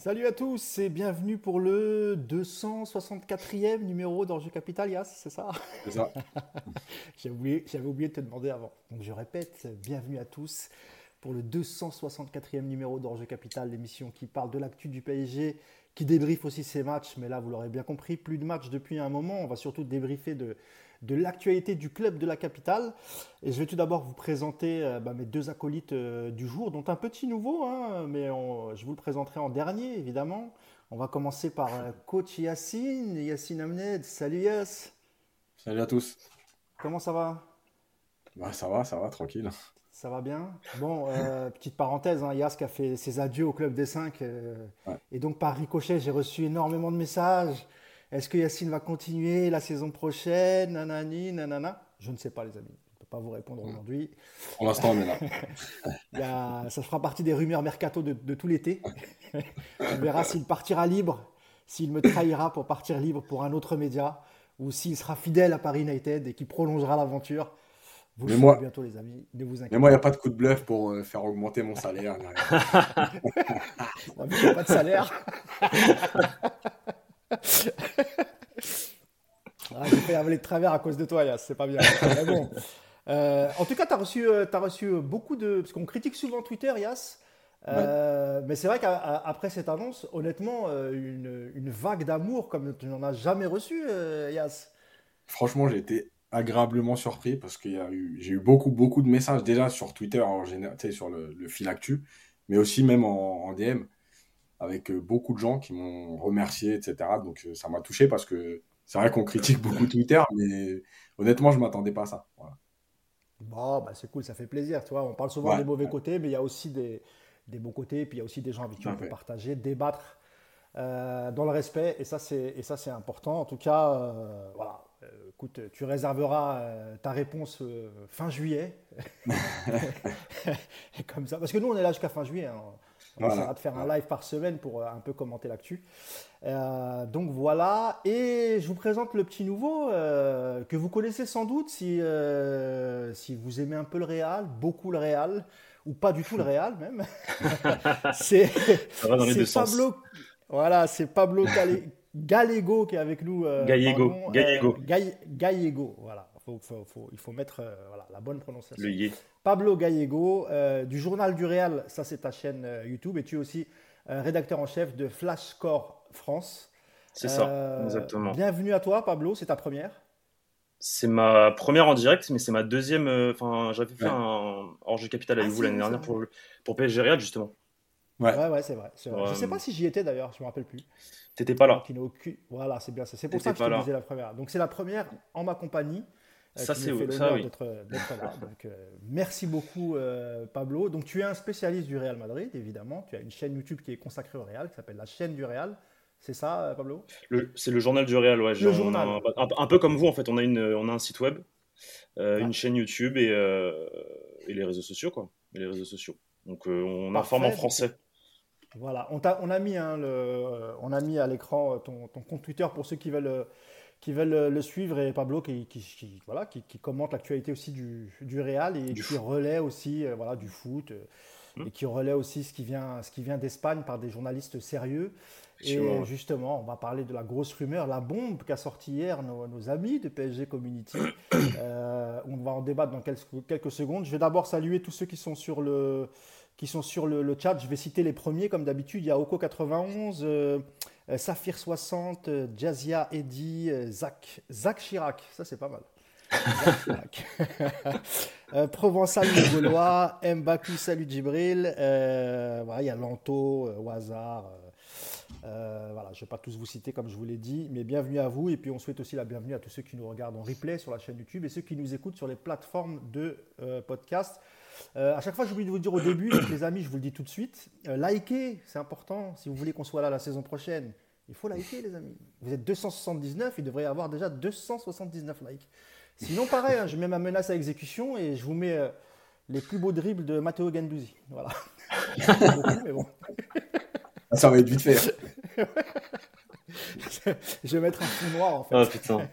Salut à tous et bienvenue pour le 264e numéro d'Enjeu Capital, Yas, c'est ça? C'est ça. J'avais oublié de te demander avant. Donc je répète, bienvenue à tous pour le 264e numéro d'Enjeu Capital, l'émission qui parle de l'actu du PSG, qui débriefe aussi ses matchs. Mais là, vous l'aurez bien compris, plus de matchs depuis un moment. On va surtout débriefer de l'actualité du club de la capitale. Et je vais tout d'abord vous présenter mes deux acolytes du jour, dont un petit nouveau, hein, je vous le présenterai en dernier, évidemment. On va commencer par coach Yacine Amned. Salut Yass, Salut à tous. comment ça va? Bah, ça va, tranquille. Ça va bien? Bon, petite parenthèse, hein, Yas qui a fait ses adieux au Club des 5. Ouais. Et donc par ricochet, j'ai reçu énormément de messages. Est-ce que Yacine va continuer la saison prochaine? Nanani, nanana. Je ne sais pas, les amis. Je ne peux pas vous répondre aujourd'hui. Pour l'instant, on est là. Ça fera partie des rumeurs mercato de tout l'été. On verra s'il partira libre, s'il me trahira pour partir libre pour un autre média, ou s'il sera fidèle à Paris United et qui prolongera l'aventure. Vous le Mais saurez moi, bientôt, les amis. Ne vous mais inquiétez moi, il n'y a pas. pas de coup de bluff pour faire augmenter mon salaire, ni rien. On n'a pas de salaire. J'ai fait avaler de travers à cause de toi, Yas. C'est pas bien. Mais bon. En tout cas, t'as reçu beaucoup de. Parce qu'on critique souvent Twitter, Yas. Ouais. Mais c'est vrai qu'après cette annonce, honnêtement, une vague d'amour comme tu n'en as jamais reçu, Yas. Franchement, j'ai été agréablement surpris parce j'ai eu beaucoup, beaucoup de messages déjà sur Twitter en général, tu sais, sur le fil actu, mais aussi même en DM avec beaucoup de gens qui m'ont remercié, etc. Donc ça m'a touché parce que c'est vrai qu'on critique beaucoup Twitter, mais honnêtement, je m'attendais pas à ça. Voilà. Bon, bah, c'est cool, ça fait plaisir. Tu vois, on parle souvent des Ouais, mauvais côtés, mais il y a aussi des bons côtés, puis il y a aussi des gens avec qui tout on à peut fait. partager, débattre dans le respect, et ça c'est important. En tout cas, voilà. Écoute, tu réserveras ta réponse fin juillet, comme ça, parce que nous on est là jusqu'à fin juillet, hein. On essaiera Voilà. de faire un Ouais. live par semaine pour un peu commenter l'actu. Donc voilà, et je vous présente le petit nouveau que vous connaissez sans doute si vous aimez un peu le Real, beaucoup le Real, ou pas du tout le Real même. C'est Ça va dans les c'est deux sens. Pablo, voilà, c'est Pablo Gallego qui est avec nous, Gallego, pardon, Gallego, Gallego, voilà, il faut mettre voilà, la bonne le prononciation. yé. Pablo Gallego, du Journal du Real, ça c'est ta chaîne YouTube, et tu es aussi rédacteur en chef de Flash Score France. C'est ça, exactement. Bienvenue à toi, Pablo, c'est ta première. C'est ma première en direct, mais c'est ma deuxième. Enfin, j'avais fait Ouais. un hors-jeu capital Ah avec vous si, l'année oui, c'est dernière vrai. pour PSG Real, justement. Ouais. Ouais, ouais, c'est vrai, c'est vrai. Je sais pas Euh, si j'y étais d'ailleurs, je me rappelle plus. T'étais pas Moi là. qui n'ai aucune. Voilà, c'est bien ça. C'est pour ça T'étais que je pas te disais là. la première. Donc c'est la première en ma compagnie Ça, qui me fait ça, l'honneur oui. d'être là. Donc merci beaucoup, Pablo. Donc tu es un spécialiste du Real Madrid, évidemment. Tu as une chaîne YouTube qui est consacrée au Real, qui s'appelle la chaîne du Real. C'est ça, Pablo? C'est le journal du Real, ouais. Le On a journal. un peu comme vous, en fait. On a un site web, Ouais, une chaîne YouTube et les réseaux sociaux, quoi. Et les réseaux sociaux. Donc, on informe en parfait. Donc français. voilà, on a mis à l'écran ton compte Twitter pour ceux qui veulent le suivre, et Pablo voilà, qui commente l'actualité aussi du Real et Du qui fou. relaie aussi voilà, du foot, Hmm. et qui relaie aussi ce qui vient d'Espagne par des journalistes sérieux. Effectivement, Et ouais. justement, on va parler de la grosse rumeur, la bombe qu'a sorti hier nos amis de PSG Community. On va en débattre dans quelques secondes. Je vais d'abord saluer tous ceux qui sont sur le chat. Je vais citer les premiers comme d'habitude. Il y a Oko91, Saphir 60, Jazia Eddy, Zach Chirac. Ça, c'est pas mal. Zach Chirac. Provençal le Gaulois, Mbaku, salut Djibril. Voilà, il y a Lanto, Wazar. Voilà, je ne vais pas tous vous citer comme je vous l'ai dit, mais bienvenue à vous. Et puis on souhaite aussi la bienvenue à tous ceux qui nous regardent en replay sur la chaîne YouTube et ceux qui nous écoutent sur les plateformes de podcast. À chaque fois, j'oublie de vous le dire au début, donc les amis, je vous le dis tout de suite. Likez, c'est important. Si vous voulez qu'on soit là la saison prochaine, il faut liker, les amis. Vous êtes 279, il devrait y avoir déjà 279 likes. Sinon, pareil, hein, je mets ma menace à exécution et je vous mets les plus beaux dribbles de Matteo Gendouzi. Voilà. J'en fais pas beaucoup, mais bon. Ça va être vite fait. Je vais mettre un fond noir, en Ah, fait. putain.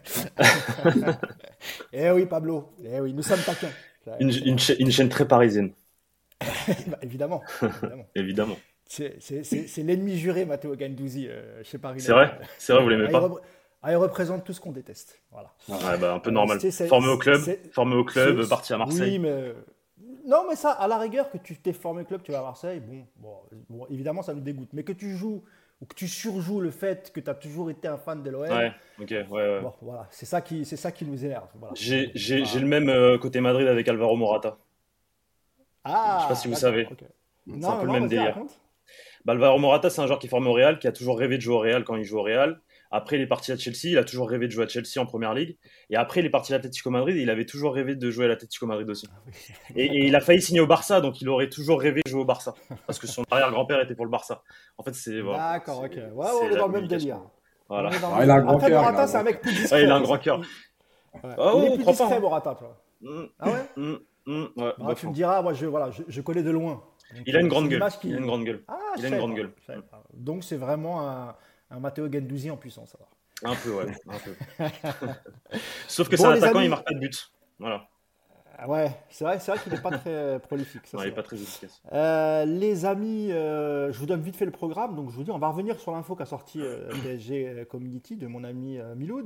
Eh oui, Pablo. Eh oui, nous sommes taquins. Ouais, c'est vrai. Une chaîne très parisienne, Bah, évidemment, évidemment. évidemment. C'est l'ennemi juré, Matteo Guendouzi, chez Paris. C'est vrai, vous l'aimez pas? Il représente tout ce qu'on déteste. Voilà. Ouais, bah, un peu normal. Formé au club, parti à Marseille. Oui, mais non, mais ça, à la rigueur, que tu t'es formé au club, tu vas à Marseille, bon, évidemment, ça nous dégoûte. Mais que tu joues ou que tu surjoues le fait que tu as toujours été un fan de l'OM. Ouais, ok, ouais. Bon, voilà, c'est ça qui nous énerve. Voilà. J'ai le même côté Madrid avec Alvaro Morata. Ah, je sais pas si vous savez. Okay. C'est un peu le même délire. Alvaro Morata, c'est un joueur qui est formé au Real, qui a toujours rêvé de jouer au Real quand il joue au Real. Après, il est parti à Chelsea, il a toujours rêvé de jouer à Chelsea en première ligue. Et après, il est parti à l'Atlético Madrid, et il avait toujours rêvé de jouer à l'Atlético Madrid aussi. Et il a failli signer au Barça, donc il aurait toujours rêvé de jouer au Barça. Parce que son arrière-grand-père était pour le Barça. En fait, c'est. Voilà, d'accord, ok. Ouais, on est dans le même délire. Voilà. Il a un grand cœur. Morata, c'est un mec plus discret. Ouais, il a un grand cœur. Il est plus discret, Morata, tu vois. Ah ouais ouais, tu me diras, moi, je connais de loin. Donc, il a une grande gueule. Il a une grande gueule. Il a une grande gueule. Donc, c'est vraiment un Matteo Guendouzi en puissance. Alors. Un peu, ouais. Un peu. Sauf que c'est un attaquant, il marque pas de but. Voilà. Ouais, c'est vrai qu'il n'est pas très prolifique. Ça, il n'est pas très efficace. Les amis, je vous donne vite fait le programme. Donc, je vous dis, on va revenir sur l'info qu'a sorti PSG Community de mon ami Miloud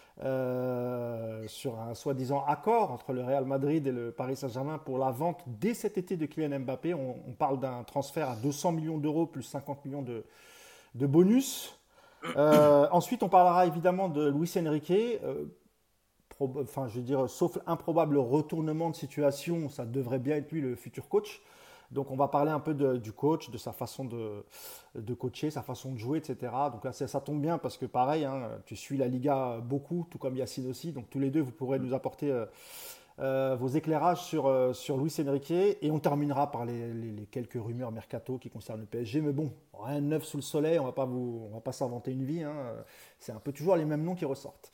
sur un soi-disant accord entre le Real Madrid et le Paris Saint-Germain pour la vente dès cet été de Kylian Mbappé. On parle d'un transfert à 200 millions d'euros plus 50 millions de bonus. Ensuite, on parlera évidemment de Luis Enrique. Sauf improbable retournement de situation, ça devrait bien être lui le futur coach. Donc, on va parler un peu du coach, de sa façon de coacher, sa façon de jouer, etc. Donc là, ça tombe bien parce que pareil, tu suis la Liga beaucoup, tout comme Yacine aussi. Donc, tous les deux, vous pourrez nous apporter vos éclairages sur Luis Enrique. Et on terminera par les quelques rumeurs mercato qui concernent le PSG. Mais bon, rien de neuf sous le soleil, on va pas s'inventer une vie. C'est un peu toujours les mêmes noms qui ressortent.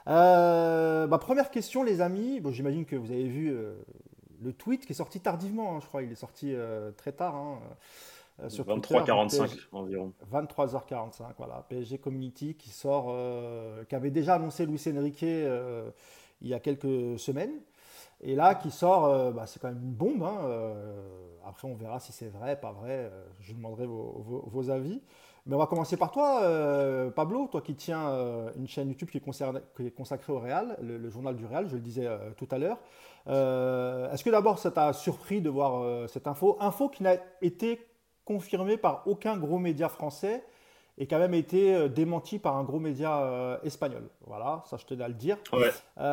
Première question, les amis. Bon, j'imagine que vous avez vu le tweet qui est sorti tardivement, je crois. Il est sorti très tard sur 23h45 environ. 23h45, voilà. PSG Community qui sort, qui avait déjà annoncé Luis Enrique il y a quelques semaines. Et là, qui sort, c'est quand même une bombe. Après, on verra si c'est vrai, pas vrai. Je vous demanderai vos avis. Mais on va commencer par toi, Pablo, toi qui tiens une chaîne YouTube qui est consacrée au Real, le journal du Real, je le disais tout à l'heure. Est-ce que d'abord ça t'a surpris de voir cette info qui n'a été confirmée par aucun gros média français et qui a même été démentie par un gros média espagnol. Voilà, ça je tenais à le dire. Ouais.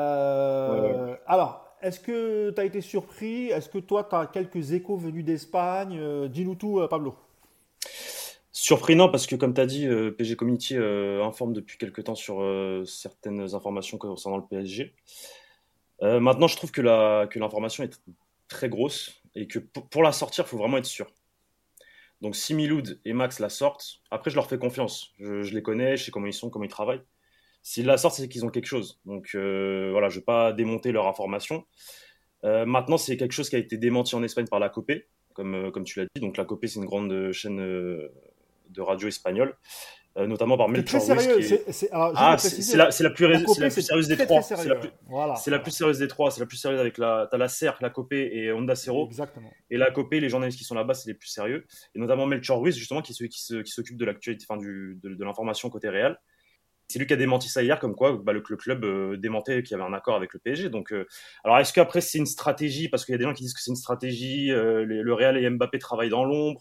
Alors, est-ce que tu as été surpris? Est-ce que toi tu as quelques échos venus d'Espagne? Dis-nous tout, Pablo. Surpris, non, parce que comme tu as dit, PSG Community informe depuis quelques temps sur certaines informations concernant le PSG. Maintenant, je trouve que l'information est très grosse et que pour la sortir, il faut vraiment être sûr. Donc, si Miloud et Max la sortent, après, je leur fais confiance. Je les connais, je sais comment ils sont, comment ils travaillent. S'ils la sortent, c'est qu'ils ont quelque chose. Donc, voilà, je ne vais pas démonter leur information. Maintenant, c'est quelque chose qui a été démenti en Espagne par la COPE, comme tu l'as dit. Donc, la COPE, c'est une grande chaîne de radio espagnole, notamment par Melchor Ruiz. C'est la plus sérieuse des trois. C'est la plus sérieuse des trois. C'est la plus sérieuse avec t'as la CERC, la COPE et Onda Cero. Exactement. Et la COPE, les journalistes qui sont là-bas, c'est les plus sérieux. Et notamment Melchor Ruiz, justement, qui est celui qui s'occupe de l'actualité, de l'information côté Real. C'est lui qui a démenti ça hier, comme quoi le club démentait qu'il y avait un accord avec le PSG. Donc, alors est-ce qu'après c'est une stratégie? Parce qu'il y a des gens qui disent que c'est une stratégie. Le Real et Mbappé travaillent dans l'ombre.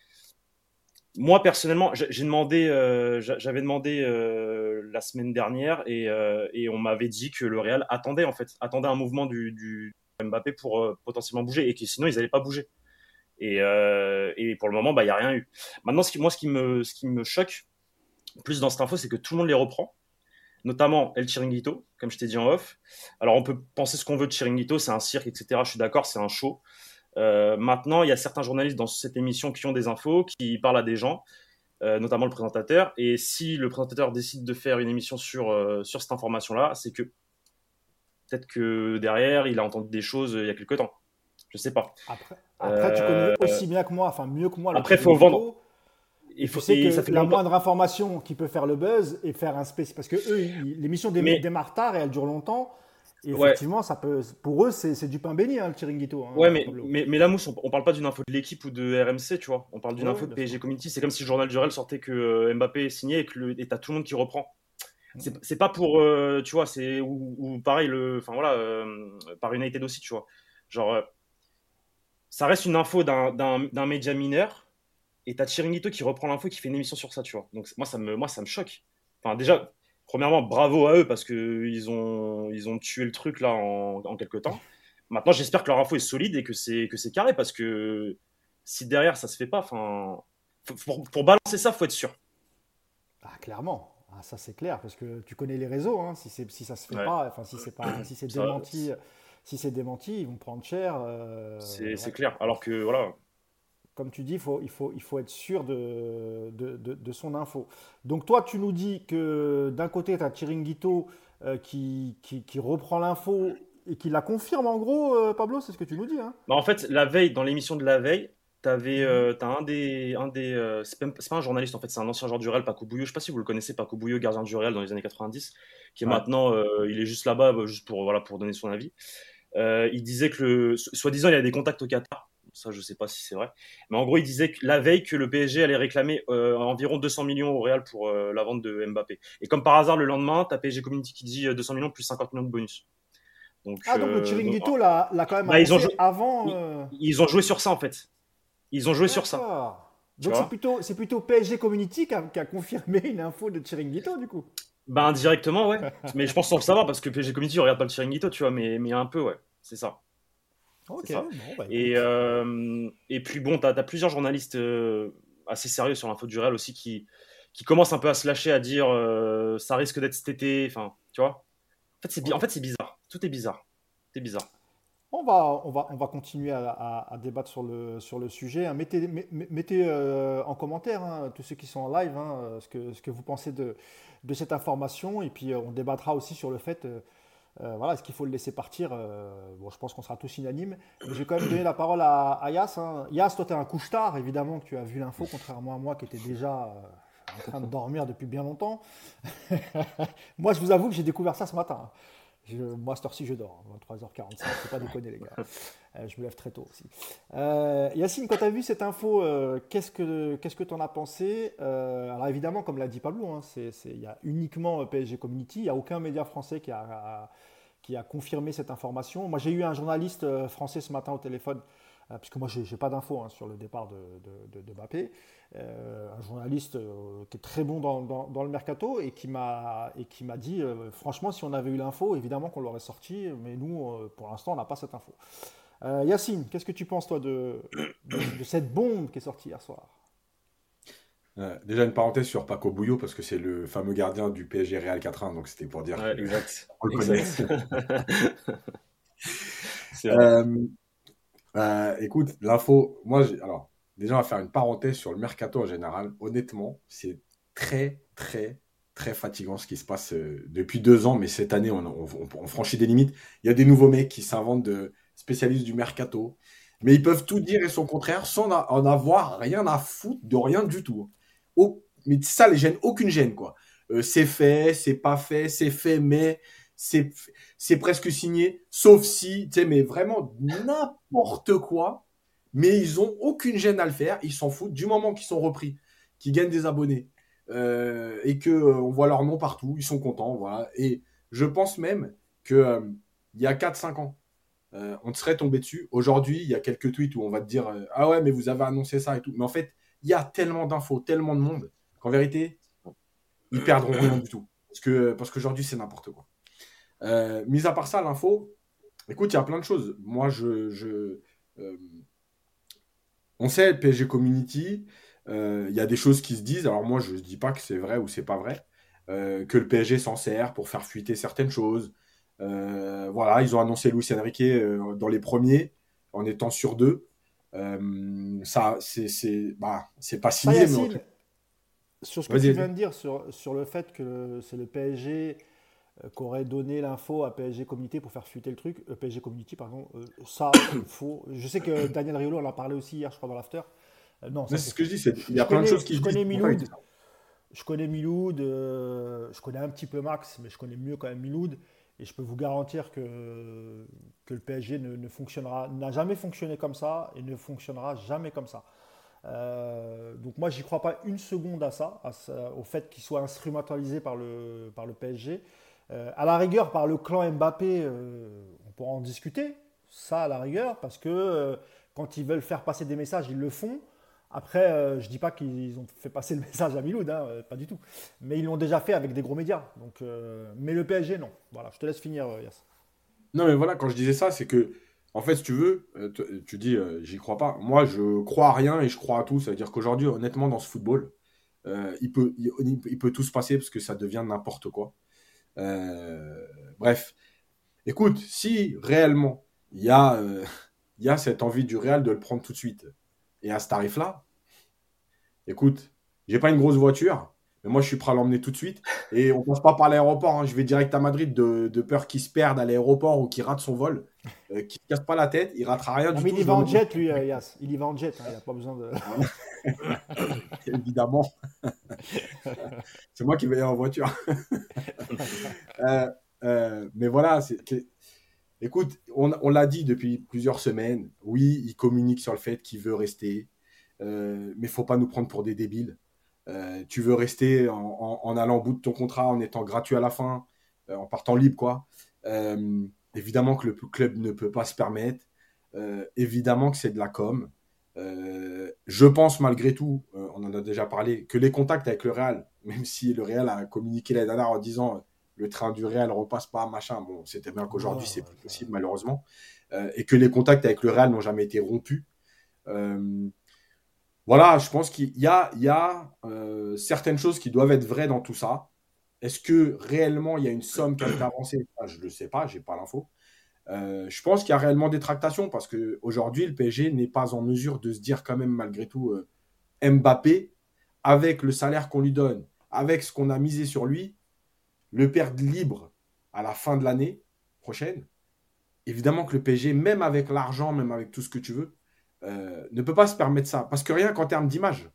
Moi, personnellement, j'avais demandé la semaine dernière et on m'avait dit que le Real attendait un mouvement du Mbappé pour potentiellement bouger et que sinon ils n'allaient pas bouger. Et pour le moment, il n'y a rien eu. Maintenant, ce qui me choque plus dans cette info, c'est que tout le monde les reprend, notamment El Chiringuito, comme je t'ai dit en off. Alors, on peut penser ce qu'on veut de Chiringuito, c'est un cirque, etc. Je suis d'accord, c'est un show. Maintenant, il y a certains journalistes dans cette émission qui ont des infos, qui parlent à des gens, notamment le présentateur. Et si le présentateur décide de faire une émission sur cette information-là, c'est que peut-être que derrière, il a entendu des choses il y a quelque temps. Je sais pas. Après tu connais aussi bien que moi, enfin mieux que moi. Après, il faut vendre. Tu sais que ça fait la moindre information qui peut faire le buzz et faire un spécial. Parce que eux, l'émission démarre tard et elle dure longtemps. Et Ouais, effectivement, pour eux, c'est du pain béni, hein, le Chiringuito, ouais, hein, Pablo. mais là, Mousse, on parle pas d'une info de l'équipe ou de RMC, tu vois. On parle d'une Ouais, info ouais, de bien sûr. PSG Community. C'est comme si le journal du Real sortait que Mbappé est signé et t'as tout le monde qui reprend. C'est pas pour, tu vois, ou pareil, enfin voilà, par United aussi, tu vois. Genre, ça reste une info d'un média mineur et t'as Chiringuito qui reprend l'info et qui fait une émission sur ça, tu vois. Donc moi, ça me choque. Enfin, déjà, premièrement, bravo à eux parce que ils ont tué le truc là en quelques temps. Maintenant, j'espère que leur info est solide et que c'est carré parce que si derrière ça se fait pas, enfin, pour balancer ça, faut être sûr. Ah, clairement. Ah, ça, c'est clair, parce que tu connais les réseaux, hein. Si ça se fait Ouais, pas, enfin, si c'est pas, ça, si c'est démenti, ils vont prendre cher. c'est Ouais. clair. Alors que voilà, Comme tu dis, il faut être sûr de son info. Donc toi, tu nous dis que d'un côté, tu as Chiringuito qui reprend l'info et qui la confirme en gros, Pablo, c'est ce que tu nous dis, hein? bah, en fait, la veille, dans l'émission de la veille, Mhm. t'as c'est pas un journaliste en fait, c'est un ancien joueur du Real, Paco Bouillot. Je sais pas si vous le connaissez, Paco Bouillot, gardien du Real dans les années 90, qui est Ouais. maintenant, il est juste là-bas, juste pour voilà pour donner son avis. Il disait que soi-disant, il y a des contacts au Qatar. Ça, je sais pas si c'est vrai. Mais en gros, il disait que la veille que le PSG allait réclamer environ 200 millions au Real pour la vente de Mbappé. Et comme par hasard, le lendemain, t'as PSG Community qui dit 200 millions plus 50 millions de bonus. Ah, donc le Donc Chiringuito l'a quand même bah, annoncé avant. ils ont joué sur ça en fait. Ils ont joué sur ça, D'accord. tu Donc vois. c'est plutôt PSG Community qui a confirmé une info de Chiringuito, du coup. Ben indirectement, ouais. Mais je pense sans le savoir parce que PSG Community on regarde pas le Chiringuito, tu vois. Mais un peu, ouais. C'est ça, c'est Ok, ça. bon, bah écoute. Et puis bon, t'as plusieurs journalistes assez sérieux sur l'info du Real aussi qui commencent un peu à se lâcher, à dire ça risque d'être cet été. Enfin, tu vois. En Ok. fait, c'est bizarre. Tout est bizarre. C'est bizarre. On va continuer à débattre sur le sujet, hein. Mettez en commentaire, hein, tous ceux qui sont en live, hein, ce que vous pensez de cette information. Et puis on débattra aussi sur le fait, voilà, est-ce qu'il faut le laisser partir? Bon, je pense qu'on sera tous unanimes. Mais je vais quand même donner la parole à Yas, hein. Yas, toi, tu es un couche-tard, évidemment, que tu as vu l'info, contrairement à moi qui était déjà en train de dormir depuis bien longtemps. Moi, je vous avoue que j'ai découvert ça ce matin, hein. Moi, à cette heure-ci, je dors, 23h45, faut pas déconner, les gars. Je me lève très tôt aussi. Yacine, quand tu as vu cette info, qu'est-ce que tu en as pensé? Alors, évidemment, comme l'a dit Pablo, hein, il y a uniquement PSG Community, il n'y a aucun média français qui a confirmé cette information. Moi, j'ai eu un journaliste français ce matin au téléphone, puisque moi, je n'ai pas d'infos, hein, sur le départ de Mbappé. Un journaliste qui est très bon dans le mercato et qui m'a dit, franchement, si on avait eu l'info, évidemment qu'on l'aurait sorti, mais nous, pour l'instant, on n'a pas cette info. Yacine, qu'est-ce que tu penses, toi, de cette bombe qui est sortie hier soir? Déjà une parenthèse sur Paco Bouillot parce que c'est le fameux gardien du PSG Real 4-1, donc c'était pour dire Ouais, que exact. on le connaît. Exact. C'est vrai. Euh, écoute, l'info, alors déjà on va faire une parenthèse sur le mercato en général. Honnêtement, c'est très très très fatigant ce qui se passe depuis 2 ans, mais cette année on franchit des limites. Il y a des nouveaux mecs qui s'inventent de spécialistes du mercato, mais ils peuvent tout dire et son contraire sans en avoir rien à foutre de rien du tout. Mais ça les gêne, aucune gêne quoi. C'est fait, c'est pas fait, c'est fait, mais c'est c'est presque signé, sauf si, tu sais, mais vraiment n'importe quoi. Mais ils ont aucune gêne à le faire, ils s'en foutent du moment qu'ils sont repris, qu'ils gagnent des abonnés et que on voit leur nom partout, ils sont contents, voilà. Et je pense même que il y a 4 5 ans, on te serait tombé dessus. Aujourd'hui, il y a quelques tweets où on va te dire ah ouais, mais vous avez annoncé ça et tout. Mais en fait, il y a tellement d'infos, tellement de monde qu'en vérité, ils perdront rien du tout. Parce qu'aujourd'hui, c'est n'importe quoi. Mis à part ça, l'info, écoute, il y a plein de choses. Moi, euh, on sait, le PSG Community, il y a des choses qui se disent. Alors moi, je ne dis pas que c'est vrai ou c'est pas vrai. Que le PSG s'en sert pour faire fuiter certaines choses. Voilà, ils ont annoncé Luis Enrique dans les premiers, en étant sur deux. Ça, c'est pas Ça, signé, mais en tout Yacine, cas. sur ce que Vas-y, tu viens vas-y. de dire sur le fait que c'est le PSG qu'aurait donné l'info à PSG Community pour faire fuiter le truc, PSG Community, pardon, ça, c'est faux. Je sais que Daniel Riolo en a parlé aussi hier, je crois, dans l'after. Non, C'est ça, c'est ce que faux. je dis, il y a plein de choses qui Je se disent. connais C'est pour ça que je dis Miloud, ça. je connais un petit peu Max, mais je connais mieux quand même Miloud. Et je peux vous garantir que le PSG n'a jamais fonctionné comme ça et ne fonctionnera jamais comme ça. Donc moi, j'y crois pas une seconde au fait qu'il soit instrumentalisé par le PSG. À la rigueur, par le clan Mbappé, on pourra en discuter, ça à la rigueur, parce que quand ils veulent faire passer des messages, ils le font. Après, je dis pas qu'ils ont fait passer le message à Miloud, hein, pas du tout. Mais ils l'ont déjà fait avec des gros médias. Donc, mais le PSG, non. Voilà, je te laisse finir, Yass. Non, mais voilà, quand je disais ça, c'est que, en fait, si tu veux, tu dis, j'y crois pas. Moi, je crois à rien et je crois à tout. Ça veut dire qu'aujourd'hui, honnêtement, dans ce football, il peut tout se passer parce que ça devient n'importe quoi. Bref, écoute, si réellement il y a cette envie du Real de le prendre tout de suite et à ce tarif-là, écoute, j'ai pas une grosse voiture, mais moi je suis prêt à l'emmener tout de suite. Et on passe pas par l'aéroport, hein. Je vais direct à Madrid de peur qu'il se perde à l'aéroport ou qu'il rate son vol, qu'il se casse pas la tête, il ratera rien Non, du mais tout. il y Je va en l'emmène jet, lui, Yass. Il y va en jet, hein, il n'a pas besoin de. évidemment. C'est moi qui vais y aller en voiture. Euh, mais voilà, écoute, on l'a dit depuis plusieurs semaines. Oui, il communique sur le fait qu'il veut rester, mais faut pas nous prendre pour des débiles. Tu veux rester en allant au bout de ton contrat, en étant gratuit à la fin, en partant libre, quoi. Évidemment que le club ne peut pas se permettre. Évidemment que c'est de la com. Je pense malgré tout, on en a déjà parlé, que les contacts avec le Real, même si le Real a communiqué l'année dernière en disant le train du Real repasse pas, machin, bon, c'était bien qu'aujourd'hui c'est plus possible malheureusement, et que les contacts avec le Real n'ont jamais été rompus. Voilà, je pense qu'il y a certaines choses qui doivent être vraies dans tout ça. Est-ce que réellement il y a une somme qui a été avancée? Je ne le sais pas, j'ai pas l'info. Je pense qu'il y a réellement des tractations parce qu'aujourd'hui, le PSG n'est pas en mesure de se dire quand même malgré tout Mbappé, avec le salaire qu'on lui donne, avec ce qu'on a misé sur lui, le perdre libre à la fin de l'année prochaine. Évidemment que le PSG, même avec l'argent, même avec tout ce que tu veux, ne peut pas se permettre ça. Parce que rien qu'en termes d'image,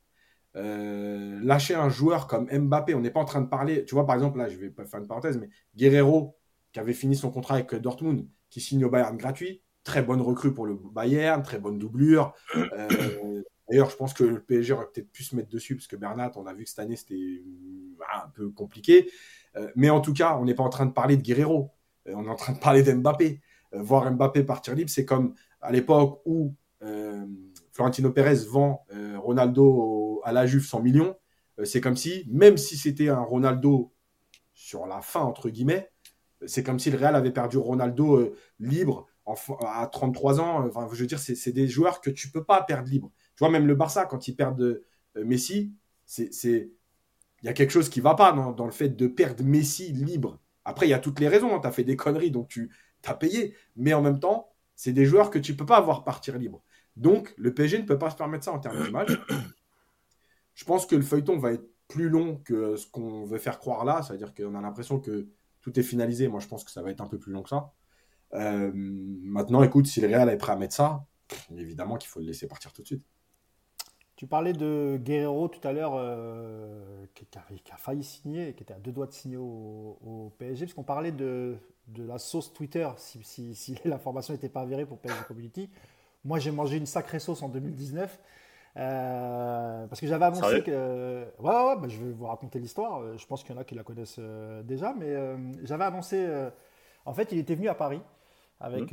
lâcher un joueur comme Mbappé, on n'est pas en train de parler, tu vois, par exemple, là, je vais pas faire une parenthèse, mais Guerrero, qui avait fini son contrat avec Dortmund, qui signe au Bayern gratuit, très bonne recrue pour le Bayern, très bonne doublure. D'ailleurs, je pense que le PSG aurait peut-être pu se mettre dessus, parce que Bernat, on a vu que cette année, c'était un peu compliqué. Mais en tout cas, on n'est pas en train de parler de Guerrero, on est en train de parler d'Mbappé. Voir Mbappé partir libre, c'est comme à l'époque où Florentino Pérez vend Ronaldo à la Juve 100 millions. C'est comme si, même si c'était un Ronaldo sur la fin, entre guillemets, c'est comme si le Real avait perdu Ronaldo libre à 33 ans. Enfin, je veux dire, c'est des joueurs que tu peux pas perdre libre. Tu vois, même le Barça, quand ils perdent Messi, il y a quelque chose qui va pas dans le fait de perdre Messi libre. Après, il y a toutes les raisons. Tu as fait des conneries, donc tu as payé. Mais en même temps, c'est des joueurs que tu peux pas voir partir libre. Donc, le PSG ne peut pas se permettre ça en termes d'image. Je pense que le feuilleton va être plus long que ce qu'on veut faire croire là. C'est-à-dire qu'on a l'impression que tout est finalisé. Moi, je pense que ça va être un peu plus long que ça. Maintenant, écoute, si le Real est prêt à mettre ça, évidemment qu'il faut le laisser partir tout de suite. Tu parlais de Guerrero tout à l'heure, qui a failli signer, qui était à deux doigts de signer au PSG, parce qu'on parlait de la sauce Twitter, si l'information n'était pas avérée pour PSG Community. Moi, j'ai mangé une sacrée sauce en 2019, parce que j'avais annoncé Sérieux? que... Ouais, bah, je vais vous raconter l'histoire. Je pense qu'il y en a qui la connaissent déjà, mais j'avais annoncé... en fait, il était venu à Paris avec,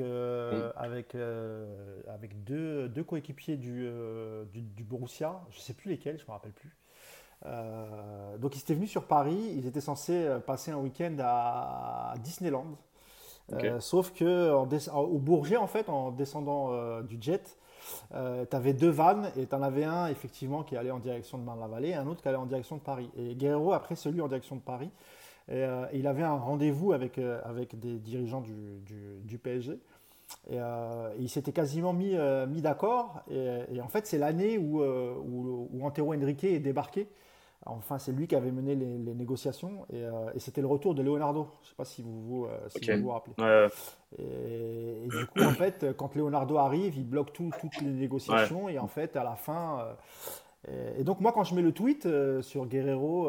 avec deux coéquipiers du Borussia, je ne sais plus lesquels, je ne me rappelle plus. Donc ils étaient venus sur Paris, ils étaient censés passer un week-end à Disneyland. Ok. Sauf que au Bourget, en fait, en descendant du jet, tu avais deux vannes et tu en avais un effectivement qui allait en direction de Marne-la-Vallée et un autre qui allait en direction de Paris. Et Guerrero a pris celui en direction de Paris. Il avait un rendez-vous avec des dirigeants du PSG. Et il s'était quasiment mis d'accord. Et en fait, c'est l'année où Antero Henrique est débarqué. Enfin, c'est lui qui avait mené les négociations. Et c'était le retour de Leonardo. Je ne sais pas si Ok. vous vous rappelez. Ouais, Et du coup, en fait, quand Leonardo arrive, il bloque toutes les ouais. négociations. Et en fait, à la fin, Et donc moi, quand je mets le tweet sur Guerrero,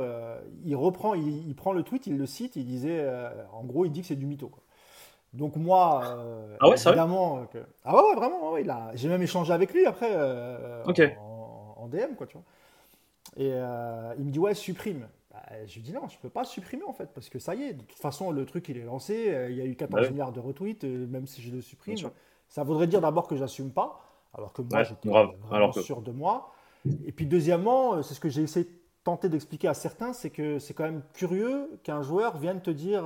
il prend le tweet, il le cite, il disait, en gros, il dit que c'est du mytho, quoi. Donc moi, Ah ouais, sérieux? évidemment, ah ouais, ouais, vraiment, ouais, j'ai même échangé avec lui après Ok. en DM, quoi, tu vois. Et il me dit, ouais, supprime. Bah, je lui dis, non, je peux pas supprimer en fait, parce que ça y est, de toute façon, le truc il est lancé, il y a eu Bah 14 oui, milliards de retweets, même si je le bien supprime, sûr. ça voudrait dire d'abord que j'assume pas, alors que moi Ouais, j'étais grave. vraiment Alors que. sûr de moi. Et puis deuxièmement, c'est ce que j'ai essayé de tenter d'expliquer à certains, c'est que c'est quand même curieux qu'un joueur vienne te dire,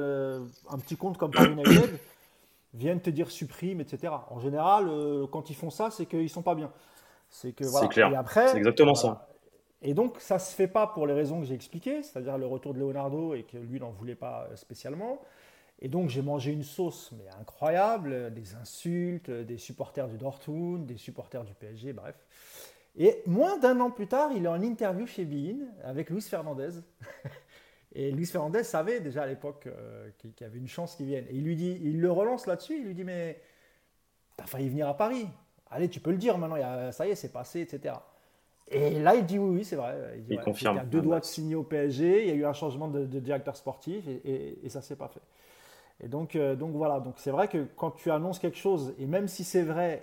un petit compte comme Paris United, vienne te dire supprime, etc. En général, quand ils font ça, c'est qu'ils sont pas bien. C'est que C'est voilà. Et clair. C'est après, exactement ça. voilà. Et donc, ça se fait pas pour les raisons que j'ai expliquées, c'est-à-dire le retour de Leonardo et que lui n'en voulait pas spécialement. Et donc, j'ai mangé une sauce mais incroyable, des insultes, des supporters du Dortmund, des supporters du PSG, bref. Et moins d'un an plus tard, il est en interview chez Bein avec Luis Fernandez. Et Luis Fernandez savait déjà à l'époque qu'il y avait une chance qu'il vienne. Et il le relance là-dessus, il lui dit, mais t'as failli venir à Paris. Allez, tu peux le dire maintenant, ça y est, c'est passé, etc. Et là, il dit oui, oui, c'est vrai. Il dit, Il ouais, j'étais confirme. à deux Ah doigts bah, de signer au PSG, il y a eu un changement de directeur sportif et ça ne s'est pas fait. Et donc voilà, donc c'est vrai que quand tu annonces quelque chose, et même si c'est vrai,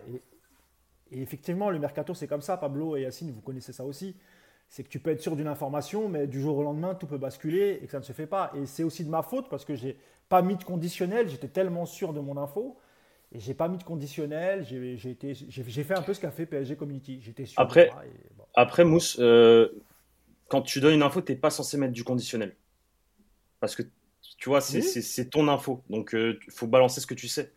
et effectivement, le mercato, c'est comme ça, Pablo et Yacine, vous connaissez ça aussi, c'est que tu peux être sûr d'une information, mais du jour au lendemain, tout peut basculer et que ça ne se fait pas. Et c'est aussi de ma faute parce que j'ai pas mis de conditionnel, j'étais tellement sûr de mon info, et j'ai pas mis de conditionnel, j'ai fait un peu ce qu'a fait PSG Community, j'étais sûr de Après, moi. Et bon. après Mousse, quand tu donnes une info, t'es pas censé mettre du conditionnel. Parce que, tu vois, Oui, c'est ton info. Donc, il faut balancer ce que tu sais.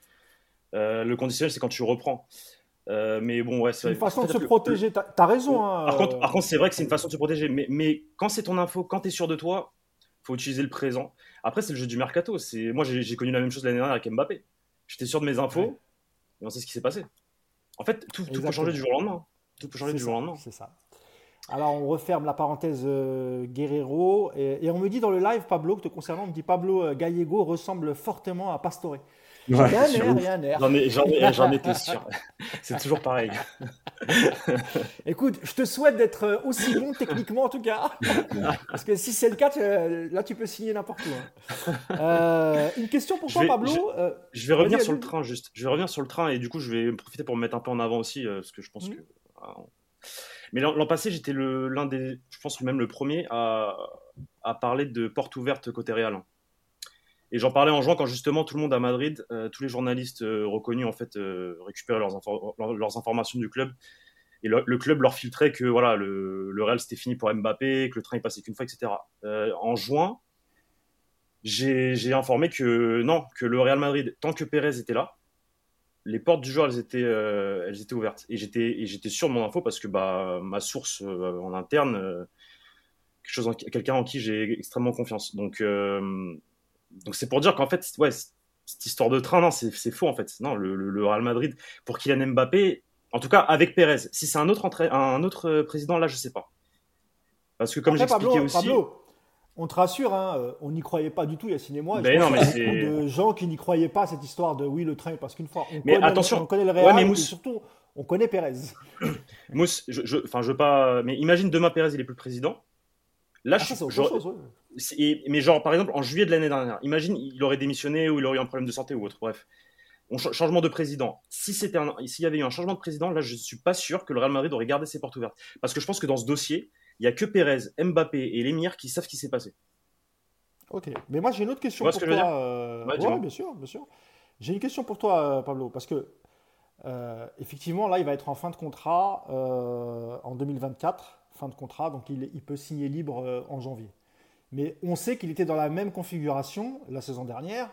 Le conditionnel, c'est quand tu reprends. Mais bon, ouais, c'est c'est une vrai. En façon de fait, se protéger, t'as raison, hein, par contre, c'est vrai que c'est une Pablo. façon de se protéger. Mais quand c'est ton info, quand tu es sûr de toi, faut utiliser le présent. Après, c'est le jeu du mercato. Moi, j'ai connu la même chose l'année dernière avec Mbappé. J'étais sûr de mes Ouais, infos et on sait ce qui s'est passé. En fait, tout peut changer du exactement. jour au lendemain. Tout peut changer C'est du jour au ça, lendemain. c'est ça. Alors, on referme la parenthèse Guerrero. Et on me dit dans le live, Pablo, que te concernant, on me dit Pablo Gallego ressemble fortement à Pastore. Il y Ouais, a un sur air, il y ouf. a un air. J'en étais sûr. C'est toujours pareil. Écoute, je te souhaite d'être aussi bon techniquement en tout cas. Parce que si c'est le cas, là tu peux signer n'importe où, hein. Une question pour Je toi, vais, je, Pablo. je vais Vas-y, revenir sur vas-y, le vas-y. train juste. Je vais revenir sur le train et du coup, je vais en profiter pour me mettre un peu en avant aussi parce que je pense Hmm. que. ah, Mais l'an passé, j'étais l'un des, je pense même le premier à parler de porte ouverte côté Real. Et j'en parlais en juin quand justement tout le monde à Madrid, tous les journalistes reconnus en fait récupéraient leurs informations du club et le club leur filtrait que voilà le Real c'était fini pour Mbappé, que le train est passé qu'une fois, etc. En juin, j'ai informé que non, que le Real Madrid, tant que Pérez était là, les portes du joueur elles étaient ouvertes et j'étais sûr de mon info parce que bah ma source en interne quelqu'un en qui j'ai extrêmement confiance. Donc c'est pour dire qu'en fait, ouais, cette histoire de train, non, c'est faux en fait. Non, le Real Madrid, pour Kylian Mbappé, en tout cas avec Pérez. Si c'est un autre président, là, je sais pas. Parce que comme Après, j'expliquais Pablo, aussi, on te rassure, hein, on n'y croyait pas du tout, Yacine et moi. Et je ben pense non, qu'il y mais a beaucoup c'est. de gens qui n'y croyaient pas à cette histoire de oui, le train est parce qu'une fois. Mais On attention, connaît le ouais, mais Real et Mousse, surtout, on connaît Pérez. Mousse, enfin, je veux pas. Mais imagine demain Pérez, il est plus président. Là, Ah, ça, c'est autre chose. Ouais. mais genre, par exemple, en juillet de l'année dernière, imagine, il aurait démissionné ou il aurait eu un problème de santé ou autre. Bref, changement de président. S'il y avait eu un changement de président, là, je ne suis pas sûr que le Real Madrid aurait gardé ses portes ouvertes. Parce que je pense que dans ce dossier, il n'y a que Pérez, Mbappé et l'émir qui savent ce qui s'est passé. Ok. Mais moi, j'ai une autre Tu question vois ce pour que je veux dire? toi. Ouais, Ouais, dis-moi. bien sûr, bien sûr. J'ai une question pour toi, Pablo, parce que effectivement, là, il va être en fin de contrat en 2024, fin de contrat, donc il peut signer libre en janvier. Mais on sait qu'il était dans la même configuration la saison dernière,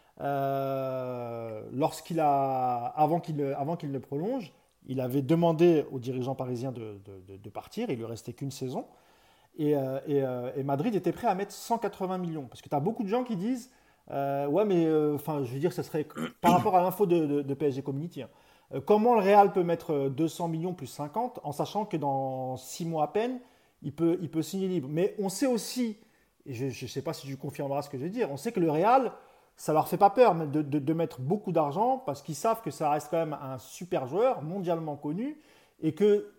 avant qu'il ne prolonge, il avait demandé aux dirigeants parisiens de partir, il lui restait qu'une saison, et Madrid était prêt à mettre 180 millions. Parce que tu as beaucoup de gens qui disent, ouais, mais enfin, je veux dire, ça serait par rapport à l'info de PSG Community, hein. Comment le Real peut mettre 200 millions plus 50 en sachant que dans 6 mois à peine, il peut signer libre. Mais on sait aussi, et je ne sais pas si tu confirmeras ce que je vais dire, on sait que le Real, ça leur fait pas peur de mettre beaucoup d'argent parce qu'ils savent que ça reste quand même un super joueur mondialement connu et que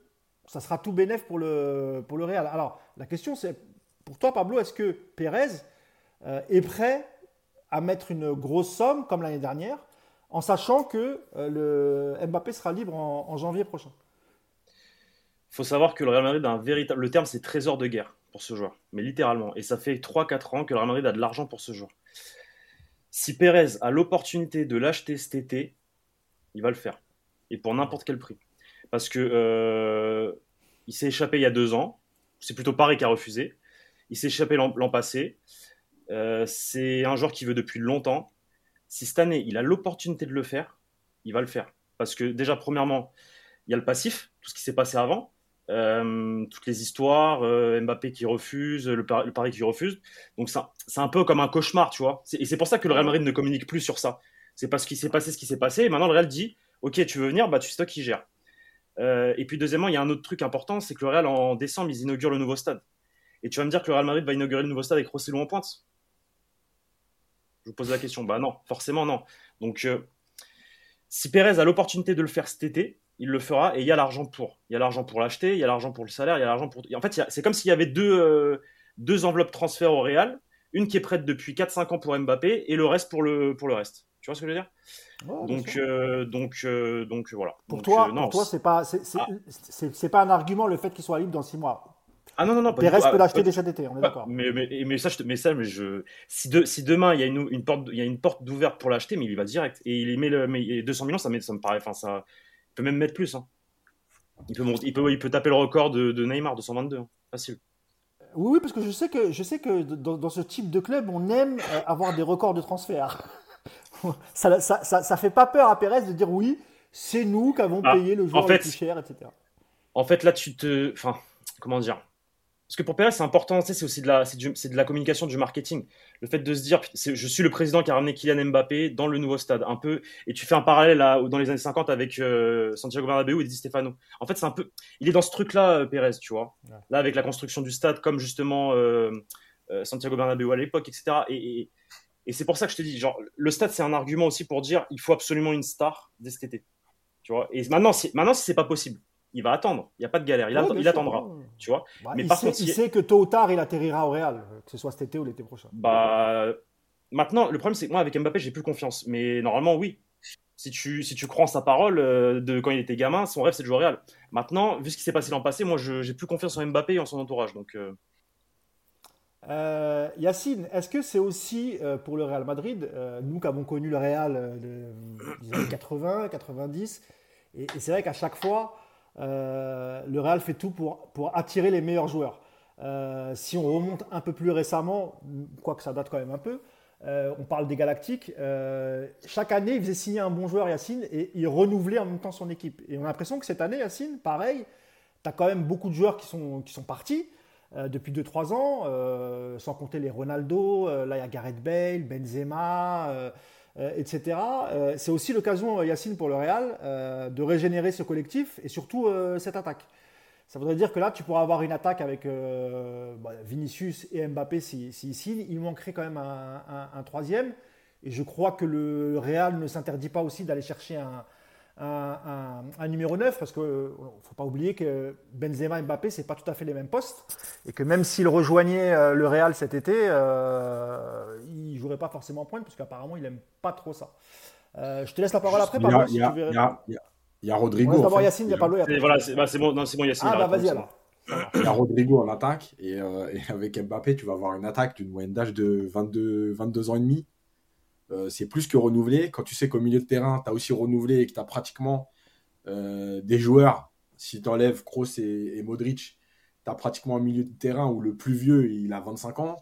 ça sera tout bénef pour le Real. Alors, la question, c'est pour toi, Pablo, est-ce que Pérez est prêt à mettre une grosse somme, comme l'année dernière, en sachant que le Mbappé sera libre en janvier prochain? Il faut savoir que le Real Madrid a un véritable. Le terme, c'est trésor de guerre pour ce joueur, mais littéralement. Et ça fait 3-4 ans que le Real Madrid a de l'argent pour ce joueur. Si Pérez a l'opportunité de l'acheter cet été, il va le faire. Et pour n'importe quel prix. Parce que il s'est échappé il y a 2 ans. C'est plutôt Paris qui a refusé. Il s'est échappé l'an passé. C'est un joueur qui veut depuis longtemps. Si cette année, il a l'opportunité de le faire, il va le faire. Parce que déjà, premièrement, il y a le passif, tout ce qui s'est passé avant. Toutes les histoires, Mbappé qui refuse, le Paris qui refuse. Donc c'est un peu comme un cauchemar, tu vois. Et c'est pour ça que le Real Madrid ne communique plus sur ça. C'est parce qu'il s'est passé ce qui s'est passé. Et maintenant, le Real dit, ok, tu veux venir, bah, c'est toi qui gères. Et puis deuxièmement, il y a un autre truc important, c'est que le Real, en décembre, ils inaugurent le nouveau stade. Et tu vas me dire que le Real Madrid va inaugurer le nouveau stade avec Rosselló en pointe? Je vous pose la question. Bah non, forcément non. Donc si Pérez a l'opportunité de le faire cet été, il le fera et il y a l'argent pour. Il y a l'argent pour l'acheter, il y a l'argent pour le salaire, il y a l'argent pour. En fait, c'est comme s'il y avait deux enveloppes transfert au Real, une qui est prête depuis 4-5 ans pour Mbappé et le reste pour le reste. Tu vois ce que je veux dire? Ouais, bien Donc, sûr. voilà. Pour Donc, toi, non. c'est pas, Ah, c'est pas un argument le fait qu'il soit libre dans 6 mois. non, non, non, pas du tout. Pérez peut l'acheter dès cet été, on est d'accord. Mais ça, si demain il y a une porte, il y a une porte d'ouverte pour l'acheter, mais il y va direct. Et mais 200 millions, ça me paraît, enfin, ça il peut même mettre plus. Hein. Il peut taper le record de Neymar, 222. Hein. Facile. Oui, oui, parce que je sais que dans ce type de club, on aime avoir des records de transfert. Ça fait pas peur à Pérez de dire oui, c'est nous qui avons Ah, payé le en joueur le plus fait, cher, etc. en fait, là, enfin, comment dire? Parce que pour Perez, c'est important, tu sais, c'est aussi c'est de la communication, du marketing. Le fait de se dire, je suis le président qui a ramené Kylian Mbappé dans le nouveau stade, un peu, et tu fais un parallèle dans les années 50 avec Santiago Bernabéu et Di Stefano. En fait, c'est un peu, il est dans ce truc-là, Perez, tu vois. Ouais. Là, avec la construction du stade, comme justement Santiago Bernabéu à l'époque, etc. Et c'est pour ça que je te dis, genre, le stade, c'est un argument aussi pour dire, il faut absolument une star dès cet été, tu vois. Et maintenant, si c'est pas possible, il va attendre. Il n'y a pas de galère. Ouais, bien Il sûr. attendra, tu vois. Bah, Mais il par sait, contre, il sait que tôt ou tard, il atterrira au Real, que ce soit cet été ou l'été prochain. bah, maintenant, le problème, c'est que moi, avec Mbappé, j'ai plus confiance. Mais normalement, oui. Si tu crois en sa parole de quand il était gamin, son rêve, c'est de jouer au Real. Maintenant, vu ce qui s'est passé l'an passé, moi, j'ai plus confiance en Mbappé et en son entourage. Donc, Yacine, est-ce que c'est aussi pour le Real Madrid, nous qui avons connu le Real des années 80, 90, et c'est vrai qu'à chaque fois, le Real fait tout pour attirer les meilleurs joueurs. Si on remonte un peu plus récemment, quoique ça date quand même un peu, on parle des Galactiques. Chaque année, il faisait signer un bon joueur, Yacine, et il renouvelait en même temps son équipe. Et on a l'impression que cette année, Yacine, pareil, tu as quand même beaucoup de joueurs qui sont partis depuis 2-3 ans, sans compter les Ronaldo, là il y a Gareth Bale, Benzema, etc. C'est aussi l'occasion, Yacine, pour le Real, de régénérer ce collectif et surtout cette attaque. Ça voudrait dire que là, tu pourras avoir une attaque avec Vinicius et Mbappé s'ils signent. Il manquerait quand même un troisième. Et je crois que le Real ne s'interdit pas aussi d'aller chercher un numéro 9 parce qu'il ne faut pas oublier que Benzema et Mbappé, ce n'est pas tout à fait les mêmes postes. Et que même s'ils rejoignaient le Real cet été, ils ne joueraient pas forcément en pointe parce qu'apparemment, il n'aime pas trop ça. Je te laisse la parole après, Il y Pablo, a, si tu veux répondre. il y a On laisse Rodrigo, en d'abord fait. Yacine, il y a Pablo et après. voilà, c'est bon, non, c'est bon, Yacine, il Ah a bah répondu, vas-y c'est bon. alors. Ça marche. Il y a Rodrigo en attaque. Et avec Mbappé, tu vas avoir une attaque d'une moyenne d'âge de 22 ans et demi. C'est plus que renouvelé. Quand tu sais qu'au milieu de terrain, tu as aussi renouvelé et que tu as pratiquement des joueurs, si tu enlèves Kroos et Modric, tu as pratiquement un milieu de terrain où le plus vieux, il a 25 ans.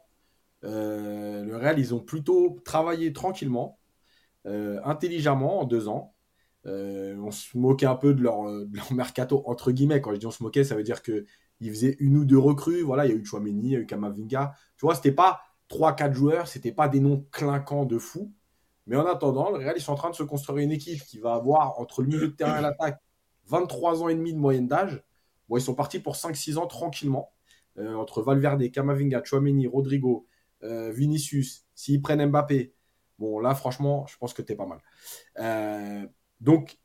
Le Real, ils ont plutôt travaillé tranquillement, intelligemment en 2 ans. On se moquait un peu de leur mercato, entre guillemets. Quand je dis on se moquait, ça veut dire qu'ils faisaient une ou deux recrues. Voilà, il y a eu Tchouaméni, il y a eu Kamavinga. Tu vois, c'était pas 3-4 joueurs, c'était pas des noms clinquants de fou. Mais en attendant, le Real, ils sont en train de se construire une équipe qui va avoir, entre le milieu de terrain et l'attaque, 23 ans et demi de moyenne d'âge. Bon, ils sont partis pour 5-6 ans tranquillement. Entre Valverde, Kamavinga, Tchouaméni, Rodrigo, Vinicius, s'ils prennent Mbappé, bon, là, franchement, je pense que t'es pas mal. Donc,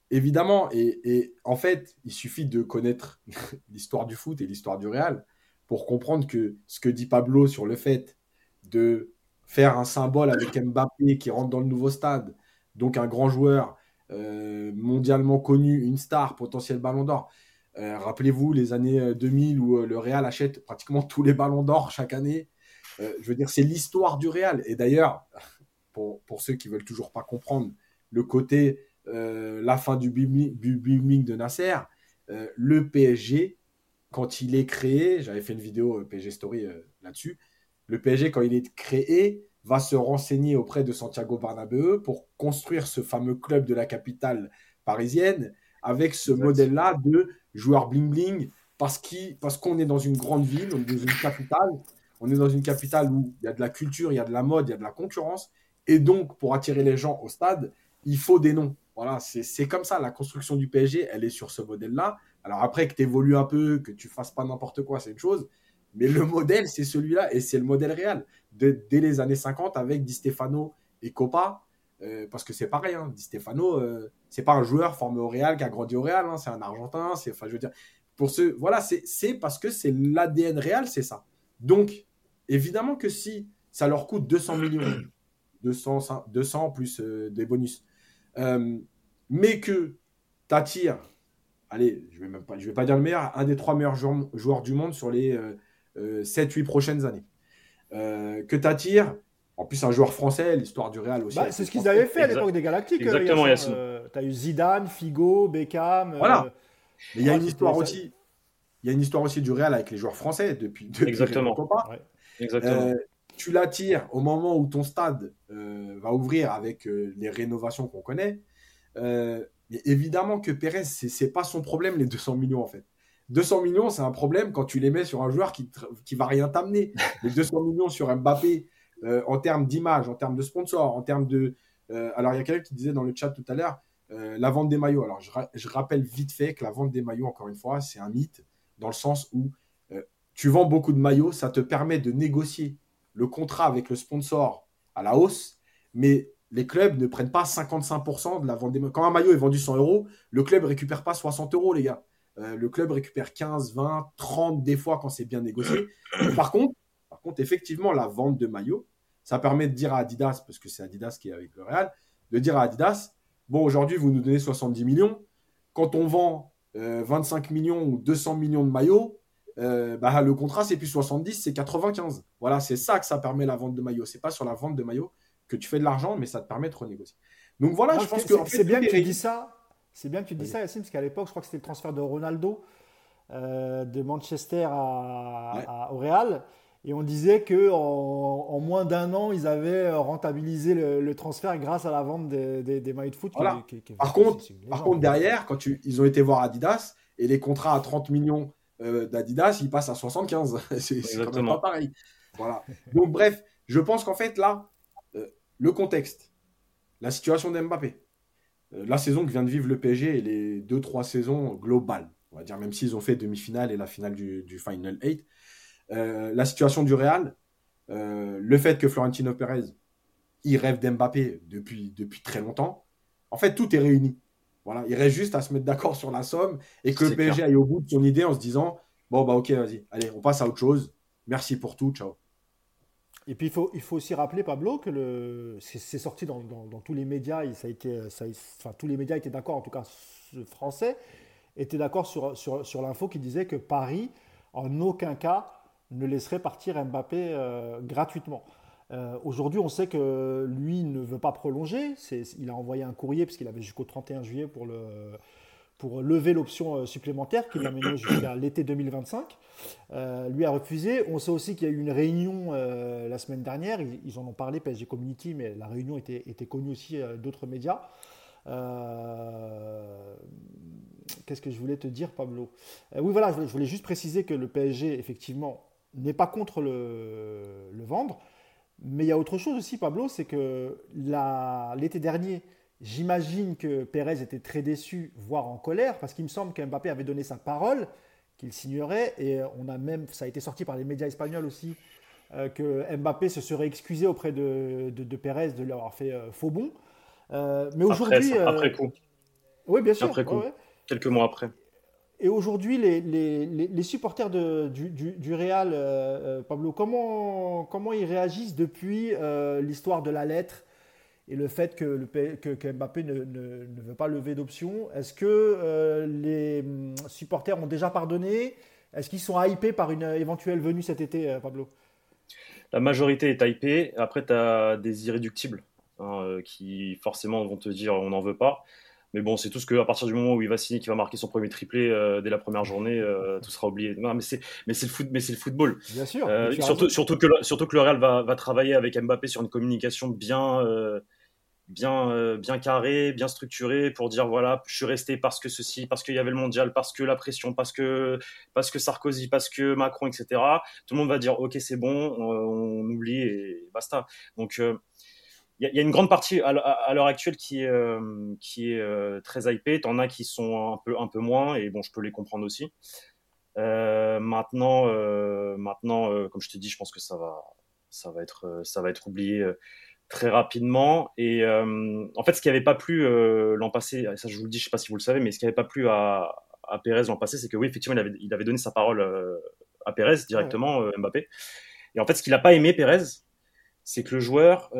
évidemment, et en fait, il suffit de connaître l'histoire du foot et l'histoire du Real pour comprendre que ce que dit Pablo sur le fait de faire un symbole avec Mbappé qui rentre dans le nouveau stade, donc un grand joueur mondialement connu, une star, potentiel ballon d'or. Rappelez-vous les années 2000 où le Real achète pratiquement tous les ballons d'or chaque année. Je veux dire, c'est l'histoire du Real. Et d'ailleurs, pour ceux qui veulent toujours pas comprendre le côté la fin du booming de Nasser, le PSG, quand il est créé, j'avais fait une vidéo PSG Story là-dessus, le PSG, quand il est créé, va se renseigner auprès de Santiago Bernabéu pour construire ce fameux club de la capitale parisienne avec ce Exact. modèle-là de joueur bling-bling parce qu'on est dans une grande ville, on est dans une capitale où il y a de la culture, il y a de la mode, il y a de la concurrence. Et donc, pour attirer les gens au stade, il faut des noms. Voilà, c'est comme ça. La construction du PSG, elle est sur ce modèle-là. Alors après, que tu évolues un peu, que tu fasses pas n'importe quoi, c'est une chose. Mais le modèle, c'est celui-là et c'est le modèle réel. Dès les années 50 avec Di Stefano et Copa, parce que c'est pareil, hein, Di Stefano, c'est pas un joueur formé au Real qui a grandi au Real, hein, c'est un Argentin. Enfin, je veux dire, pour ceux, voilà, c'est parce que c'est l'ADN Real, c'est ça. Donc, évidemment que si ça leur coûte 200 millions, 200 plus des bonus, mais que tu attires, allez, je vais pas dire le meilleur, un des 3 meilleurs joueurs du monde sur les 7-8 prochaines années. Que tu attires, en plus un joueur français, l'histoire du Real aussi. Bah, c'est ce qu'ils avaient fait à l'époque des Galactiques. Exactement, Yacine. Tu as eu Zidane, Figo, Beckham. Voilà. Mais il y a une histoire ça... aussi. Il y a une histoire aussi du Real avec les joueurs français depuis Exactement. Ouais. Exactement. Tu l'attires au moment où ton stade va ouvrir avec les rénovations qu'on connaît. Mais évidemment que Pérez, c'est pas son problème, les 200 millions en fait. 200 millions, c'est un problème quand tu les mets sur un joueur qui va rien t'amener. Les 200 millions sur Mbappé, en termes d'image, en termes de sponsor, en termes de. Alors, il y a quelqu'un qui disait dans le chat tout à l'heure, la vente des maillots. Alors, je rappelle vite fait que la vente des maillots, encore une fois, c'est un mythe, dans le sens où tu vends beaucoup de maillots, ça te permet de négocier le contrat avec le sponsor à la hausse, mais les clubs ne prennent pas 55% de la vente des maillots. Quand un maillot est vendu 100 euros, le club ne récupère pas 60 euros, les gars. Le club récupère 15, 20, 30 des fois quand c'est bien négocié. Par contre, effectivement, la vente de maillots, ça permet de dire à Adidas, parce que c'est Adidas qui est avec le Real, de dire à Adidas, bon, aujourd'hui, vous nous donnez 70 millions. Quand on vend 25 millions ou 200 millions de maillots, le contrat, c'est plus 70, c'est 95. Voilà, c'est ça que ça permet la vente de maillots. C'est pas sur la vente de maillots que tu fais de l'argent, mais ça te permet de renégocier. Donc voilà, non, je pense que c'est bien que tu dis ça. C'est bien que tu dis ça, Yacine, parce qu'à l'époque, je crois que c'était le transfert de Ronaldo de Manchester au Real. Et on disait qu'en moins d'un an, ils avaient rentabilisé le transfert grâce à la vente des maillots de foot. Voilà. Par contre, derrière, quand ils ont été voir Adidas, et les contrats à 30 millions d'Adidas, ils passent à 75. c'est quand même pas pareil. Voilà. Donc, bref, je pense qu'en fait, là, le contexte, la situation d'Mbappé, la saison que vient de vivre le PSG et les 2-3 saisons globales, on va dire, même s'ils ont fait demi-finale et la finale du Final 8, la situation du Real, le fait que Florentino Pérez, il rêve d'Mbappé depuis très longtemps, en fait, tout est réuni. Voilà, il reste juste à se mettre d'accord sur la somme et que le PSG aille au bout de son idée en se disant, bon, bah ok, vas-y, allez, on passe à autre chose. Merci pour tout, ciao. Et puis il faut aussi rappeler, Pablo, que c'est sorti dans tous les médias, tous les médias étaient d'accord, en tout cas français, étaient d'accord sur l'info qui disait que Paris, en aucun cas, ne laisserait partir Mbappé gratuitement. Aujourd'hui, on sait que lui ne veut pas prolonger. Il a envoyé un courrier, parce qu'il avait jusqu'au 31 juillet pour lever l'option supplémentaire qui l'a mené jusqu'à l'été 2025. Lui a refusé. On sait aussi qu'il y a eu une réunion la semaine dernière. Ils en ont parlé, PSG Community, mais la réunion était connue aussi d'autres médias. Qu'est-ce que je voulais te dire, Pablo? Oui, voilà, je voulais juste préciser que le PSG, effectivement, n'est pas contre le vendre. Mais il y a autre chose aussi, Pablo, c'est que l'été dernier, j'imagine que Pérez était très déçu, voire en colère, parce qu'il me semble qu'Mbappé avait donné sa parole qu'il signerait, et ça a été sorti par les médias espagnols aussi, que Mbappé se serait excusé auprès de Pérez de lui avoir fait faux bond. Mais aujourd'hui, après coup. Oui, bien sûr. après Ouais, coup, ouais. quelques mois après. Et aujourd'hui, les supporters du Real, Pablo, comment ils réagissent depuis l'histoire de la lettre et le fait que Mbappé ne veut pas lever d'option? Est-ce que les supporters ont déjà pardonné? Est-ce qu'ils sont hypés par une éventuelle venue cet été, Pablo? La majorité est hypée. Après, tu as des irréductibles hein, qui forcément vont te dire on n'en veut pas. Mais bon, c'est tout ce que à partir du moment où il va signer, qu'il va marquer son premier triplé dès la première journée, tout sera oublié. Non, mais c'est le foot, mais c'est le football. Bien sûr, mais tu as raison. Surtout que le Real va travailler avec Mbappé sur une communication bien carré, bien structuré pour dire voilà, je suis resté parce que ceci, parce qu'il y avait le mondial, parce que la pression, parce que Sarkozy, parce que Macron, etc. Tout le monde va dire ok, c'est bon, on oublie et basta. Donc il y a une grande partie à l'heure actuelle qui est très hypée. T'en as qui sont un peu moins et bon, je peux les comprendre aussi. Maintenant, comme je te dis, je pense que ça va être oublié très rapidement. Et en fait, ce qui n'avait pas plu l'an passé, ça je vous le dis, je sais pas si vous le savez, mais ce qui n'avait pas plu à Pérez l'an passé, c'est que oui, effectivement, il avait donné sa parole à Pérez Ouais. directement, Mbappé. Et en fait, ce qu'il n'a pas aimé, Pérez, c'est que le joueur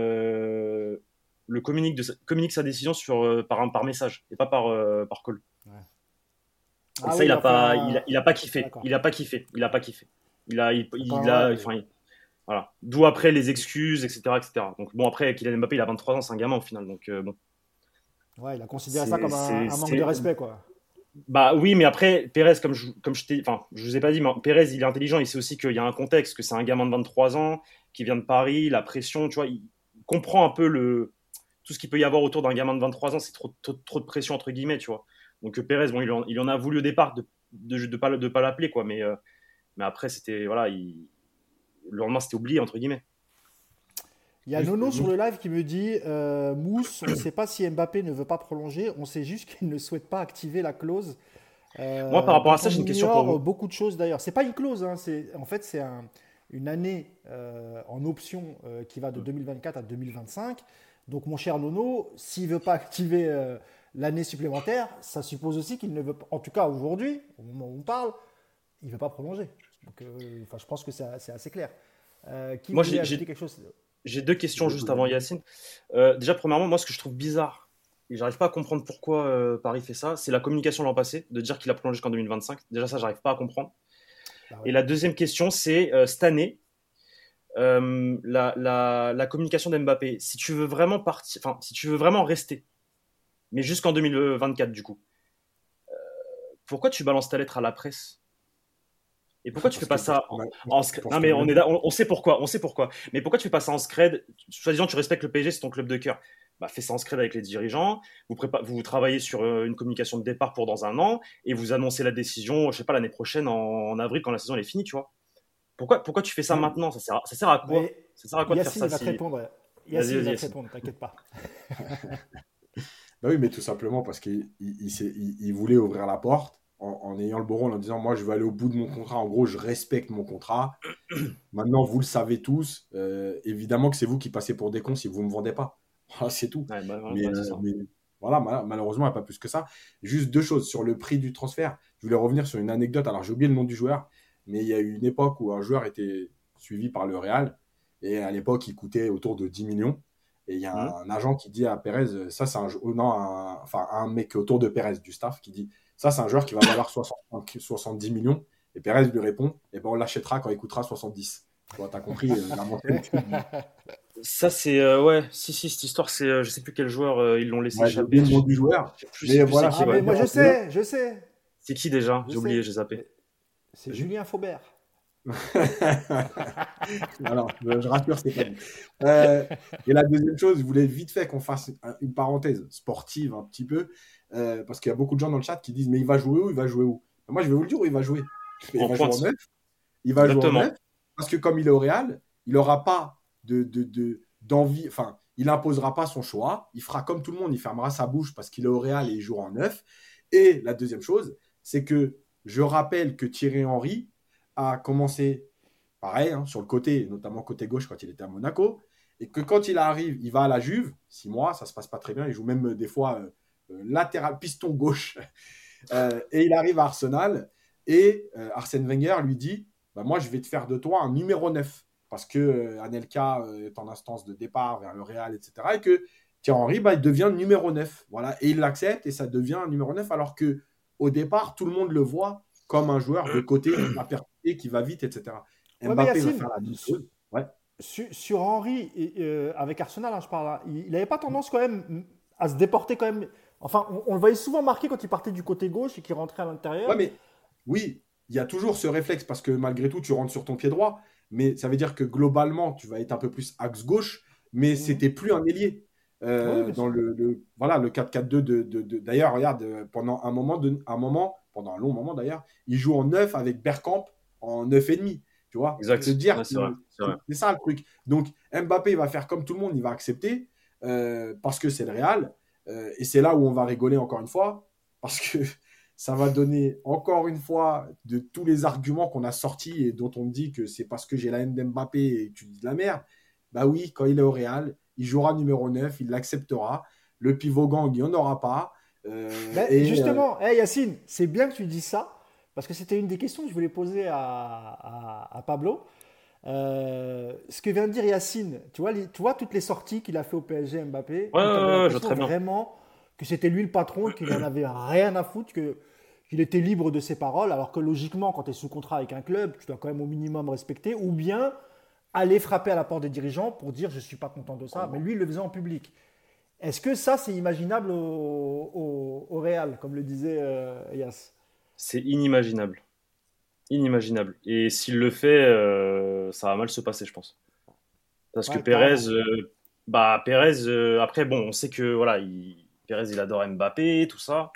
communique sa décision par message et pas par call. Ouais. Et Ah ça, oui, il a pas kiffé. d'accord. Il a pas kiffé. Il a pas kiffé. D'accord, ouais, Enfin, voilà. D'où après les excuses, etc., etc. Donc bon, après, Kylian Mbappé, il a 23 ans, c'est un gamin au final. Donc bon, ouais, il a considéré ça c'est, comme c'est, un manque de c'est, respect, quoi. bah oui, mais après, Pérez, je vous ai pas dit, mais Pérez, il est intelligent. Il sait aussi qu'il y a un contexte, que c'est un gamin de 23 ans qui vient de Paris, la pression, tu vois, il comprend un peu tout ce qu'il peut y avoir autour d'un gamin de 23 ans. C'est trop de pression entre guillemets, tu vois. Donc Pérez, bon, il en a voulu au départ de pas l'appeler, quoi. Mais après, c'était voilà, le lendemain, c'était oublié entre guillemets. Il y a Juste, Nono sur juste- le live qui me dit Mousse, on ne sait pas si Mbappé ne veut pas prolonger, on sait juste qu'il ne souhaite pas activer la clause Moi, par rapport dont à ça, on j'ai une question pour ignore vous. beaucoup de choses d'ailleurs. C'est pas une clause, hein, en fait c'est une année en option qui va de 2024 à 2025. Donc mon cher Nono, s'il ne veut pas activer l'année supplémentaire, ça suppose aussi qu'il ne veut pas, en tout cas aujourd'hui, au moment où on parle, il ne veut pas prolonger. Donc enfin, je pense que c'est assez clair. Qui Moi, voulait j'ai ajouter j'ai- quelque chose? j'ai deux je questions vais juste poser avant une- Yacine. Déjà, premièrement, moi, ce que je trouve bizarre, et j'arrive pas à comprendre pourquoi Paris fait ça, c'est la communication l'an passé, de dire qu'il a prolongé jusqu'en 2025. Déjà, ça, j'arrive pas à comprendre. Bah Et ouais. la deuxième question, c'est cette année, la communication d'Mbappé. Si tu veux vraiment partir, enfin, si tu veux vraiment rester, mais jusqu'en 2024, du coup, pourquoi tu balances ta lettre à la presse? Et pourquoi tu fais pas parce ça qu'on a, parce Non mais qu'on a on est on sait pourquoi, on sait pourquoi. Mais pourquoi tu fais pas ça en scred? Soi-disant tu respectes le PSG, c'est ton club de cœur. Bah fais ça en scred avec les dirigeants. Vous travaillez sur une communication de départ pour dans un an et vous annoncez la décision, je sais pas l'année prochaine en avril quand la saison elle est finie, tu vois. Pourquoi tu fais ça Ouais, maintenant? Ça sert à quoi? Mais Ça sert à quoi de faire Yacine, ça il va te si répondre. Vas-y, Yacine, il vas-y, va te Yacine. répondre, t'inquiète pas. bah oui, mais tout simplement parce il voulait ouvrir la porte en ayant le bon rôle, en disant moi je veux aller au bout de mon contrat. En gros, je respecte mon contrat. Maintenant, vous le savez tous. Évidemment que c'est vous qui passez pour des cons si vous ne me vendez pas. Voilà, c'est tout. Ouais, bah, Mais, ouais, c'est ça. mais voilà, malheureusement, il n'y a pas plus que ça. Juste deux choses sur le prix du transfert. Je voulais revenir sur une anecdote. Alors, j'ai oublié le nom du joueur, mais il y a eu une époque où un joueur était suivi par le Real. Et à l'époque, il coûtait autour de 10 millions. Et il y Hmm. a un agent qui dit à Pérez, ça c'est non, enfin un mec autour de Pérez, du staff, qui dit, ça c'est un joueur qui va valoir 70 millions. Et Pérez lui répond, eh ben, on l'achètera quand il coûtera 70. Tu vois, t'as compris la mentalité du... Ça c'est ouais, si cette histoire c'est je sais plus quel joueur ils l'ont laissé Ouais, j'ai oublié échapper. le nom Je du joueur. sais Mais plus c'est voilà, qui, Ah, c'est ouais. mais pour moi dire un peu. je sais, C'est qui déjà? je J'ai oublié, sais. j'ai zappé. C'est Vas-y. Julien Faubert. Alors, je rassure, c'est pas lui. Et la deuxième chose, je voulais vite fait qu'on fasse une parenthèse sportive un petit peu, parce qu'il y a beaucoup de gens dans le chat qui disent, mais il va jouer où? Il va jouer où? Moi, je vais vous le dire où il va jouer. Il En va jouer en pointe. neuf. Il va jouer en neuf Exactement. parce que comme il est au Real, il n'aura pas d'envie, enfin, il n'imposera pas son choix. Il fera comme tout le monde, il fermera sa bouche parce qu'il est au Real et il jouera en neuf. Et la deuxième chose, c'est que je rappelle que Thierry Henry a commencé pareil, hein, sur le côté, notamment côté gauche quand il était à Monaco, et que quand il arrive, il va à la Juve, 6 mois, ça se passe pas très bien, il joue même des fois latéral piston gauche. Et il arrive à Arsenal et Arsène Wenger lui dit bah, moi, je vais te faire de toi un numéro 9 parce que Anelka est en instance de départ vers le Real, etc. Et que Thierry Henry, bah, il devient numéro 9. Voilà. Et il l'accepte et ça devient un numéro 9 alors qu'au départ, tout le monde le voit comme un joueur de côté qui va percuter, qui va vite, etc. Ouais, mais Mbappé va Yacine, faire la même chose. Ouais. sur Henry, avec Arsenal, hein, je parle, hein, il n'avait pas tendance quand même à se déporter quand même. Enfin, on le voyait souvent marquer quand il partait du côté gauche et qu'il rentrait à l'intérieur. Ouais, mais oui, il y a toujours ce réflexe parce que malgré tout, tu rentres sur ton pied droit. Mais ça veut dire que globalement, tu vas être un peu plus axe gauche, mais Mhm. c'était plus un ailier. Oui, bien Dans sûr. voilà, le 4-4-2 d'ailleurs, regarde, pendant pendant un long moment d'ailleurs, il joue en 9 avec Bergkamp en 9 et demi. Tu vois, pour te Exact. dire Ouais, que c'est vrai. C'est vrai. c'est ça le truc. Donc Mbappé va faire comme tout le monde, il va accepter parce que c'est le Real. Et c'est là où on va rigoler encore une fois, parce que ça va donner encore une fois de tous les arguments qu'on a sortis et dont on dit que c'est parce que j'ai la haine d'Mbappé et que tu dis de la merde. Bah oui, quand il est au Real, il jouera numéro 9, il l'acceptera. Le pivot gang, il n'y en aura pas. Ben, justement, Yacine, c'est bien que tu dis ça, parce que c'était une des questions que je voulais poser à Pablo. Ce que vient de dire Yacine, tu vois toutes les sorties qu'il a fait au PSG Mbappé, Ouais, où tu avais ouais, ouais, je vois l'impression très bien. vraiment que c'était lui le patron, qu'il n'en avait rien à foutre, qu'il était libre de ses paroles, alors que logiquement, quand tu es sous contrat avec un club, tu dois quand même au minimum respecter, ou bien aller frapper à la porte des dirigeants pour dire je ne suis pas content de ça. Mais lui, il le faisait en public. Est-ce que ça, c'est imaginable au Real, comme le disait Yass? C'est inimaginable. Inimaginable. Et s'il le fait, ça va mal se passer, je pense. Parce que Ouais, Pérez, carrément. Pérez, après, bon, on sait que voilà, Pérez, il adore Mbappé, tout ça.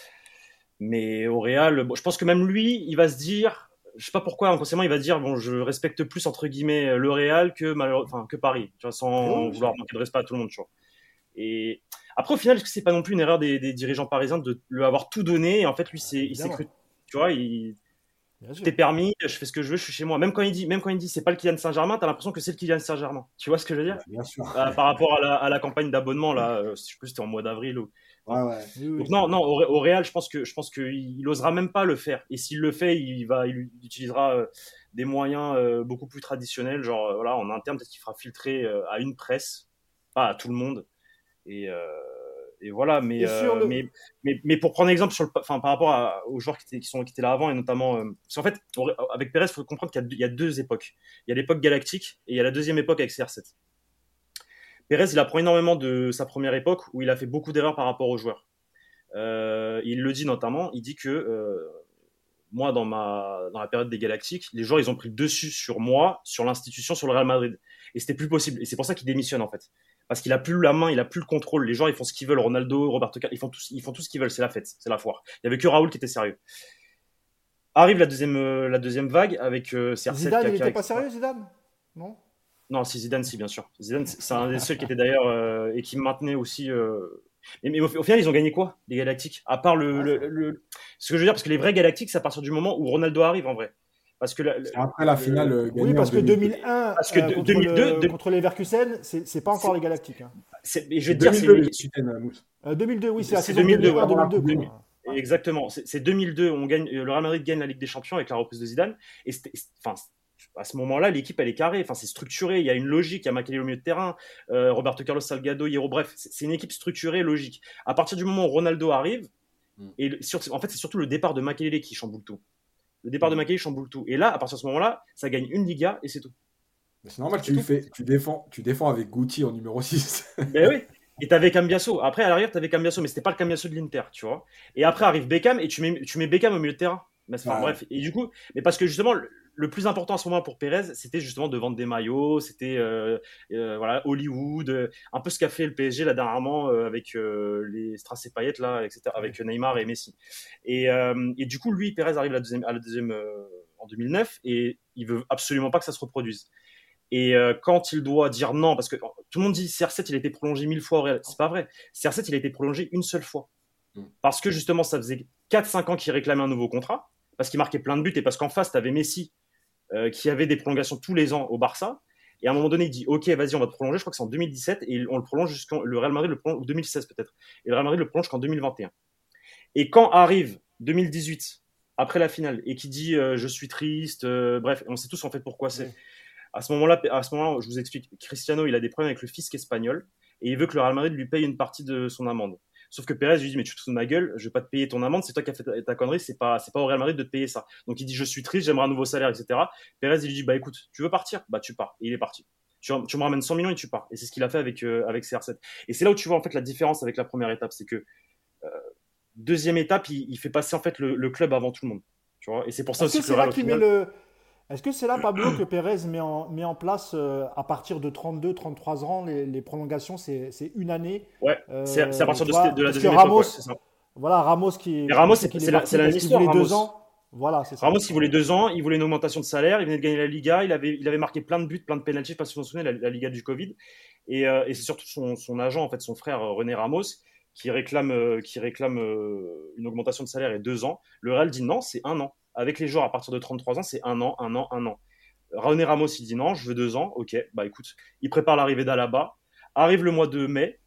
Mais au Real, bon, je pense que même lui, il va se dire, je sais pas pourquoi, inconsciemment, il va dire, bon, je respecte plus entre guillemets le Real enfin, que Paris, tu vois, Oui, sans bien vouloir sûr. manquer de respect à tout le monde, tu vois. Et après, au final, est-ce que c'est pas non plus une erreur des dirigeants parisiens de lui avoir tout donné et en fait, lui, il s'est Évidemment. cru, tu vois, Bien tout est sûr. permis, je fais ce que je veux, je suis chez moi. Même quand il dit c'est pas le Kylian Saint-Germain, t'as l'impression que c'est le Kylian Saint-Germain. Tu vois ce que je veux dire? bien sûr. Par rapport à la campagne d'abonnement là, je sais plus si c'était en mois d'avril ou. Ouais, Enfin, ouais. donc Oui, oui. non, non, au Real, je pense qu'il osera même pas le faire. Et s'il le fait, il utilisera des moyens beaucoup plus traditionnels, genre voilà, en interne, peut-être qu'il fera filtrer à une presse, pas à tout le monde. Et, euh, et voilà, Et sur le. mais pour prendre exemple enfin, par rapport aux joueurs qui étaient là avant, et notamment. Parce qu'en fait, avec Pérez, il faut comprendre il y a deux époques. Il y a l'époque galactique et il y a la deuxième époque avec CR7. Pérez, il apprend énormément de sa première époque où il a fait beaucoup d'erreurs par rapport aux joueurs. Il le dit notamment, il dit que moi, dans la période des Galactiques, les joueurs, ils ont pris le dessus sur moi, sur l'institution, sur le Real Madrid. Et c'était plus possible. Et c'est pour ça qu'il démissionne, en fait. Parce qu'il a plus la main, il a plus le contrôle. Les joueurs, ils font ce qu'ils veulent. Ronaldo, Roberto Carlos, ils font tout ce qu'ils veulent. C'est la fête, c'est la foire. Il y avait que Raoul qui était sérieux. Arrive la deuxième vague avec CR7, Zidane, il Kaka, n'était pas etc. sérieux, Zidane? Non? Non, si Zidane, si, bien sûr. Zidane, c'est un des seuls qui était d'ailleurs et qui maintenait aussi. Mais au final, ils ont gagné quoi, les Galactiques? À part Ouais, ça. ce que je veux dire, parce que les vrais Galactiques, c'est à partir du moment où Ronaldo arrive en vrai. Parce que C'est après la finale Oui, gagnée en parce que 2002. 2001 parce que contre les Leverkusen, c'est pas encore les Galactiques, hein. et je vais C'est te dire, 2002 les Capitaines, Mousse. 2002, oui, c'est la c'est saison 2002, ouais. 2001-2002, Coupe du Monde. quoi. Exactement. C'est 2002, le Real Madrid gagne la Ligue des Champions avec la reprise de Zidane. Et enfin, à ce moment-là, l'équipe, elle est carrée. Enfin, c'est structuré. Il y a une logique. Il y a Makelele au milieu de terrain, Roberto Carlos, Salgado, Hierro. Bref, c'est une équipe structurée, logique. À partir du moment où Ronaldo arrive, en fait, c'est surtout le départ de Makelele qui chamboule tout. Le départ de Makelele chamboule tout. Et là, à partir de ce moment-là, ça gagne une Liga et c'est tout. Mais c'est normal, C'est tout. tu défends avec Guti en numéro 6. Ben oui. Et t'avais Cambiasso. Après, à l'arrière, t'avais Cambiasso, mais c'était pas le Cambiasso de l'Inter, tu vois. Et après arrive Beckham et tu mets Beckham au milieu de terrain. Mais, enfin, Ouais. bref. Et du coup, mais parce que justement, le plus important à ce moment pour Pérez, c'était justement de vendre des maillots, c'était voilà, Hollywood, un peu ce qu'a fait le PSG là dernièrement avec les Strass et Payet là, etc., Oui. avec Neymar et Messi. Et du coup, lui, Pérez arrive à la deuxième en 2009 et il veut absolument pas que ça se reproduise. Et quand il doit dire non, parce que tout le monde dit CR7 il a été prolongé 1000 fois au Real, c'est pas vrai. CR7 il a été prolongé une seule fois. Parce que justement ça faisait 4-5 ans qu'il réclamait un nouveau contrat, parce qu'il marquait plein de buts et parce qu'en face tu avais Messi qui avait des prolongations tous les ans au Barça. Et à un moment donné, il dit ok, vas-y, on va te prolonger. Je crois que c'est en 2017 et on le prolonge jusqu'en le Real Madrid le prolonge ou 2016 peut-être. Et le Real Madrid le prolonge qu'en 2021. Et quand arrive 2018 après la finale et qui dit je suis triste, bref, on sait tous en fait pourquoi c'est. Oui. À ce moment-là, je vous explique. Cristiano, il a des problèmes avec le fisc espagnol et il veut que le Real Madrid lui paye une partie de son amende. Sauf que Pérez lui dit mais tu te fous de ma gueule, je vais pas te payer ton amende, c'est toi qui as fait ta connerie, c'est pas au Real Madrid de te payer ça. Donc il dit je suis triste, j'aimerais un nouveau salaire, etc. Pérez il lui dit bah écoute, tu veux partir, bah tu pars. Et il est parti. Tu me ramènes 100 millions et tu pars. Et c'est ce qu'il a fait avec CR7. Et c'est là où tu vois en fait la différence avec la première étape, c'est que deuxième étape, il fait passer en fait le club avant tout le monde. Tu vois. Et c'est pour ça Est-ce que aussi que le c'est là Real au qu'il met final. le. Est-ce que c'est là, Pablo, que Pérez met en place, à partir de 32-33 ans, les prolongations, c'est une année. Ouais, c'est à partir Tu vois, de la parce que deuxième époque, Ramos, ouais, c'est ça. voilà, Ramos Et Ramos, on sait qu'il est parti c'est la même parce qu'il histoire, voulait Ramos. 2 ans. Voilà, c'est ça. Ramos, il voulait 2 ans, il voulait une augmentation de salaire, il venait de gagner la Liga, il avait marqué plein de buts, plein de pénaltys, parce que vous vous souvenez, la Liga du Covid. Et c'est surtout son agent, en fait, son frère René Ramos, qui réclame une augmentation de salaire et 2 ans. Le Real dit non, c'est un an. Avec les joueurs à partir de 33 ans, c'est un an, un an, un an. René Ramos, il dit non, je veux 2 ans. Ok, bah écoute, il prépare l'arrivée d'Alaba. Arrive le mois de mai.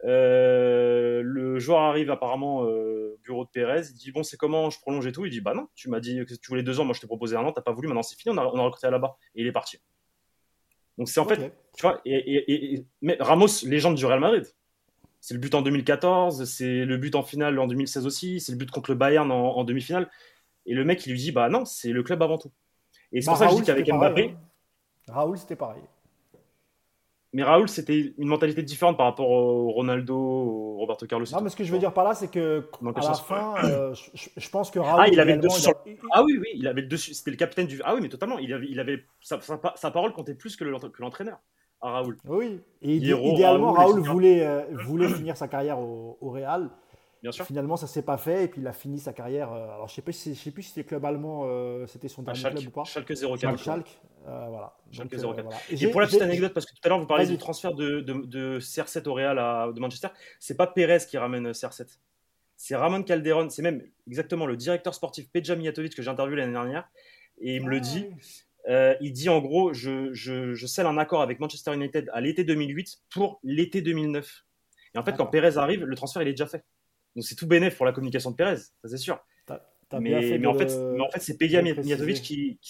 Le joueur arrive apparemment au bureau de Pérez. Il dit bon, c'est comment je prolonge et tout. Il dit bah non, tu m'as dit que tu voulais 2 ans. Moi, je t'ai proposé un an. T'as pas voulu. Maintenant, c'est fini. On a recruté Alaba et il est parti. Donc c'est en Ok. fait, tu vois, mais Ramos, légende du Real Madrid. C'est le but en 2014, c'est le but en finale en 2016 aussi, c'est le but contre le Bayern en demi-finale. Et le mec, il lui dit bah non, c'est le club avant tout. Et c'est Bah, pour ça que je dis Raoul, c'était qu'avec pareil, hein. Mbappé. Raoul, c'était pareil. Mais Raoul, c'était une mentalité différente par rapport au Ronaldo, au Roberto Carlos et Non, tout. mais ce que Tu je veux vois. dire par là, c'est que Dans à quel la sens? fin, je pense que Ah, Raoul, il avait le idéalement, dessus sur le. il- Ah oui, oui, il avait le dessus. C'était le capitaine du. Ah oui, mais totalement. Sa parole comptait plus que l'entraîneur. À Raoul. oui. Et Hierro, idéalement, Raoul, Raoul etc. voulait finir sa carrière au Real. Bien Et sûr. finalement, ça s'est pas fait. Et puis, il a fini sa carrière. Alors, je sais plus si c'était club allemand, c'était son À dernier club ou Schalke. pas. Schalke À 04, je Schalke. crois. Schalke. Voilà. Schalke Donc, 04. voilà. Et pour la petite anecdote, parce que tout à l'heure, vous parliez du Vas-y. transfert de CR7 au Real de Manchester, c'est pas Pérez qui ramène CR7. C'est Ramon Calderon, c'est même exactement le directeur sportif Peja Mijatovic que j'ai interviewé l'année dernière. Et il me le Ah, dit. oui. Il dit en gros, je scelle un accord avec Manchester United à l'été 2008 pour l'été 2009. Et en fait, quand D'accord. Pérez arrive, le transfert il est déjà fait. Donc c'est tout bénef pour la communication de Pérez, ça c'est sûr. T'as bien Mais, fait mais, en fait, mais en fait, c'est de Peja le Mijatovic préciser.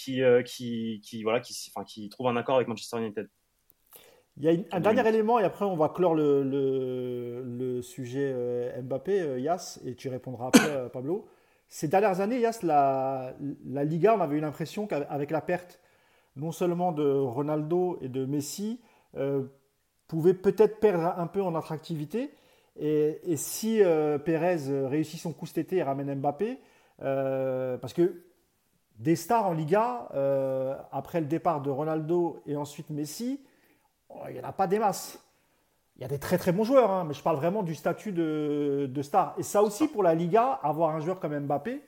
qui trouve un accord avec Manchester United. Il y a un En dernier 2008. élément et après on va clore le sujet Mbappé, Yas, et tu répondras après, Pablo. Ces dernières années, Yas, la Liga, on avait eu l'impression qu'avec la perte non seulement de Ronaldo et de Messi, pouvait peut-être perdre un peu en attractivité. Et si Pérez réussit son coup cet été et ramène Mbappé, parce que des stars en Liga, après le départ de Ronaldo et ensuite Messi, oh, il n'y en a pas des masses. Il y a des très très bons joueurs, hein, mais je parle vraiment du statut de star. Et ça C'est aussi, ça. pour la Liga, avoir un joueur comme Mbappé,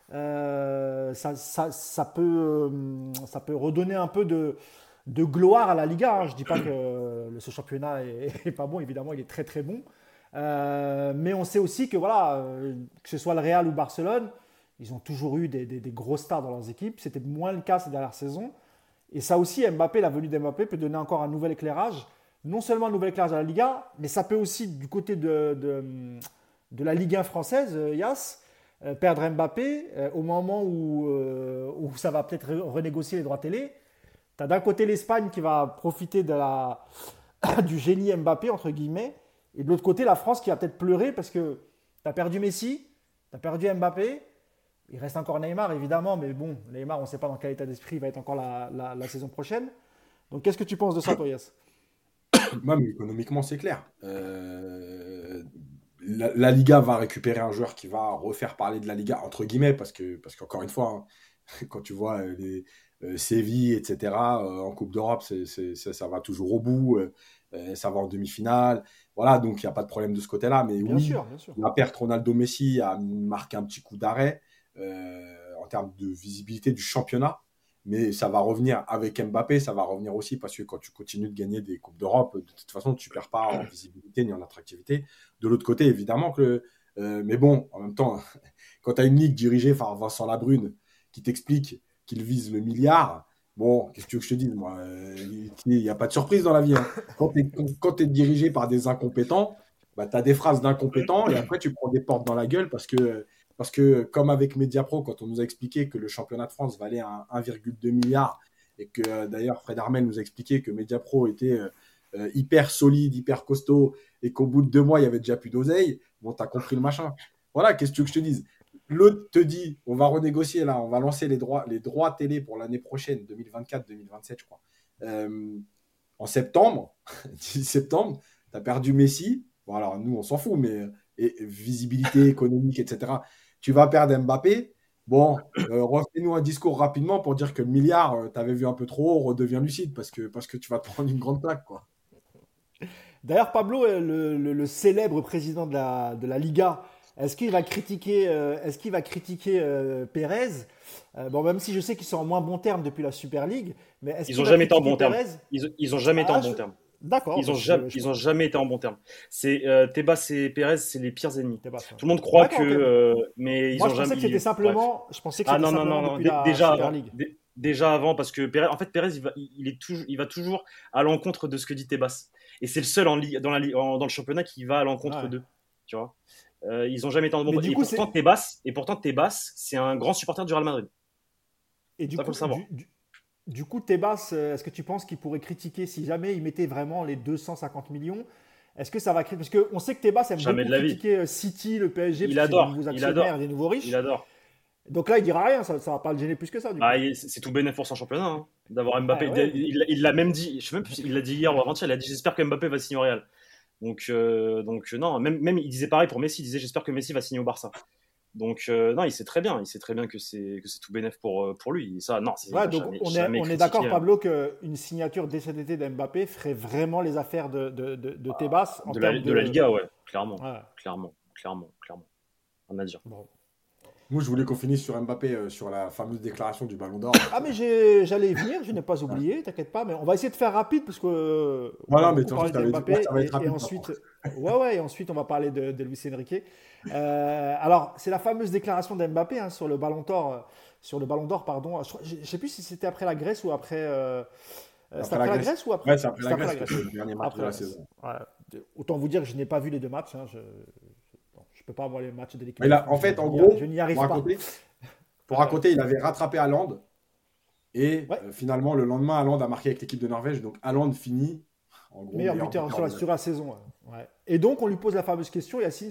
ça peut redonner un peu de gloire à la Liga, hein. Je ne dis pas que ce championnat est pas bon, évidemment, il est très très bon. Mais on sait aussi que, voilà, que ce soit le Real ou Barcelone, ils ont toujours eu des gros stars dans leurs équipes. C'était moins le cas ces dernières saisons. Et ça aussi, Mbappé, la venue d'Mbappé peut donner encore un nouvel éclairage. Non seulement un nouvel éclairage à la Liga, mais ça peut aussi, du côté de la Ligue 1 française, Yas, perdre Mbappé au moment où ça va peut-être renégocier les droits télé. Tu as d'un côté l'Espagne qui va profiter du génie Mbappé, entre guillemets, et de l'autre côté la France qui va peut-être pleurer parce que tu as perdu Messi, tu as perdu Mbappé, il reste encore Neymar, évidemment, mais bon, Neymar, on ne sait pas dans quel état d'esprit il va être encore la saison prochaine. Donc, qu'est-ce que tu penses de ça, toi, Yass? Même économiquement, c'est clair. La Liga va récupérer un joueur qui va refaire parler de la Liga, entre guillemets, parce qu'encore une fois, hein, quand tu vois les Séville, etc., en Coupe d'Europe, ça va toujours au bout, ça va en demi-finale. Voilà, donc il n'y a pas de problème de ce côté-là. Mais Bien oui, sûr, bien sûr. la perte Ronaldo-Messi a marqué un petit coup d'arrêt en termes de visibilité du championnat. Mais ça va revenir avec Mbappé, ça va revenir aussi parce que quand tu continues de gagner des Coupes d'Europe, de toute façon, tu ne perds pas en visibilité ni en attractivité. De l'autre côté, évidemment que. Mais bon, en même temps, quand tu as une ligue dirigée par Vincent Labrune qui t'explique qu'il vise le milliard, Bon, qu'est-ce que tu veux que je te dise, moi? Il n'y a pas de surprise dans la vie, hein. Quand tu es dirigé par des incompétents, bah, tu as des phrases d'incompétents et après tu prends des portes dans la gueule parce que comme avec Mediapro, quand on nous a expliqué que le championnat de France valait 1,2 milliard et que d'ailleurs Fred Armel nous a expliqué que Mediapro était hyper solide, hyper costaud et qu'au bout de 2 mois, il y avait déjà plus d'oseille, bon, tu as compris le machin. Voilà, qu'est-ce que tu veux que je te dise? L'autre te dit, on va renégocier là, on va lancer les droits télé pour l'année prochaine, 2024-2027, je crois. En septembre, 10 septembre, tu as perdu Messi. Bon, alors nous, on s'en fout, mais visibilité économique, etc. Tu vas perdre Mbappé. Bon, refais-nous un discours rapidement pour dire que le milliard, tu avais vu un peu trop haut, redeviens lucide parce que tu vas te prendre une grande claque, quoi. D'ailleurs, Pablo, le célèbre président de la Liga, est-ce qu'il va critiquer Pérez? Bon, même si je sais qu'ils sont en moins bon terme depuis la Super League, mais est-ce Ils qu'il ont va jamais été en critiquer bon terme. Pérez? Ils ont jamais été en Ah, bon terme. d'accord, Ils bah, ont jamais, ils ont jamais été en bon terme. C'est Tebas et Perez, c'est les pires ennemis. t'es pas ça. Tout le monde croit D'accord, que, ok. mais ils Moi, ont jamais. Bref. je pensais que Ah c'était non non non simplement non. depuis la Déjà Super avant. League. Déjà avant parce que Perez, en fait Perez, il va toujours à l'encontre de ce que dit Tebas. Et c'est le seul dans le championnat qui va à l'encontre Ouais. d'eux. Tu vois. Ils ont jamais été en bon. Mais du coup, Et pourtant Tebas, c'est un grand supporter du Real Madrid. et du Ça faut le coup, savoir. du coup, Tebas, est-ce que tu penses qu'il pourrait critiquer si jamais il mettait vraiment les 250 millions? Est-ce que ça va créer? Parce qu'on sait que Tebas aime Jamais beaucoup de la vie. critiquer City, le PSG, parce Il que c'est des adore. nouveaux Il actionnaires, adore. des nouveaux Il riches. adore. Donc là, il dira rien, ça va pas le gêner plus que ça, du Bah, coup. c'est tout bénéf pour son championnat, hein, d'avoir Ah Mbappé. ouais. Il l'a même dit, je sais même plus, il l'a dit hier ou avant-hier, il a dit j'espère que Mbappé va signer au Real. Donc non, même il disait pareil pour Messi, il disait j'espère que Messi va signer au Barça. Donc non, il sait très bien que c'est tout bénéf pour lui. Ça, non, il Ouais, va donc jamais, on est, jamais on est d'accord, critiquer, hein. Pablo, qu'une signature dès cet été d'Mbappé ferait vraiment les affaires de Tebas en termes De la de. Liga, ouais, clairement, Ouais, clairement, rien à dire. bon. Moi, je voulais qu'on finisse sur Mbappé, sur la fameuse déclaration du Ballon d'Or. Ah, mais j'allais y venir, je n'ai pas Ouais. oublié, t'inquiète pas, mais on va essayer de faire rapide parce que on a Voilà, mais de beaucoup toute façon, parlé je t'avais dit, moi, d'Mbappé ça va être et rapide. ensuite, ouais, et ensuite on va parler de Luis Enrique. Alors, c'est la fameuse déclaration d'Mbappé hein, sur le Ballon d'Or, pardon. Je ne sais plus si c'était après la Grèce ou après. C'était Après la après la Grèce. Grèce ou après? Ouais, c'est après C'était la après Grèce la que Grèce. c'est le dernier match de Après la la Grèce. saison. Ouais. Autant vous dire que je n'ai pas vu les deux matchs. Hein. Non, je peux pas voir les matchs de l'équipe Mais de là, en France. fait, en Je gros, n'y pour arrive pas. raconter, pour Ouais. raconter, il avait rattrapé Haaland et Ouais. finalement, le lendemain, Haaland a marqué avec l'équipe de Norvège. Donc, Haaland finit, en gros, Meilleur meilleur buteur buteur sur la, de sur la saison. Ouais. Ouais. Et donc, on lui pose la fameuse question, Yacine,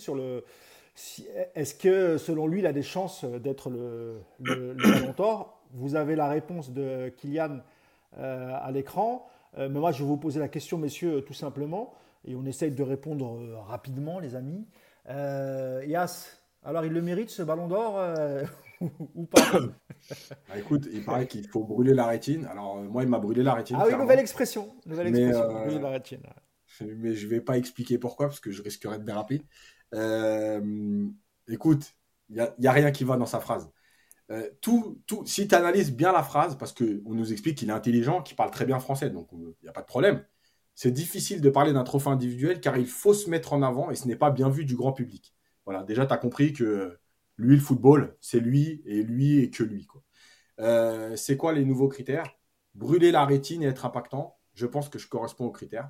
est-ce que, selon lui, il a des chances d'être le Ballon d'Or? Vous avez la réponse de Kylian à l'écran. Mais moi, je vais vous poser la question, messieurs, tout simplement. Et on essaye de répondre rapidement, les amis. Yass, alors il le mérite, ce Ballon d'Or ou pas? Bah, écoute, il paraît qu'il faut brûler la rétine. Alors, moi, il m'a brûlé la rétine, Ah oui, nouvelle clairement. expression. Nouvelle Mais, expression. Oui, la rétine. mais je ne vais pas expliquer pourquoi, parce que je risquerais de déraper. Euh, Écoute, il y a rien qui va dans sa phrase. Si tu analyses bien la phrase, parce qu'on nous explique qu'il est intelligent, qu'il parle très bien français, donc il n'y a pas de problème. C'est difficile de parler d'un trophée individuel car il faut se mettre en avant et ce n'est pas bien vu du grand public. Voilà, déjà, tu as compris que lui, le football, c'est lui et que lui, quoi. C'est quoi les nouveaux critères? Brûler la rétine et être impactant. Je pense que je corresponds aux critères.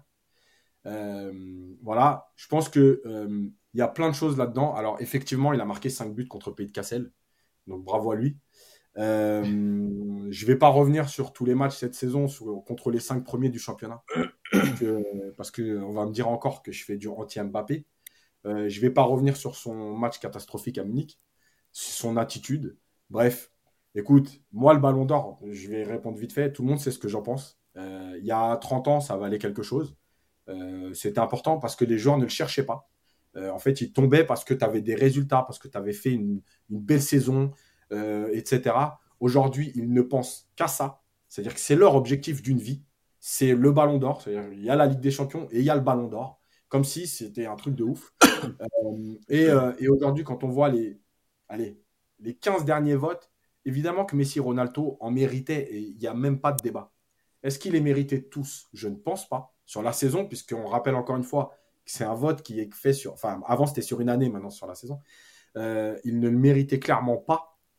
Voilà, je pense que il y a plein de choses là-dedans. Alors, effectivement, il a marqué 5 buts contre Pays de Cassel. Donc, bravo à lui. Je ne vais pas revenir sur tous les matchs cette saison contre les 5 premiers du championnat. Parce que on va me dire encore que je fais du anti-Mbappé. Je ne vais pas revenir sur son match catastrophique à Munich, son attitude. Bref, écoute, moi, le Ballon d'Or, je vais répondre vite fait. Tout le monde sait ce que j'en pense. Il y a 30 ans, ça valait quelque chose. C'était important parce que les joueurs ne le cherchaient pas. En fait, ils tombaient parce que tu avais des résultats, parce que tu avais fait une belle saison, etc. Aujourd'hui, ils ne pensent qu'à ça. C'est-à-dire que c'est leur objectif d'une vie. C'est le Ballon d'Or. C'est-à-dire il y a la Ligue des Champions et il y a le Ballon d'Or. Comme si c'était un truc de ouf. Et aujourd'hui, quand on voit allez, les 15 derniers votes, évidemment que Messi et Ronaldo en méritaient et il n'y a même pas de débat. Est-ce qu'ils les méritaient tous? Je ne pense pas. Sur la saison, puisqu'on rappelle encore une fois que c'est un vote qui est fait sur. Enfin, avant, c'était sur une année, maintenant sur la saison. Ils ne le méritaient clairement pas.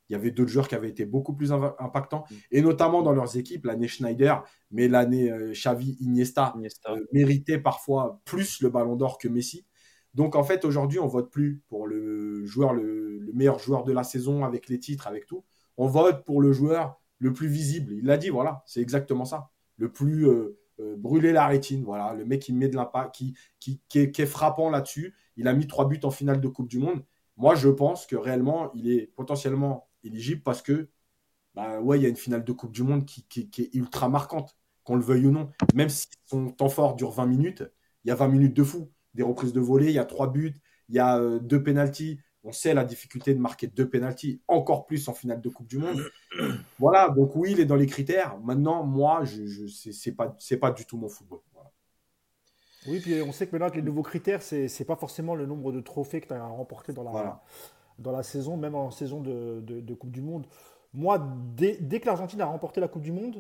Il y avait d'autres joueurs qui avaient été beaucoup plus impactants, et notamment dans leurs équipes, l'année Schneider, mais l'année Xavi, Iniesta, méritait parfois plus le ballon d'or que Messi. Donc, en fait, aujourd'hui, on vote plus pour le joueur, le meilleur joueur de la saison avec les titres, avec tout. On vote pour le joueur le plus visible. Il l'a dit, voilà, c'est exactement ça. Le plus brûler la rétine, voilà. Le mec qui met de l'impact, qui est frappant là-dessus. Il a mis 3 buts en finale de Coupe du Monde. Moi, je pense que réellement, il est potentiellement éligible parce que, bah ouais, il y a une finale de Coupe du Monde qui est ultra marquante, qu'on le veuille ou non. Même si son temps fort dure 20 minutes, il y a 20 minutes de fou. Des reprises de volée, il y a 3 buts, il y a 2 pénaltys. On sait la difficulté de marquer 2 pénaltys, encore plus en finale de Coupe du Monde. Voilà, donc oui, il est dans les critères. Maintenant, moi, c'est pas du tout mon football. Voilà. Oui, puis on sait que maintenant, que les nouveaux critères, c'est pas forcément le nombre de trophées que tu as remporté dans la saison, même en saison de Coupe du Monde. Moi, dès que l'Argentine a remporté la Coupe du Monde,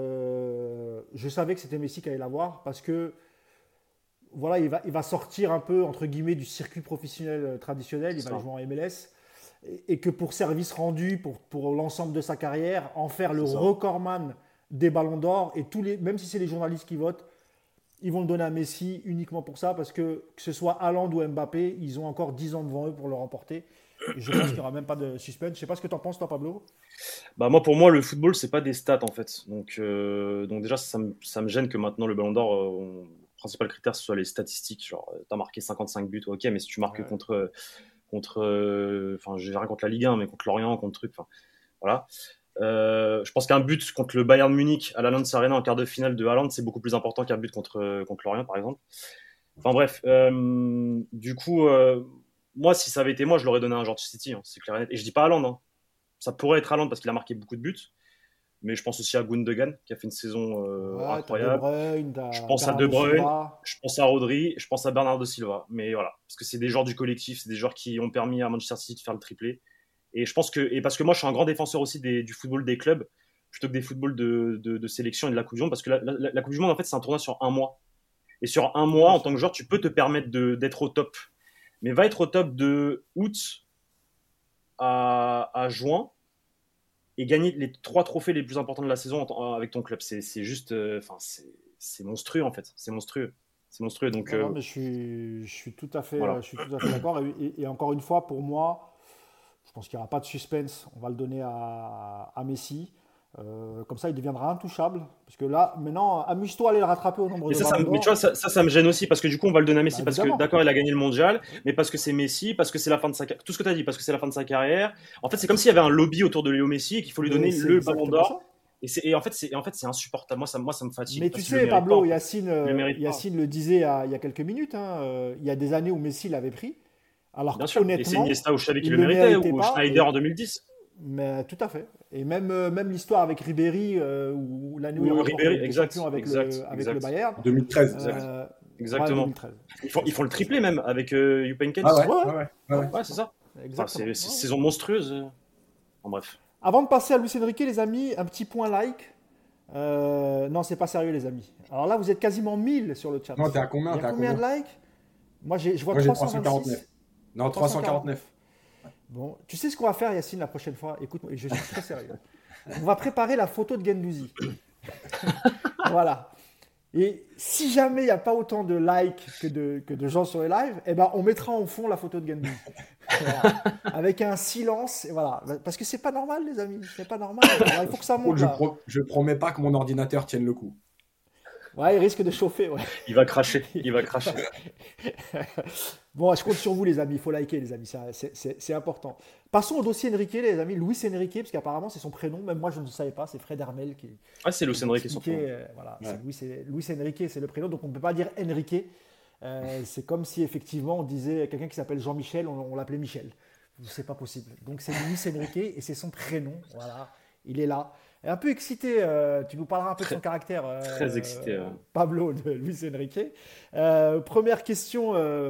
je savais que c'était Messi qui allait l'avoir parce que voilà, il va sortir un peu, entre guillemets, du circuit professionnel traditionnel, il va jouer en MLS, et que pour service rendu, pour l'ensemble de sa carrière, en faire le recordman des ballons d'or, et même si c'est les journalistes qui votent, ils vont le donner à Messi uniquement pour ça, parce que ce soit Haaland ou Mbappé, ils ont encore 10 ans devant eux pour le remporter. Et je pense qu'il n'y aura même pas de suspense. Je ne sais pas ce que tu en penses, toi, Pablo. Bah moi, pour moi, le football, c'est pas des stats, en fait. Donc déjà, ça me gêne que maintenant, le ballon d'or, le principal critère, ce soit les statistiques. Genre, tu as marqué 55 buts, ok, mais si tu marques contre j'ai rien contre la Ligue 1, mais contre Lorient, contre truc, voilà. Je pense qu'un but contre le Bayern Munich à l'Allianz Arena en quart de finale de Haaland, c'est beaucoup plus important qu'un but contre Lorient, par exemple. Enfin bref, du coup, moi, si ça avait été moi, je l'aurais donné à un Manchester City, hein, c'est clair et net. Et je dis pas Haaland, hein. Ça pourrait être Haaland parce qu'il a marqué beaucoup de buts, mais je pense aussi à Gundogan qui a fait une saison incroyable. Je pense à De Bruyne, je pense à Rodri, je pense à Bernardo Silva. Mais voilà, parce que c'est des joueurs du collectif, c'est des joueurs qui ont permis à Manchester City de faire le triplé. Et je pense parce que moi, je suis un grand défenseur aussi du football des clubs plutôt que des footballs de sélection et de la Coupe du Monde, parce que la Coupe du Monde, en fait, c'est un tournoi sur un mois. Et sur un mois, en tant que joueur, tu peux te permettre d'être au top. Mais va être au top de août à juin et gagner les 3 trophées les plus importants de la saison avec ton club. C'est juste, c'est monstrueux en fait. C'est monstrueux. Donc, non, mais je suis tout à fait, voilà. je suis tout à fait d'accord. Et encore une fois, pour moi, je pense qu'il n'y aura pas de suspense. On va le donner à Messi. Comme ça, il deviendra intouchable. Parce que là, maintenant, amuse-toi à aller le rattraper au nombre de ballons d'or. Mais tu vois, ça me gêne aussi parce que du coup, on va le donner à Messi parce évidemment. que d'accord, il a gagné le mondial, mais parce que c'est Messi, parce que c'est la fin de sa carrière. Tout ce que tu as dit, parce que c'est la fin de sa carrière. En fait, c'est comme s'il y avait un lobby autour de Léo Messi et qu'il faut lui donner le ballon d'or. Et en fait, c'est insupportable. Moi, ça me fatigue. Mais tu sais, Pablo, Yacine le disait il y a quelques minutes. Il y a des années où Messi l'avait pris. Alors bien sûr. Honnêtement, et c'est Iniesta ou Xavi qui le méritait, ou Schneider en 2010. Mais tout à fait. Et même l'histoire avec Ribéry, où l'année où il Ribéry, champion avec le Bayern. 2013. Exactement. Ouais, 2013. Ils font le triplé même avec Juppénkus. Ouais, c'est ça. Exactement. C'est saison monstrueuse. En bref. Avant de passer à Luis Enrique, les amis, un petit point like. Non, c'est pas sérieux, les amis. Alors là, vous êtes quasiment 1000 sur le chat. Non, t'es à combien? Il y a combien de likes? Moi, je vois 349. Non, 349. Bon, tu sais ce qu'on va faire, Yacine, la prochaine fois? Écoute-moi, je suis très sérieux. On va préparer la photo de Guendouzi. Voilà. Et si jamais il n'y a pas autant de likes que de gens sur les lives, eh ben, on mettra en fond la photo de Guendouzi. Voilà. Avec un silence. Et voilà. Parce que c'est pas normal, les amis. C'est pas normal. Alors, il faut que ça monte. Je promets pas que mon ordinateur tienne le coup. Ouais, il risque de chauffer. Ouais. Il va cracher. Bon, je compte sur vous, les amis. Il faut liker, les amis. C'est important. Passons au dossier Enrique, les amis. Luis Enrique, parce qu'apparemment, c'est son prénom. Même moi, je ne le savais pas. C'est Fred Hermel qui. Ah, c'est Luis Enrique, son prénom. Voilà, ouais. C'est Luis Enrique, c'est le prénom. Donc, on ne peut pas dire Enrique. C'est comme si, effectivement, on disait quelqu'un qui s'appelle Jean-Michel, on l'appelait Michel. C'est pas possible. Donc, c'est Luis Enrique et c'est son prénom. Voilà. Il est là. Un peu excité, tu nous parleras un peu de son caractère. Très excité. Pablo de Luis Enrique. Première question,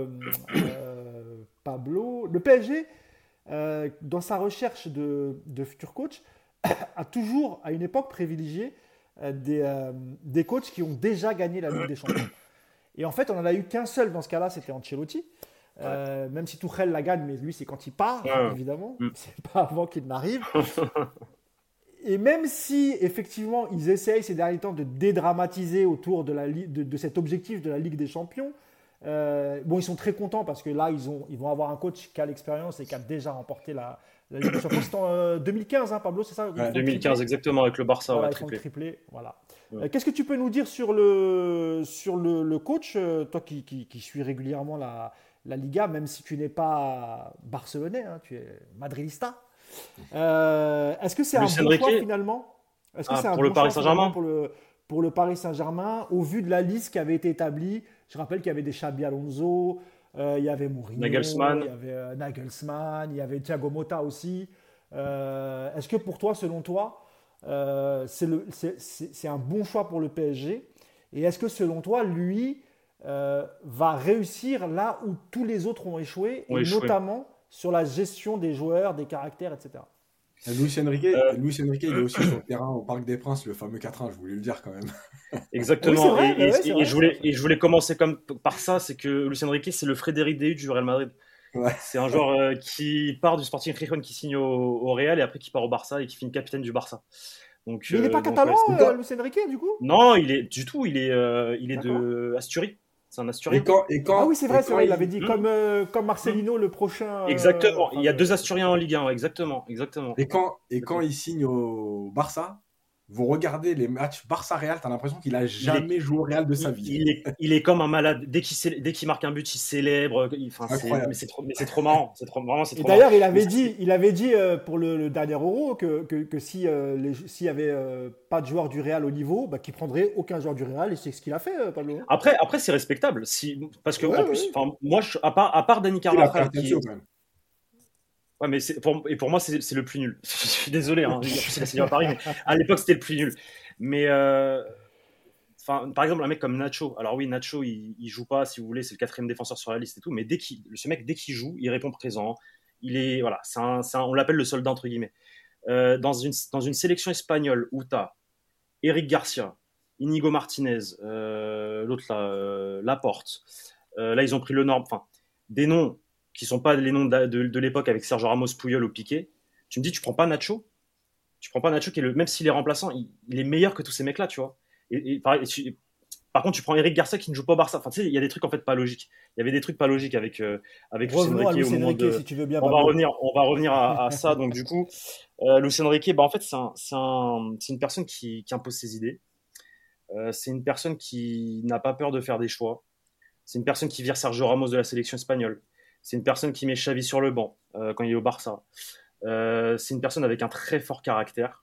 Pablo. Le PSG, dans sa recherche de futur coach, a toujours, à une époque, privilégié des coachs qui ont déjà gagné la Ligue des Champions. Et en fait, on n'en a eu qu'un seul dans ce cas-là, c'était Ancelotti. Même si Tuchel la gagne, mais lui, c'est quand il part, évidemment. C'est pas avant qu'il n'arrive. Et même si, effectivement, ils essayent ces derniers temps de dédramatiser autour de cet objectif de la Ligue des Champions, ils sont très contents parce que là, ils vont avoir un coach qui a l'expérience et qui a déjà remporté la Ligue des Champions. C'était en 2015, hein, Pablo, c'est ça? 2015, exactement, avec le Barça. Voilà, triplé. Voilà. Qu'est-ce que tu peux nous dire sur le coach, toi qui suis régulièrement la Liga, même si tu n'es pas barcelonais, hein, tu es madrilista. Est-ce que c'est un bon choix finalement? Est-ce que c'est pour le Paris Saint-Germain pour le Paris Saint-Germain, au vu de la liste qui avait été établie? Je rappelle qu'il y avait des Xabi Alonso, il y avait Mourinho, Nagelsmann. il y avait Nagelsmann, il y avait Thiago Motta aussi. Est-ce que pour toi, selon toi, c'est un bon choix pour le PSG? Et est-ce que selon toi, lui va réussir là où tous les autres ont échoué, notamment sur la gestion des joueurs, des caractères, etc. Luis Enrique, il est aussi sur le terrain au Parc des Princes, le fameux 4-1, je voulais le dire quand même. Exactement. Je voulais commencer par ça, c'est que Luis Enrique, c'est le Frédéric Deu du Real Madrid. Ouais. C'est un joueur qui part du Sporting Gijón, qui signe au Real et après qui part au Barça et qui finit capitaine du Barça. Donc, mais il n'est pas catalan, Luis Enrique, du coup? Non, il est de Asturie. C'est un Asturien. Ah oui, c'est vrai, il avait dit, comme Marcelino, le prochain. Exactement, il y a 2 Asturiens en Ligue 1, exactement. Et quand il signe au Barça, vous regardez les matchs Barça-Real, t'as l'impression qu'il a jamais joué au Real de sa vie. Il est comme un malade. Dès qu'il marque un but, il célèbre. C'est trop marrant. Et d'ailleurs, il avait dit pour le dernier Euro que s'il y avait pas de joueur du Real au niveau, qu'il prendrait aucun joueur du Real, et c'est ce qu'il a fait, Pablo. Après, c'est respectable. Parce que, moi, à part Dani Carvajal. Ouais, mais pour moi, c'est le plus nul. Je suis désolé, hein, c'est la Seigneur à Paris, mais à l'époque, c'était le plus nul. Mais, par exemple, un mec comme Nacho. Alors oui, Nacho, il joue pas, si vous voulez, c'est le 4e défenseur sur la liste et tout, mais ce mec, dès qu'il joue, il répond présent. On l'appelle le soldat, entre guillemets. Dans une sélection espagnole où tu as Eric Garcia, Inigo Martinez, l'autre là, Laporte. Là, ils ont pris le norme. Enfin, des noms qui sont pas les noms de l'époque avec Sergio Ramos, Puyol ou Piqué. Tu me dis, tu prends pas Nacho qui est même s'il est remplaçant, il est meilleur que tous ces mecs-là, tu vois. Par contre, tu prends Eric Garcia qui ne joue pas au Barça. Enfin, tu sais, il y a des trucs en fait pas logiques. Il y avait des trucs pas logiques avec Luis Enrique. Si tu veux bien. On va revenir à ça. Donc du coup, Luis Enrique, en fait, c'est une personne qui impose ses idées. C'est une personne qui n'a pas peur de faire des choix. C'est une personne qui vire Sergio Ramos de la sélection espagnole. C'est une personne qui met Xavi sur le banc quand il est au Barça. C'est une personne avec un très fort caractère,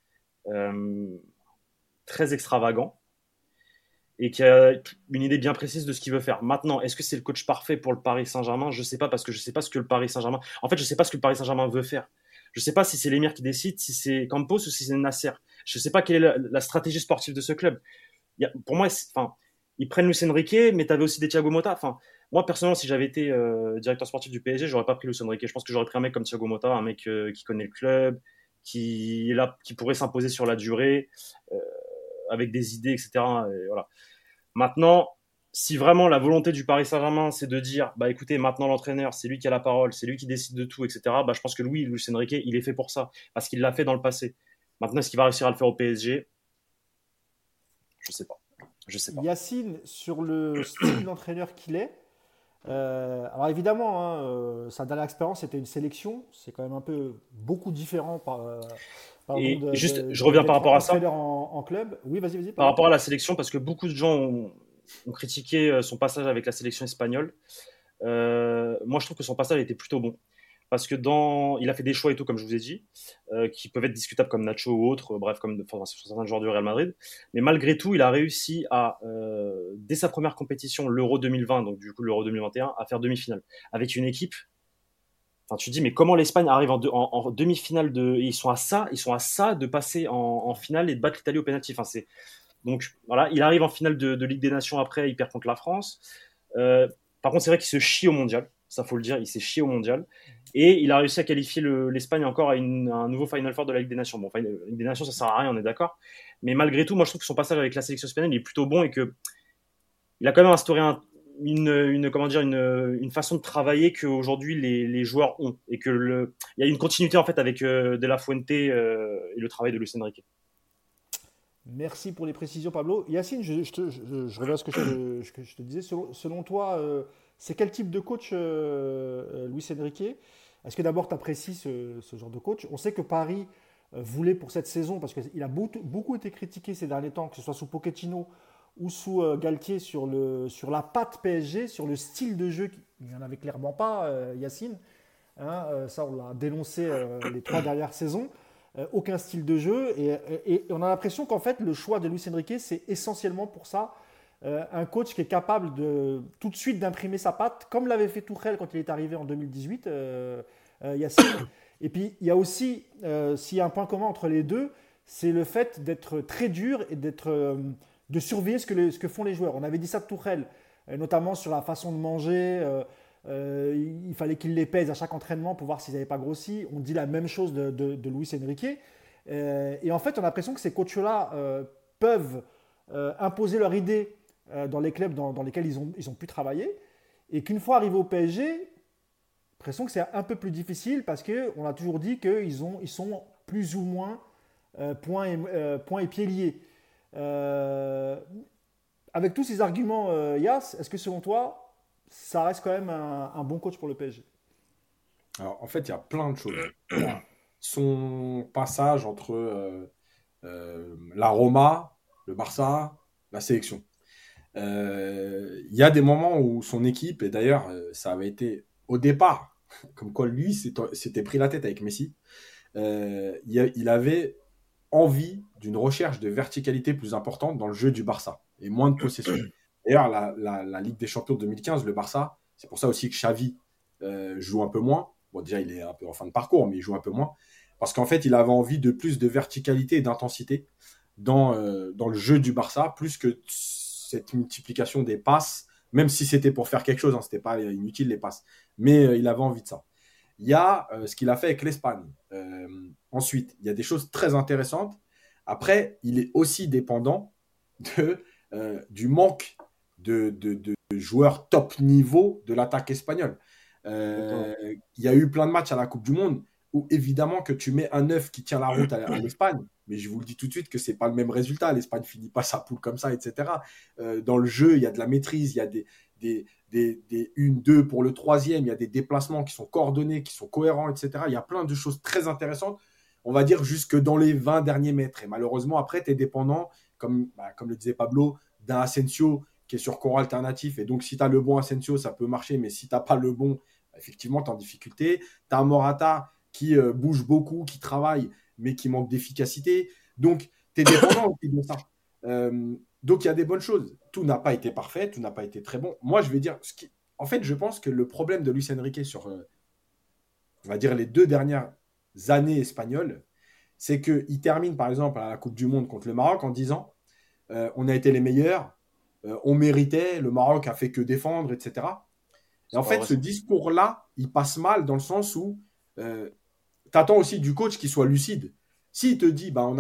très extravagant, et qui a une idée bien précise de ce qu'il veut faire. Maintenant, est-ce que c'est le coach parfait pour le Paris Saint-Germain? Je ne sais pas, parce que je ne sais pas ce que le Paris Saint-Germain... En fait, je ne sais pas ce que le Paris Saint-Germain veut faire. Je ne sais pas si c'est l'émir qui décide, si c'est Campos ou si c'est Nasser. Je ne sais pas quelle est la stratégie sportive de ce club. Pour moi, ils prennent Luis Enrique, mais tu avais aussi des Thiago Motta. Moi, personnellement, si j'avais été directeur sportif du PSG, j'aurais pas pris Luis Enrique. Je pense que j'aurais pris un mec comme Thiago Motta, un mec qui connaît le club, qui pourrait s'imposer sur la durée, avec des idées, etc. Et voilà. Maintenant, si vraiment la volonté du Paris Saint-Germain, c'est de dire, écoutez, maintenant l'entraîneur, c'est lui qui a la parole, c'est lui qui décide de tout, etc. Je pense que Luis Enrique, il est fait pour ça, parce qu'il l'a fait dans le passé. Maintenant, est-ce qu'il va réussir à le faire au PSG? Je sais pas. Yacine, sur le style d'entraîneur qu'il est, alors évidemment, sa dernière expérience c'était une sélection, c'est quand même beaucoup différent je reviens par rapport à ça. En club. Oui, vas-y. Par rapport à la sélection, parce que beaucoup de gens ont critiqué son passage avec la sélection espagnole. Moi, je trouve que son passage était plutôt bon. Parce que il a fait des choix et tout, comme je vous ai dit, qui peuvent être discutables comme Nacho ou autres, bref, comme certains joueurs du Real Madrid. Mais malgré tout, il a réussi dès sa première compétition, l'Euro 2020, donc du coup l'Euro 2021, à faire demi-finale. Avec une équipe, tu te dis, mais comment l'Espagne arrive en demi-finale ils sont à ça de passer en finale et de battre l'Italie au pénalty. Donc voilà, il arrive en finale de Ligue des Nations après, il perd contre la France. Par contre, c'est vrai qu'il se chie au mondial. Ça, faut le dire, il s'est chié au mondial. Et il a réussi à qualifier l'Espagne encore à un nouveau Final Four de la Ligue des Nations. Bon, la Ligue des Nations, ça sert à rien, on est d'accord. Mais malgré tout, moi, je trouve que son passage avec la sélection espagnole, il est plutôt bon et qu'il a quand même instauré comment dire, une façon de travailler qu'aujourd'hui les joueurs ont et il y a une continuité en fait avec De La Fuente et le travail de Luis Enrique. Merci pour les précisions, Pablo. Yacine, je reviens à ce que je te disais. Selon toi, c'est quel type de coach Luis Enrique? Est-ce que d'abord tu apprécies ce genre de coach? On sait que Paris voulait pour cette saison, parce qu'il a beaucoup été critiqué ces derniers temps, que ce soit sous Pochettino ou sous Galtier, sur la patte PSG, sur le style de jeu. Il n'y en avait clairement pas, Yacine. Hein, ça, on l'a dénoncé les 3 dernières saisons. Aucun style de jeu. Et on a l'impression qu'en fait, le choix de Luis Enrique, c'est essentiellement pour ça un coach qui est capable tout de suite d'imprimer sa patte, comme l'avait fait Tuchel quand il est arrivé en 2018, Yacine. Et puis, il y a aussi, s'il y a un point commun entre les deux, c'est le fait d'être très dur et de surveiller ce que font les joueurs. On avait dit ça de Tuchel, notamment sur la façon de manger. Il fallait qu'il les pèse à chaque entraînement pour voir s'ils n'avaient pas grossi. On dit la même chose de Luis Enrique. Et en fait, on a l'impression que ces coachs-là peuvent imposer leur idée dans les clubs dans lesquels ils ont pu travailler. Et qu'une fois arrivés au PSG, j'ai l'impression que c'est un peu plus difficile parce qu'on a toujours dit qu'ils sont plus ou moins poings et pieds liés. Avec tous ces arguments, Yass, est-ce que selon toi, ça reste quand même un bon coach pour le PSG? Alors, en fait, il y a plein de choses. Il y a son passage entre la Roma, le Barça, la sélection. Il y a des moments où son équipe, et d'ailleurs, ça avait été au départ, comme quoi lui s'était pris la tête avec Messi, il avait envie d'une recherche de verticalité plus importante dans le jeu du Barça et moins de possession. D'ailleurs, la Ligue des Champions de 2015, le Barça, c'est pour ça aussi que Xavi joue un peu moins. Bon, déjà, il est un peu en fin de parcours, mais il joue un peu moins. Parce qu'en fait, il avait envie de plus de verticalité et d'intensité dans le jeu du Barça, plus que cette multiplication des passes, même si c'était pour faire quelque chose, hein, c'était pas inutile les passes. Mais il avait envie de ça. Il y a ce qu'il a fait avec l'Espagne. Ensuite, il y a des choses très intéressantes. Après, il est aussi dépendant du manque de joueurs top niveau de l'attaque espagnole. Il y a eu plein de matchs à la Coupe du Monde où évidemment que tu mets un 9 qui tient la route à l'Espagne, mais je vous le dis tout de suite que c'est pas le même résultat. L'Espagne finit pas sa poule comme ça, etc. Dans le jeu, il y a de la maîtrise, il y a des 1-2 pour le troisième, il y a des déplacements qui sont coordonnés, qui sont cohérents, etc. Il y a plein de choses très intéressantes, on va dire jusque dans les 20 derniers mètres. Et malheureusement, après, tu es dépendant, comme le disait Pablo, d'un Asensio qui est sur courant alternatif. Et donc, si tu as le bon Asensio, ça peut marcher, mais si tu n'as pas le bon, effectivement, tu es en difficulté. Tu as un Morata qui bouge beaucoup, qui travaille, mais qui manque d'efficacité. Donc, tu es dépendant aussi de ça. Donc, il y a des bonnes choses. Tout n'a pas été parfait, tout n'a pas été très bon. Moi, je vais dire, en fait, je pense que le problème de Luis Enrique sur, on va dire, les 2 dernières années espagnoles, c'est qu'il termine, par exemple, à la Coupe du Monde contre le Maroc en disant on a été les meilleurs, on méritait, le Maroc a fait que défendre, etc. Et en fait, ce discours-là, il passe mal dans le sens où tu attends aussi du coach qu'il soit lucide. S'il te dit, on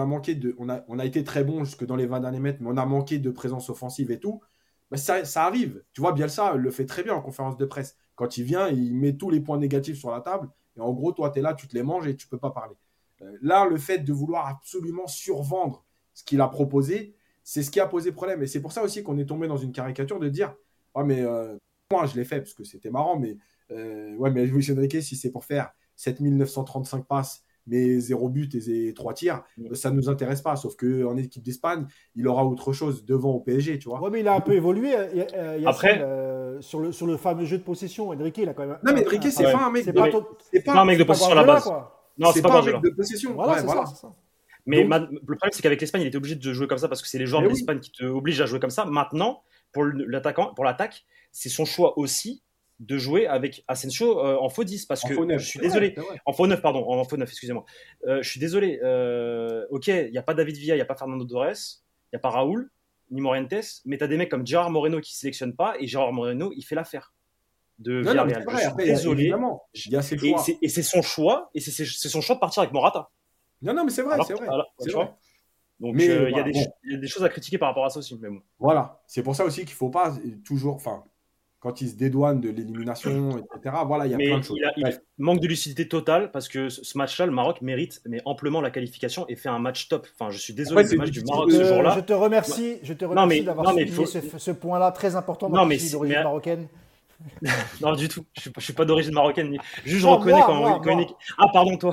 a été très bon jusque dans les 20 derniers mètres, mais on a manqué de présence offensive et tout, ça arrive. Tu vois, Bielsa le fait très bien en conférence de presse. Quand il vient, il met tous les points négatifs sur la table, et en gros, toi, tu es là, tu te les manges et tu ne peux pas parler. Là, le fait de vouloir absolument survendre ce qu'il a proposé, c'est ce qui a posé problème. Et c'est pour ça aussi qu'on est tombé dans une caricature de dire mais moi, je l'ai fait parce que c'était marrant, mais mais Luis Enrique, si c'est pour faire 7935 passes, mais 0 but et 3 tirs, ça ne nous intéresse pas. Sauf qu'en équipe d'Espagne, il aura autre chose devant au PSG, tu vois. Ouais, mais il a un peu évolué. Après, sur le fameux jeu de possession, Enrique, il a quand même. Non, mais Enrique, c'est pas un mec. C'est pas un mec de possession à la base. Non, c'est pas un mec de possession. Voilà, c'est ça. Mais le problème, c'est qu'avec l'Espagne, il était obligé de jouer comme ça parce que c'est les joueurs de l'Espagne qui te obligent à jouer comme ça. Maintenant, pour l'attaque, c'est son choix aussi de jouer avec Asensio en faux 10 parce que je suis désolé, en faux 9, pardon, en faux 9, excusez-moi. Je suis désolé, ok, il n'y a pas David Villa, il n'y a pas Fernando Torres, il n'y a pas Raúl, ni Morientes, mais tu as des mecs comme Gérard Moreno qui ne sélectionnent pas et Gérard Moreno, il fait l'affaire de Villarreal. Je suis désolé. Et c'est son choix, et c'est son choix de partir avec Morata. Non, mais c'est vrai, c'est vrai. Donc, il y a des choses à critiquer par rapport à ça aussi. Mais bon. Voilà, c'est pour ça aussi qu'il ne faut pas toujours. Enfin, quand il se dédouane de l'élimination, etc. Voilà, il y a Mais plein de choses. il manque de lucidité totale parce que ce match-là, le Maroc mérite mais amplement la qualification et fait un match top. Enfin, je suis désolé, Après, le match du Maroc Je ce jour-là. je te remercie Non, mais, d'avoir non, mais souligné ce point-là très important dans non, le mais, pays d'origine marocaine. non, du tout. Je suis pas d'origine marocaine. Juste, je Non, reconnais moi. quand une équipe. Ah, pardon, toi.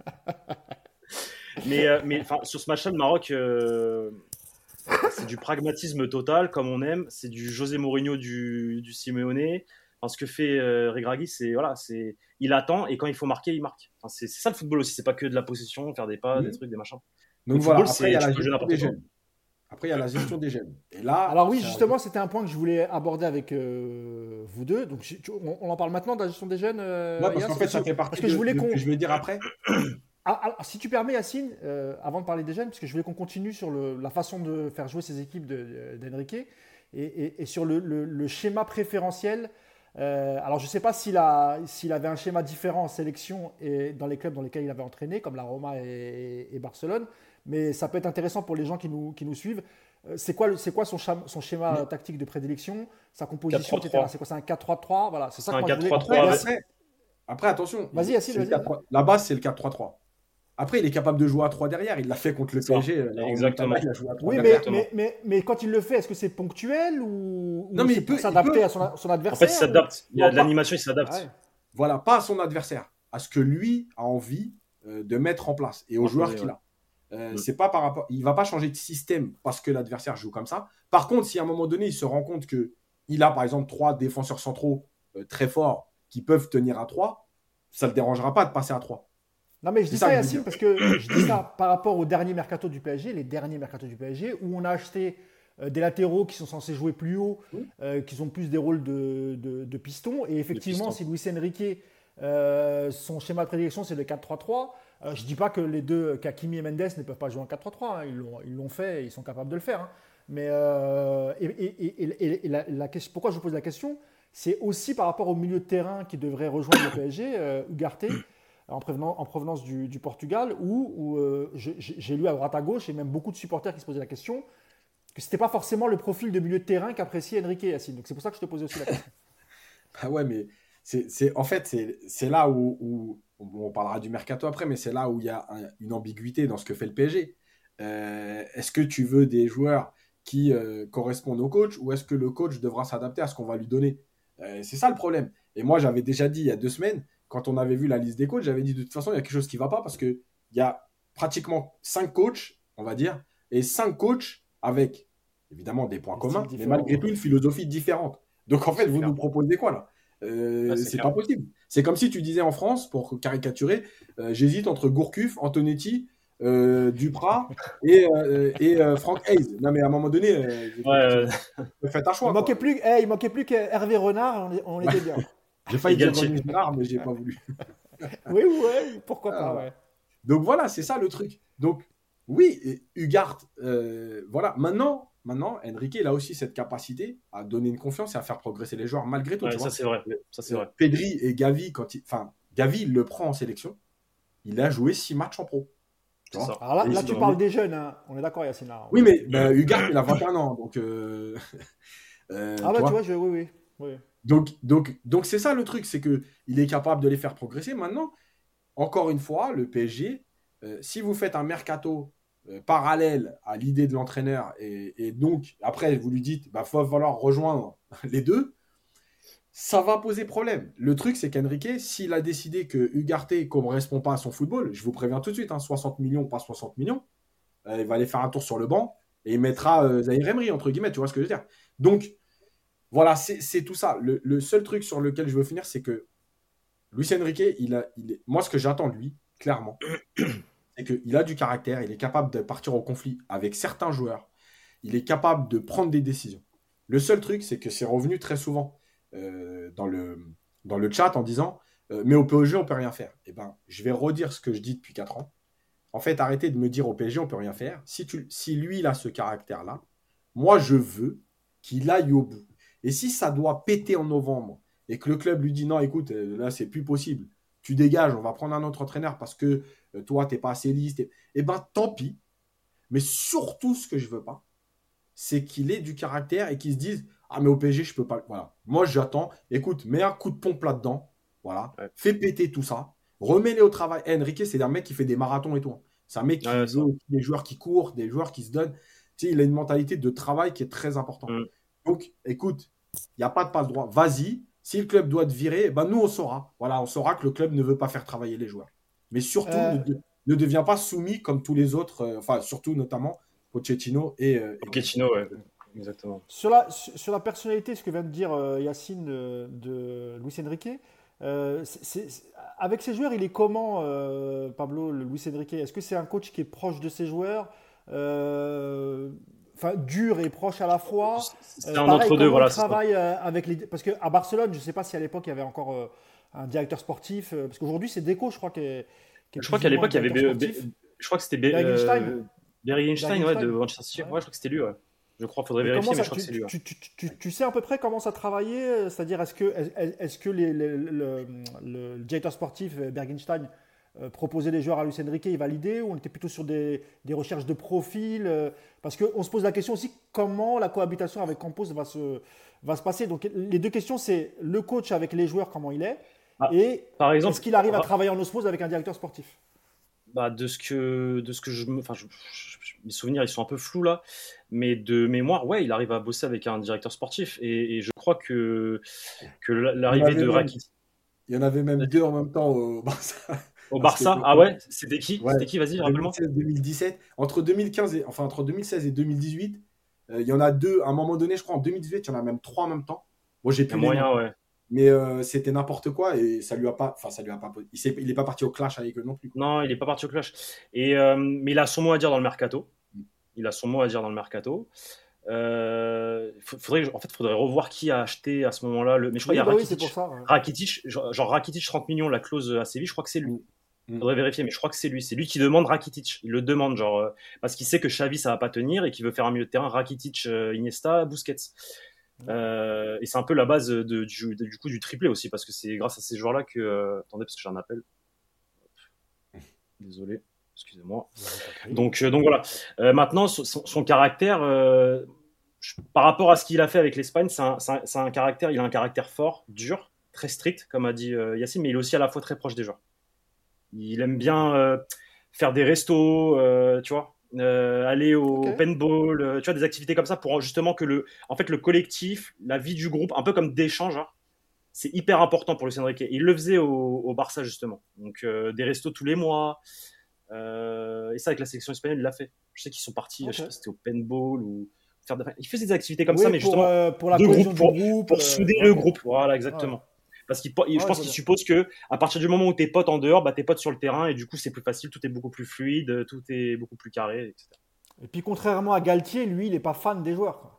Mais sur ce match-là, le Maroc, c'est du pragmatisme total, comme on aime. C'est du José Mourinho, du Simeone. Enfin, ce que fait Regragui, il attend et quand il faut marquer, il marque. Enfin, c'est ça le football aussi. C'est pas que de la possession, faire des pas, des trucs, des machins. Donc Le voilà, football, après, il y a la tu peux jouer gestion n'importe des quoi. jeunes. Après, il y a la gestion des jeunes. Et là, Alors oui, justement, c'était un point que je voulais aborder avec vous deux. Donc, on en parle maintenant de la gestion des jeunes. ouais, parce Yann, qu'en fait, ça fait partie parce que je voulais de ce qu'on. que je vais dire après. Alors, si tu permets, Yacine, avant de parler des jeunes, parce que je voulais qu'on continue sur la façon de faire jouer ces équipes d'Enrique et sur le schéma préférentiel. Alors, je ne sais pas s'il avait un schéma différent en sélection et dans les clubs dans lesquels il avait entraîné, comme la Roma et Barcelone, mais ça peut être intéressant pour les gens qui nous suivent. C'est quoi son schéma tactique de prédilection, sa composition, 4-3-3. etc. C'est quoi? C'est un 4-3-3. Voilà, c'est ça que Un moi, je voulais. 4-3-3. Après, attention. Vas-y, Yacine, c'est le vas-y. 4-3. La base, c'est le 4-3-3. Après, il est capable de jouer à 3 derrière. Il l'a fait contre le Ça. PSG. Exactement. Il a joué à 3 Oui, derrière. mais quand il le fait, est-ce que c'est ponctuel ou Non, mais c'est il pour peut- s'adapter il peut- à son En adversaire fait, il s'adapte. Il y a de Non, l'animation, il s'adapte. Ouais. Voilà, pas à son adversaire, à ce que lui a envie de mettre en place et aux joueurs qu'il a. C'est pas par rapport, il va pas changer de système parce que l'adversaire joue comme ça. Par contre, si à un moment donné il se rend compte que il a par exemple 3 défenseurs centraux très forts qui peuvent tenir à 3, ça le dérangera pas de passer à 3. Non, mais je dis C'est ça ça, que je veux Yacine, dire. parce que je dis ça par rapport au dernier mercato du PSG, les derniers mercato du PSG, où on a acheté des latéraux qui sont censés jouer plus haut, qui ont plus des rôles de piston. Et effectivement, si Luis Enrique, son schéma de prédilection, c'est le 4-3-3, je ne dis pas que les deux, qu'Hakimi et Mendes ne peuvent pas jouer en 4-3-3. Hein, ils l'ont fait et ils sont capables de le faire. Hein. Mais pourquoi je vous pose la question, c'est aussi par rapport au milieu de terrain qui devrait rejoindre le PSG, Ugarte, en provenance du Portugal, où j'ai lu à droite à gauche, et même beaucoup de supporters qui se posaient la question, que ce n'était pas forcément le profil de milieu de terrain qu'appréciait Enrique Yacine. Donc c'est pour ça que je te posais aussi la question. Ah ouais, mais en fait, c'est là où on parlera du mercato après, mais c'est là où il y a une ambiguïté dans ce que fait le PSG. Est-ce que tu veux des joueurs qui correspondent au coach ou est-ce que le coach devra s'adapter à ce qu'on va lui donner? C'est ça le problème. Et moi, j'avais déjà dit il y a 2 semaines, quand on avait vu la liste des coachs, j'avais dit de toute façon, il y a quelque chose qui ne va pas parce qu'il y a pratiquement 5 coachs, on va dire, et 5 coachs avec évidemment des points communs, mais malgré tout une philosophie différente. Donc en fait, vous nous proposez quoi là? C'est pas possible. C'est comme si tu disais en France, pour caricaturer, j'hésite entre Gourcuff, Antonetti, Duprat et Franck Hayes. Non mais à un moment donné, faites un choix. Il manquait plus qu'Hervé Renard, on était bien. J'ai failli dire René Girard, mais j'ai pas voulu. Oui, pourquoi pas. Ouais. Donc voilà, c'est ça le truc. Donc oui, Ugarte, voilà. Maintenant, Enrique, il a aussi cette capacité à donner une confiance et à faire progresser les joueurs malgré tout. Ouais, ça, c'est vrai. Pedri et Gavi, Gavi, il le prend en sélection. Il a joué 6 matchs en pro. Alors là tu parles des jeunes, hein. On est d'accord, Yacine. Oui, mais Ugarte, il a 21 ans. Donc, tu vois, oui. Donc c'est ça le truc, c'est qu'il est capable de les faire progresser. Maintenant, encore une fois, le PSG, si vous faites un mercato parallèle à l'idée de l'entraîneur et donc après vous lui dites il va falloir rejoindre les deux, ça va poser problème. Le truc, c'est qu'Enrique, s'il a décidé que Ugarte ne correspond pas à son football, je vous préviens tout de suite, 60 millions, pas 60 millions, il va aller faire un tour sur le banc et il mettra Zahir Emery, entre guillemets, tu vois ce que je veux dire. Donc, voilà, c'est tout ça. Le seul truc sur lequel je veux finir, c'est que Luis Enrique, moi, ce que j'attends de lui, clairement, c'est qu'il a du caractère, il est capable de partir au conflit avec certains joueurs, il est capable de prendre des décisions. Le seul truc, c'est que c'est revenu très souvent dans le chat en disant mais au PSG, on ne peut rien faire. Eh ben, je vais redire ce que je dis depuis 4 ans. En fait, arrêtez de me dire au PSG, on ne peut rien faire. Si lui, il a ce caractère-là, moi, je veux qu'il aille au bout. Et si ça doit péter en novembre et que le club lui dit non, écoute, là, c'est plus possible, tu dégages, on va prendre un autre entraîneur parce que toi, tu n'es pas assez liste, eh ben, tant pis. Mais surtout, ce que je veux pas, c'est qu'il ait du caractère et qu'il se dise Ah, mais au PSG, je peux pas. Voilà. Moi, j'attends. Écoute, mets un coup de pompe là-dedans. Voilà. Ouais. Fais péter tout ça. Remets-les au travail. Enrique, c'est un mec qui fait des marathons et tout. C'est un mec qui Ouais, veut ça. des joueurs qui courent, des joueurs qui se donnent. Tu sais, il a une mentalité de travail qui est très importante. Mm. Donc, écoute, il n'y a pas de passe-droit. Vas-y. Si le club doit te virer, ben nous, on saura. Voilà, on saura que le club ne veut pas faire travailler les joueurs. Mais surtout, Euh, ne deviens pas soumis comme tous les autres, enfin, surtout notamment Pochettino et Conte. Pochettino, ouais. Exactement. sur la personnalité, ce que vient de dire Yacine de Luis Enrique, avec ses joueurs, il est comment, Pablo, le Luis Enrique? Est-ce que c'est un coach qui est proche de ses joueurs, enfin dur et proche à la fois? C'est un Pareil, entre-deux, comment il voilà, c'est ça. travaille avec les... Parce qu'à Barcelone, je ne sais pas si à l'époque il y avait encore un directeur sportif, parce qu'aujourd'hui c'est Deco, je crois, qui est Je crois plus qu'à ou moins l'époque, il y avait. directeur sportif. Je crois que c'était Bergenstein. Barry Einstein, ouais, de Bergenstein. Manchester City. Ouais, Ouais. je crois que c'était lui, ouais. Je crois, faudrait Et comment vérifier, mais ça, je crois que c'est lui, ouais. tu sais à peu près comment ça travaillait? C'est-à-dire, est-ce que le directeur sportif Bergenstein proposait des joueurs à Luis Enrique, il validait, ou on était plutôt sur des recherches de profil? Parce qu'on se pose la question aussi comment la cohabitation avec Campos va se passer. Donc les deux questions, c'est le coach avec les joueurs, comment il est, Ah, et par est-ce exemple, qu'il arrive à travailler en osmose avec un directeur sportif? bah, de ce que enfin, mes souvenirs, ils sont un peu flous là, mais de mémoire, ouais, il arrive à bosser avec un directeur sportif, et je crois que Il y en l'arrivée avait de même, Rakitic il y en avait même deux en même temps au Barça au à cette Barça, ah époque-là. ouais, c'était qui? Ouais, C'était qui? Vas-y, rappelle-moi. 2016-2017. Entre 2015 et, enfin, entre 2016 et 2018, il y en a deux. À un moment donné, je crois, en 2018, il y en a même trois en même temps. Moi, j'ai Il y a plus les noms. moyen, ouais. Mais c'était n'importe quoi et ça lui a pas. Enfin, ça lui a pas. Il est pas parti au clash avec eux non plus, quoi. Non, il est pas parti au clash. Mais il a son mot à dire dans le mercato. Il a son mot à dire dans le mercato. En fait, faudrait revoir qui a acheté à ce moment-là. Mais je crois qu'il y Oui, a bah oui, c'est pour Rakitic. ça. Ouais. Rakitic, genre Rakitic 30 millions, la clause à Séville, je crois que c'est lui. Mm. Mm. Faudrait vérifier, mais je crois que c'est lui. C'est lui qui demande Rakitic. Il le demande, genre, parce qu'il sait que Xavi, ça va pas tenir et qu'il veut faire un milieu de terrain Rakitic, Iniesta, Busquets. Et c'est un peu la base du coup du triplé aussi, parce que c'est grâce à ces joueurs-là que. Attendez, parce que j'ai un appel. Désolé, excusez-moi. Donc voilà. Maintenant, son caractère, par rapport à ce qu'il a fait avec l'Espagne, c'est un caractère, il a un caractère fort, dur, très strict, comme a dit Yacine, mais il est aussi à la fois très proche des joueurs. Il aime bien faire des restos, tu vois, aller Ok. au paintball, tu vois, des activités comme ça pour justement que en fait, le collectif, la vie du groupe, un peu comme d'échange, hein, c'est hyper important pour Luis Enrique. Il le faisait au Barça justement. Donc des restos tous les mois. Et ça avec la sélection espagnole, il l'a fait. Je sais qu'ils sont partis, je Ok. sais pas si c'était au paintball ou il faisait des activités comme ça, Oui, mais justement pour la de cohésion groupe du groupe. pour souder le Ok. groupe. Voilà, Ouais. exactement. Parce je Ouais, je pense vois qu'il bien. suppose que à partir du moment où t'es potes en dehors, bah t'es potes sur le terrain et du coup c'est plus facile, tout est beaucoup plus fluide, tout est beaucoup plus carré, etc. Et puis contrairement à Galtier, lui, il n'est pas fan des joueurs, quoi.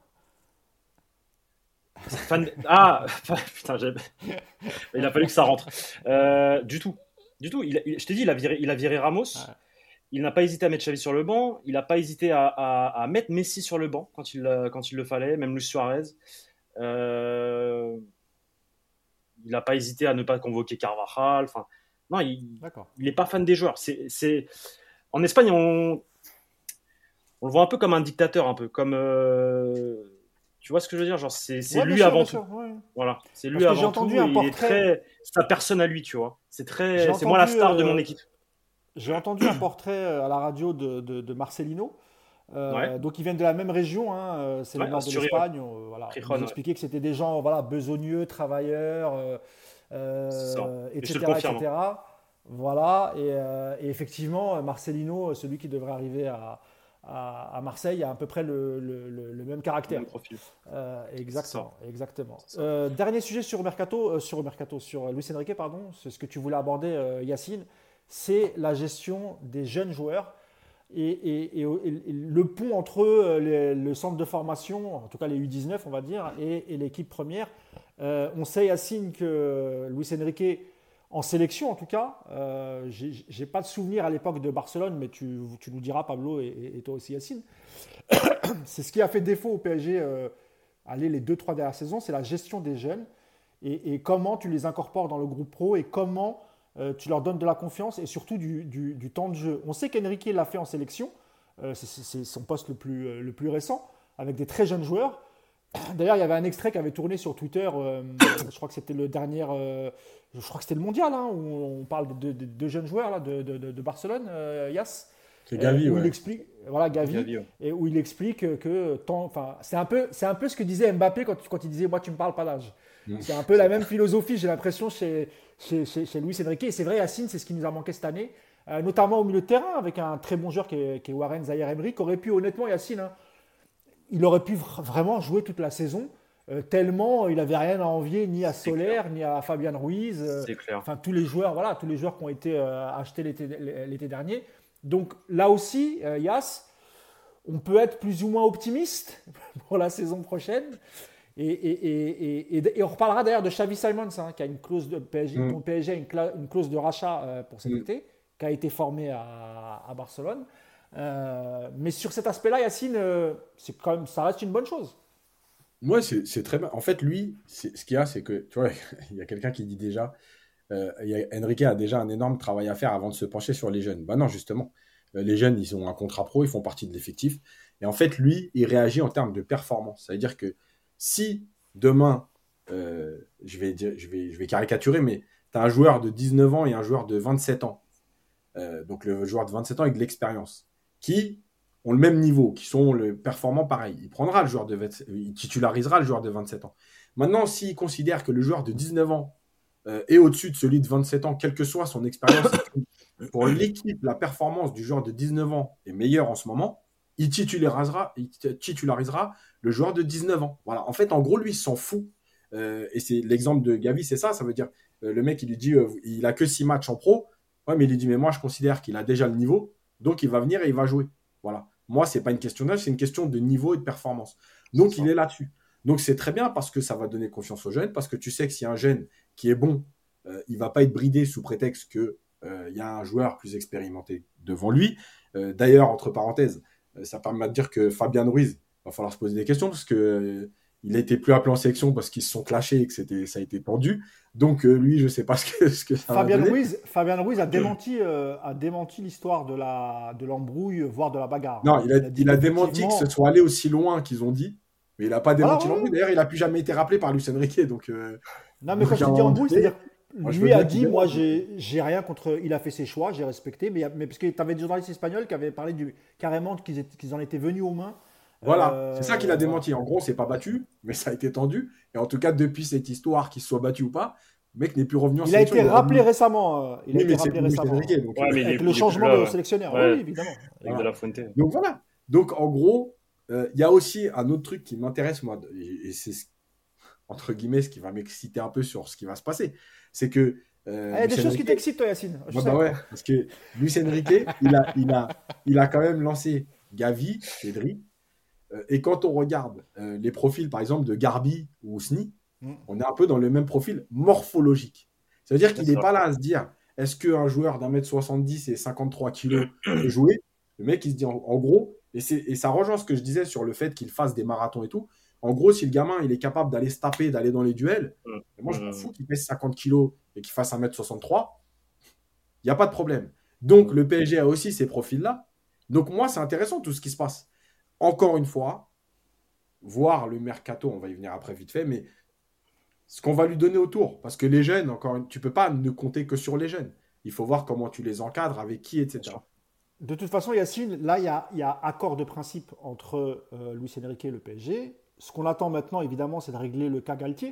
Ah putain, il a fallu que ça rentre. Du tout, du tout. Je t'ai dit, il a viré Ramos. Ouais. Il n'a pas hésité à mettre Xavi sur le banc. Il n'a pas hésité à mettre Messi sur le banc quand il le fallait, même Luis Suarez. Euh, il n'a pas hésité à ne pas convoquer Carvajal. Enfin, non, il D'accord. n'est pas fan des joueurs. En Espagne, on le voit un peu comme un dictateur, un peu comme. Tu vois ce que je veux dire? Genre, c'est Ouais, bien lui sûr, avant bien tout. sûr. Ouais. Voilà, c'est lui Parce que j'ai avant entendu tout et un il est portrait. très sa personne à lui, tu vois. J'ai C'est moi la entendu, star de mon équipe. j'ai entendu un portrait à la radio de Marcelino. Ouais, Donc ils viennent de la même région, hein, c'est le ouais, nord de Asturie, ouais. l'Espagne. Voilà. Il Gijón, nous ouais. expliquait que c'était des gens voilà, besogneux, travailleurs, C'est ça. Et je te le etc., confirme. etc. Voilà. Et effectivement, Marcelino, celui qui devrait arriver à Marseille, a à peu près le même caractère. Même profil. C'est ça. Exactement, exactement. C'est ça. Dernier sujet sur Luis Enrique, pardon, c'est ce que tu voulais aborder, Yacine, c'est la gestion des jeunes joueurs et le pont entre le centre de formation, en tout cas les U19, on va dire, et l'équipe première. On sait, Yacine, que Luis Enrique, en sélection en tout cas, j'ai pas de souvenir à l'époque de Barcelone, mais tu nous diras, Pablo, et toi aussi, Yacine, c'est ce qui a fait défaut au PSG les 2-3 dernières saisons, c'est la gestion des jeunes et comment tu les incorpores dans le groupe pro et comment tu leur donnes de la confiance et surtout du temps de jeu. On sait qu'Enrique l'a fait en sélection, c'est son poste le plus récent, avec des très jeunes joueurs. D'ailleurs, il y avait un extrait qui avait tourné sur Twitter. Je crois que c'était le dernier. Je crois que c'était le mondial, hein, où on parle de deux jeunes joueurs là, de Barcelone, Yas. C'est Gavi, Où il ouais. explique, voilà, Gavi, Ouais. et où il explique que enfin, c'est un peu ce que disait Mbappé quand il disait moi tu me parles pas d'âge. Mm. C'est un peu la même philosophie, j'ai l'impression chez Luis Enrique. Et c'est vrai, Yacine, c'est ce qui nous a manqué cette année, notamment au milieu de terrain avec un très bon joueur qui est Warren Zaïre-Emery, qui aurait pu honnêtement Yacine, hein, il aurait pu vraiment jouer toute la saison. Tellement il avait rien à envier ni à C'est Soler clair. ni à Fabian Ruiz, C'est clair. enfin tous les joueurs, voilà, tous les joueurs qui ont été achetés l'été dernier. Donc là aussi, Yas, on peut être plus ou moins optimiste pour la saison prochaine. Et on reparlera d'ailleurs de Xavi Simons, hein, qui a une clause de PSG, dont Mm. le PSG a une clause de rachat pour cet Mm. été, qui a été formé à Barcelone. Mais sur cet aspect-là, Yacine, c'est quand même, ça reste une bonne chose. Moi, c'est très bien. En fait, lui, ce qu'il y a, c'est que, tu vois, il y a quelqu'un qui dit déjà, Enrique a déjà un énorme travail à faire avant de se pencher sur les jeunes. Bah non, justement. Les jeunes, ils ont un contrat pro, ils font partie de l'effectif. Et en fait, lui, il réagit en termes de performance. Ça veut dire que si demain, je vais caricaturer, mais tu as un joueur de 19 ans et un joueur de 27 ans, donc le joueur de 27 ans avec de l'expérience, qui ont le même niveau, qui sont le performant pareil. Il prendra le joueur de 20, il titularisera le joueur de 27 ans. Maintenant, s'il considère que le joueur de 19 ans est au-dessus de celui de 27 ans, quelle que soit son expérience, pour l'équipe, la performance du joueur de 19 ans est meilleure en ce moment, il titularisera le joueur de 19 ans. Voilà. En fait, en gros, lui, il s'en fout. Et c'est l'exemple de Gavi, c'est ça. Ça veut dire, le mec, il lui dit, il a que 6 matchs en pro. Ouais, mais il lui dit, mais moi, je considère qu'il a déjà le niveau, donc il va venir et il va jouer. Voilà. Moi, c'est pas une question d'âge, c'est une question de niveau et de performance. C'est Donc, ça. il est là-dessus. Donc, c'est très bien parce que ça va donner confiance aux jeunes, parce que tu sais que s'il y a un jeune qui est bon, il va pas être bridé sous prétexte que il y a un joueur plus expérimenté devant lui. D'ailleurs, entre parenthèses, ça permet de dire que Fabian Ruiz, va falloir se poser des questions parce que il a été plus appelé en sélection parce qu'ils se sont clashés et que ça a été tendu. Donc lui, je sais pas ce que ça va donner. Fabian Ruiz a démenti l'histoire de l'embrouille, voire de la bagarre, hein. Non, il a, Il a dit il a démenti que ce qu'effectivement, soit allé aussi loin qu'ils ont dit, mais il n'a pas voilà, démenti ouais, l'embrouille. ouais. D'ailleurs, il n'a plus jamais été rappelé par Luis Enrique. Donc, Non, mais quand donc je à te un dis moment embrouille, donné, c'est-à-dire, moi, je veux lui a bien qu'il dit, moi, démente. j'ai rien contre, il a fait ses choix, j'ai respecté, mais parce que tu avais des journalistes espagnols qui avaient parlé carrément qu'ils en étaient venus aux mains. Voilà, c'est ça qu'il a Voilà. démenti. En gros, c'est pas battu, mais ça a été tendu. Et en tout cas, depuis cette histoire, qu'il se soit battu ou pas, le mec n'est plus revenu en Il a sélection. été Il est rappelé revenu. récemment. Il a Oui, été mais c'est rappelé plus Luis récemment, Enrique. Donc, Ouais, mais avec le il est plus changement là. de Ouais. sélectionneur. Oui, oui, Ouais, évidemment. avec De voilà. La Fuente. Donc voilà. Donc en gros, il y a aussi un autre truc qui m'intéresse, moi, et c'est entre guillemets ce qui va m'exciter un peu sur ce qui va se passer. C'est que Ah, il y a des Luis choses qui Enrique, t'excitent, toi, Yacine. Je ouais, bah sais. ouais, parce que Luis Enrique, il a quand même lancé Gavi, Pedri, et quand on regarde les profils, par exemple, de Garbi ou Sni, Mm. on est un peu dans le même profil morphologique. Ça veut dire C'est qu'il n'est ça. pas là à se dire est-ce qu'un joueur d'1m70 et 53 kilos peut jouer. Le mec, il se dit en gros, et ça rejoint ce que je disais sur le fait qu'il fasse des marathons et tout. En gros, si le gamin il est capable d'aller se taper, d'aller dans les duels, Mm. moi je m'en Mm. fous qu'il pèse 50 kilos et qu'il fasse 1m63, il n'y a pas de problème. Donc le PSG a aussi ces profils-là. Donc moi, c'est intéressant tout ce qui se passe. Encore une fois, voir le mercato, on va y venir après vite fait, mais ce qu'on va lui donner autour. Parce que les jeunes, tu ne peux pas ne compter que sur les jeunes. Il faut voir comment tu les encadres, avec qui, Bien sûr. etc. De toute façon, Yacine, là, il y a accord de principe entre Luis Enrique et le PSG. Ce qu'on attend maintenant, évidemment, c'est de régler le cas Galtier.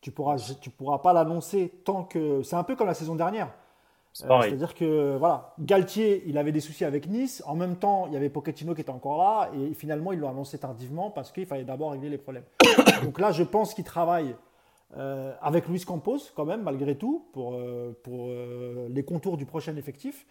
Tu pourras pas l'annoncer tant que. C'est un peu comme la saison dernière. C'est pareil. C'est-à-dire que voilà, Galtier, il avait des soucis avec Nice. En même temps, il y avait Pochettino qui était encore là. Et finalement, ils l'ont annoncé tardivement parce qu'il fallait d'abord régler les problèmes. Donc là, je pense qu'il travaille avec Luis Campos, quand même, malgré tout, pour les contours du prochain effectif.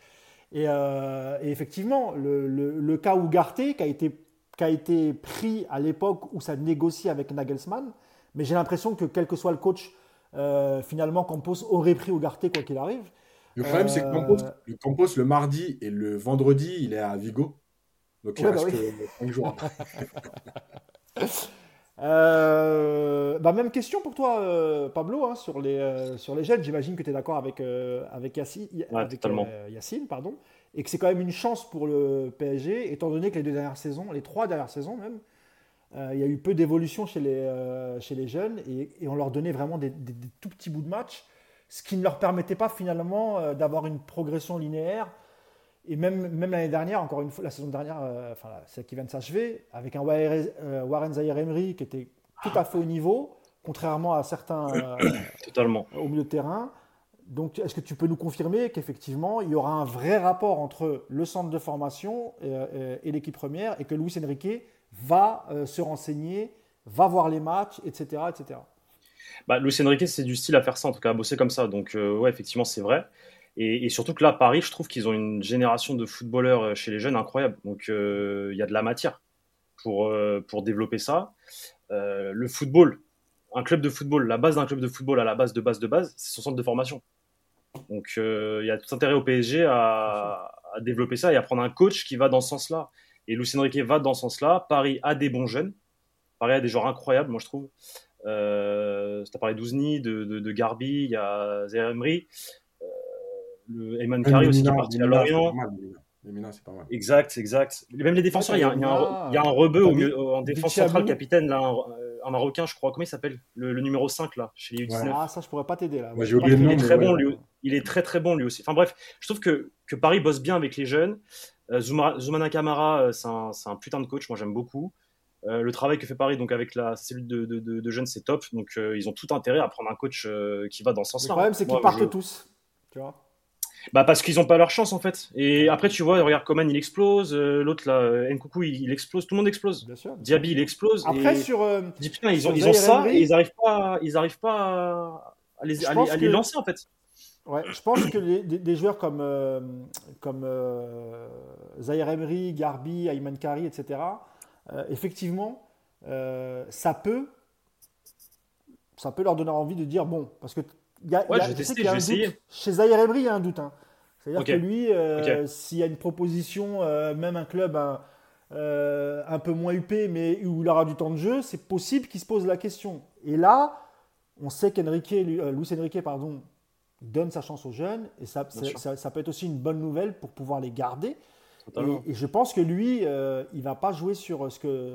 Et effectivement, le cas Ugarte qui a été pris à l'époque où ça négocie avec Nagelsmann, mais j'ai l'impression que quel que soit le coach, finalement, Campos aurait pris Ugarte quoi qu'il arrive. Le problème, c'est que Euh, Campos, le mardi et le vendredi, il est à Vigo. Donc, il ouais, bah reste oui. que 5 jours après. Bah même question pour toi, Pablo, hein, sur les jeunes. J'imagine que tu es d'accord avec Ouais, totalement. Yacine, pardon, et que c'est quand même une chance pour le PSG, étant donné que les 2 dernières saisons, les 3 dernières saisons même, Il y a eu peu d'évolution chez les jeunes et on leur donnait vraiment des tout petits bouts de match, ce qui ne leur permettait pas finalement d'avoir une progression linéaire. Et même l'année dernière, encore une fois, la saison dernière, enfin celle qui vient de s'achever, avec un Warren Zaïre-Emery qui était tout à fait au niveau, contrairement à certains Totalement. au milieu de terrain. Donc, est-ce que tu peux nous confirmer qu'effectivement, il y aura un vrai rapport entre le centre de formation et l'équipe première et que Luis Enrique va se renseigner, va voir les matchs, etc., etc. Bah, Luis Enrique, c'est du style à faire ça, en tout cas, à bosser comme ça. Donc, ouais, effectivement, c'est vrai. Et surtout que là, Paris, je trouve qu'ils ont une génération de footballeurs chez les jeunes incroyable. Donc, il y a de la matière pour développer ça. Le football, un club de football, la base d'un club de football à la base, c'est son centre de formation. Donc, il y a tout intérêt au PSG à développer ça et à prendre un coach qui va dans ce sens-là. Et Luis Enrique va dans ce sens-là. Paris a des bons jeunes. Paris a des joueurs incroyables, moi, je trouve. Tu as parlé d'Ouzni, de Garbi, il y a Zaire Emery, le Ayman Même Kari les aussi qui est Mina, parti à Lorient. Les Mina, c'est pas mal. Exact, exact. Même les Ouais, défenseurs, t'as il y a, Lemina, il y a un rebeu t'as en défense centrale, Bichabou. capitaine, là, un Marocain, je crois. Comment il s'appelle le numéro 5 là, chez les Ouais. U19. Ah, ça, je pourrais pas t'aider là. Moi, Je j'ai suis pas oublié le très Il nom, est bon mais très sur. ouais. bon, lui. Il est très très bon, lui aussi. Enfin bref, je trouve que Paris bosse bien avec les jeunes. Zoumana Camara, c'est un putain de coach. Moi, j'aime beaucoup. Le travail que fait Paris donc avec la cellule de jeunes, c'est top. Donc, ils ont tout intérêt à prendre un coach qui va dans ce Le sens-là, hein. problème, c'est qu'ils Moi, partent tous. Tu vois? bah parce qu'ils n'ont pas leur chance en fait. Et Ouais, après, tu vois, regarde, Coman il explose, l'autre là, Nkunku il explose, tout le monde explose. bien sûr, bien sûr. Diaby il explose. Après, Et sur, je dis putain, sur ils ont Zaire ça et Emery, ils arrivent pas je pense à les que, lancer en fait. ouais, je pense que des joueurs comme Zaire Emery, Garbi, Ayman Kari, etc., effectivement, euh, ça peut, ça peut leur donner envie de dire bon, parce que Ouais, je vais je sais tester, qu'il y je a vais un doute. essayer. Chez Zaire Emery, il y a un doute, hein. C'est-à-dire Ok, que lui, ok, s'il y a une proposition, même un club un peu moins huppé, mais où il aura du temps de jeu, c'est possible qu'il se pose la question. Et là, on sait Luis Enrique, pardon, donne sa chance aux jeunes, et bien sûr, ça peut être aussi une bonne nouvelle pour pouvoir les garder. totalement. Et je pense que lui, il va pas jouer sur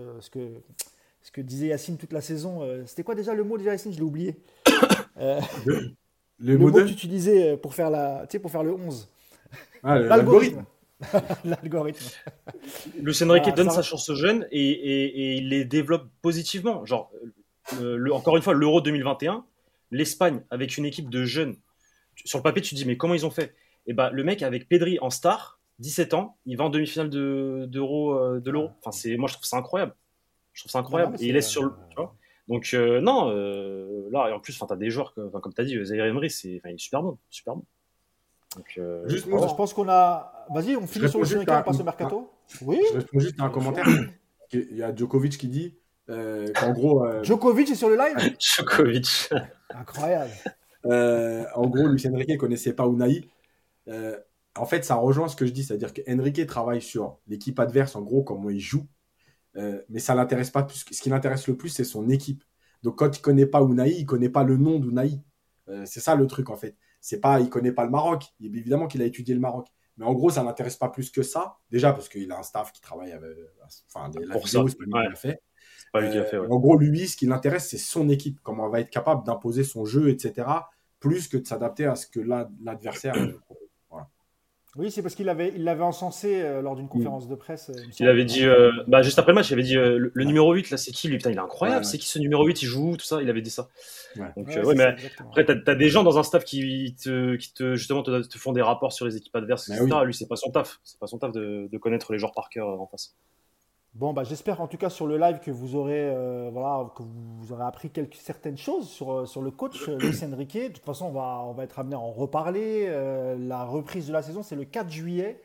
ce que disait Yacine toute la saison. C'était quoi déjà le mot déjà, Yacine? Je l'ai oublié. Euh, Le, le le mot que tu modèle? utilisais pour faire tu sais, pour faire le 11. Ah, L'algorithme. l'algorithme. L'algorithme. Luis Enrique Voilà, donne ça. sa chance aux jeunes et il les développe positivement. Genre, encore une fois, l'Euro 2021, l'Espagne avec une équipe de jeunes. Sur le papier, tu te dis, mais comment ils ont fait? Et bah, le mec avec Pedri en star, 17 ans, il va en demi-finale de Ouais. l'Euro. Enfin, moi, je trouve ça incroyable. Je trouve ça Non, non, incroyable. mais Et il c'est. laisse sur le. Tu vois. Donc, non, là, et en plus, tu as des joueurs, comme tu as dit, Zaire Emery, il est super bon. Super bon. Donc, Juste Bon, moi, bah, je pense qu'on a. Vas-y, on je finit sur réponds Luis juste Enrique, on à, passe au mercato. Oui, je réponds juste à un bien sûr. commentaire. Il y a Djokovic qui dit qu'en gros, Djokovic est sur le live? Djokovic. Incroyable. en gros, Luis Enrique connaissait pas Unai. Euh, En fait, ça rejoint ce que je dis, c'est-à-dire que Enrique travaille sur l'équipe adverse, en gros, comment il joue, mais ça l'intéresse pas plus. Ce qui l'intéresse le plus, c'est son équipe. Donc, quand il connaît pas Unai, il connaît pas le nom d'Unai. C'est ça le truc, en fait. C'est pas, il connaît pas le Maroc. Évidemment qu'il a étudié le Maroc. Mais en gros, ça l'intéresse pas plus que ça. Déjà, parce qu'il a un staff qui travaille avec. Enfin, la Pour ça. vidéo, c'est pas lui qui Ouais, l'a fait. c'est pas lui qui l'a fait, ouais. En gros, lui, ce qui l'intéresse, c'est son équipe. Comment elle va être capable d'imposer son jeu, etc. Plus que de s'adapter à ce que l'adversaire propose. Voilà. Oui, c'est parce il l'avait encensé lors d'une Mm. conférence de presse, il me Il semble. avait dit, bah, juste après le match, il avait dit le Ouais. numéro 8, là, c'est qui lui? Putain, il est Ouais, incroyable, ouais. c'est qui ce numéro 8? Il joue où? Tout ça, il avait dit ça. Ouais. Donc, Ouais, ouais, c'est ça, mais exactement. après, t'as des gens dans un staff justement, te font des rapports sur les équipes adverses, Mais etc. oui. Lui, c'est pas son taf. C'est pas son taf de connaître les joueurs par cœur en face. Bon, bah, j'espère en tout cas sur le live que vous aurez, voilà, que vous aurez appris certaines choses sur le coach Luis Enrique. De toute façon, on va être amené à en reparler. La reprise de la saison, c'est le 4 juillet.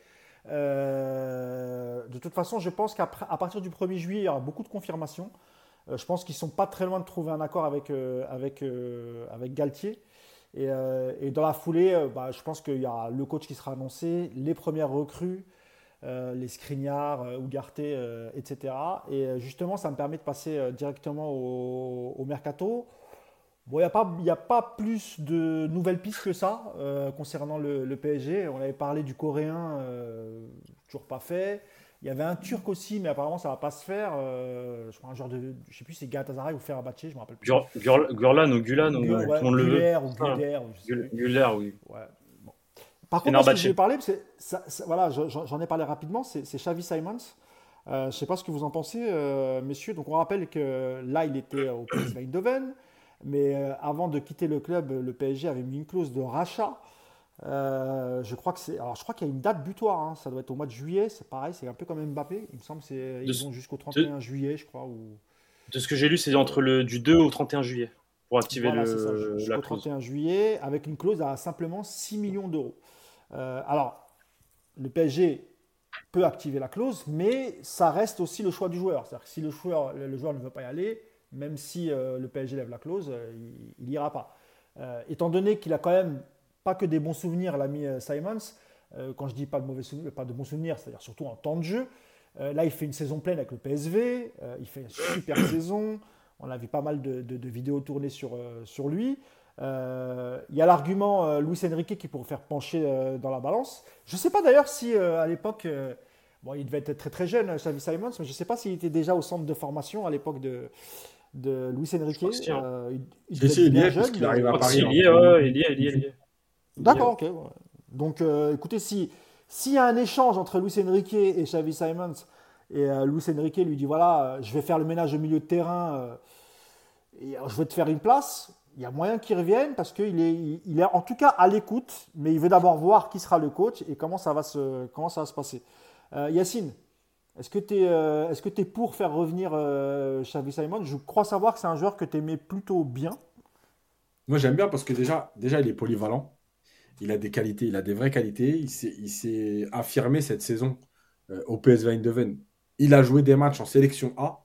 De toute façon, je pense qu'à partir du 1er juillet, il y aura beaucoup de confirmations. Je pense qu'ils sont pas très loin de trouver un accord avec Galtier. Et dans la foulée, bah, je pense qu'il y a le coach qui sera annoncé, les premières recrues, les Skriniar, Ugarte, etc. Et justement, ça me permet de passer directement au mercato. Bon, il y a pas plus de nouvelles pistes que ça concernant le PSG. On avait parlé du Coréen, toujours pas fait. Il y avait un Turc aussi, mais apparemment ça va pas se faire. Je crois un genre de, je sais plus si c'est Galatasaray ou Fenerbahçe, je me rappelle plus. Gurlan ou Gulan, ou tout Ouais, le monde le veut. Güler ou Ah, Gulder, ou je sais plus. Guller, oui. Ouais. Bon. Par contre, moi, ce que je Fenerbahçe. vais parler, parce que voilà, j'en ai parlé rapidement, c'est Xavi Simons. Je ne sais pas ce que vous en pensez, messieurs. Donc, on rappelle que là, il était au PSV Eindhoven, mais avant de quitter le club, le PSG avait mis une clause de rachat. Alors, je crois qu'il y a une date butoir. Hein. Ça doit être au mois de juillet. C'est pareil, c'est un peu comme Mbappé. Il me semble De, ils ont jusqu'au de, 31 juillet, je crois. Ou... de ce que j'ai lu, c'est du 2 au 31 juillet pour activer Voilà, c'est ça, la jusqu'au clause. 31 juillet, avec une clause à simplement 6 millions d'euros. Alors, le PSG peut activer la clause, mais ça reste aussi le choix du joueur. C'est-à-dire que si le joueur ne veut pas y aller, même si le PSG lève la clause, il n'ira pas. Étant donné qu'il a quand même pas que des bons souvenirs, l'ami Simons, quand je dis pas de mauvais souvenirs, pas de bons souvenirs, c'est-à-dire surtout en temps de jeu. Là, il fait une saison pleine avec le PSV, il fait une super saison. On a vu pas mal de vidéos tournées sur lui. Il y a l'argument Luis Enrique qui pourrait faire pencher dans la balance. Je ne sais pas d'ailleurs si à l'époque, bon, il devait être très très jeune, Xavi Simons, mais je ne sais pas s'il était déjà au centre de formation à l'époque de Luis Je Enrique. crois que si, hein. Il devait Si, être il y bien est, parce jeune. qu'il arrive à Je crois que Paris. si, En il y est, ouais, il y est, il y est, il y est. Il y est, D'accord, ok. Ouais. Donc, écoutez, s'il y a un échange entre Luis Enrique et Xavi Simons, et Luis Enrique lui dit voilà, je vais faire le ménage au milieu de terrain et je vais te faire une place, il y a moyen qu'il revienne parce qu'il est en tout cas à l'écoute, mais il veut d'abord voir qui sera le coach et comment ça va se passer. Yacine, est-ce que tu es pour faire revenir Xavi Simons? Je crois savoir que c'est un joueur que tu aimais plutôt bien. Moi, j'aime bien parce que déjà, il est polyvalent. Il a des qualités, il a des vraies qualités. Il s'est affirmé cette saison au PSV Eindhoven. Il a joué des matchs en sélection A.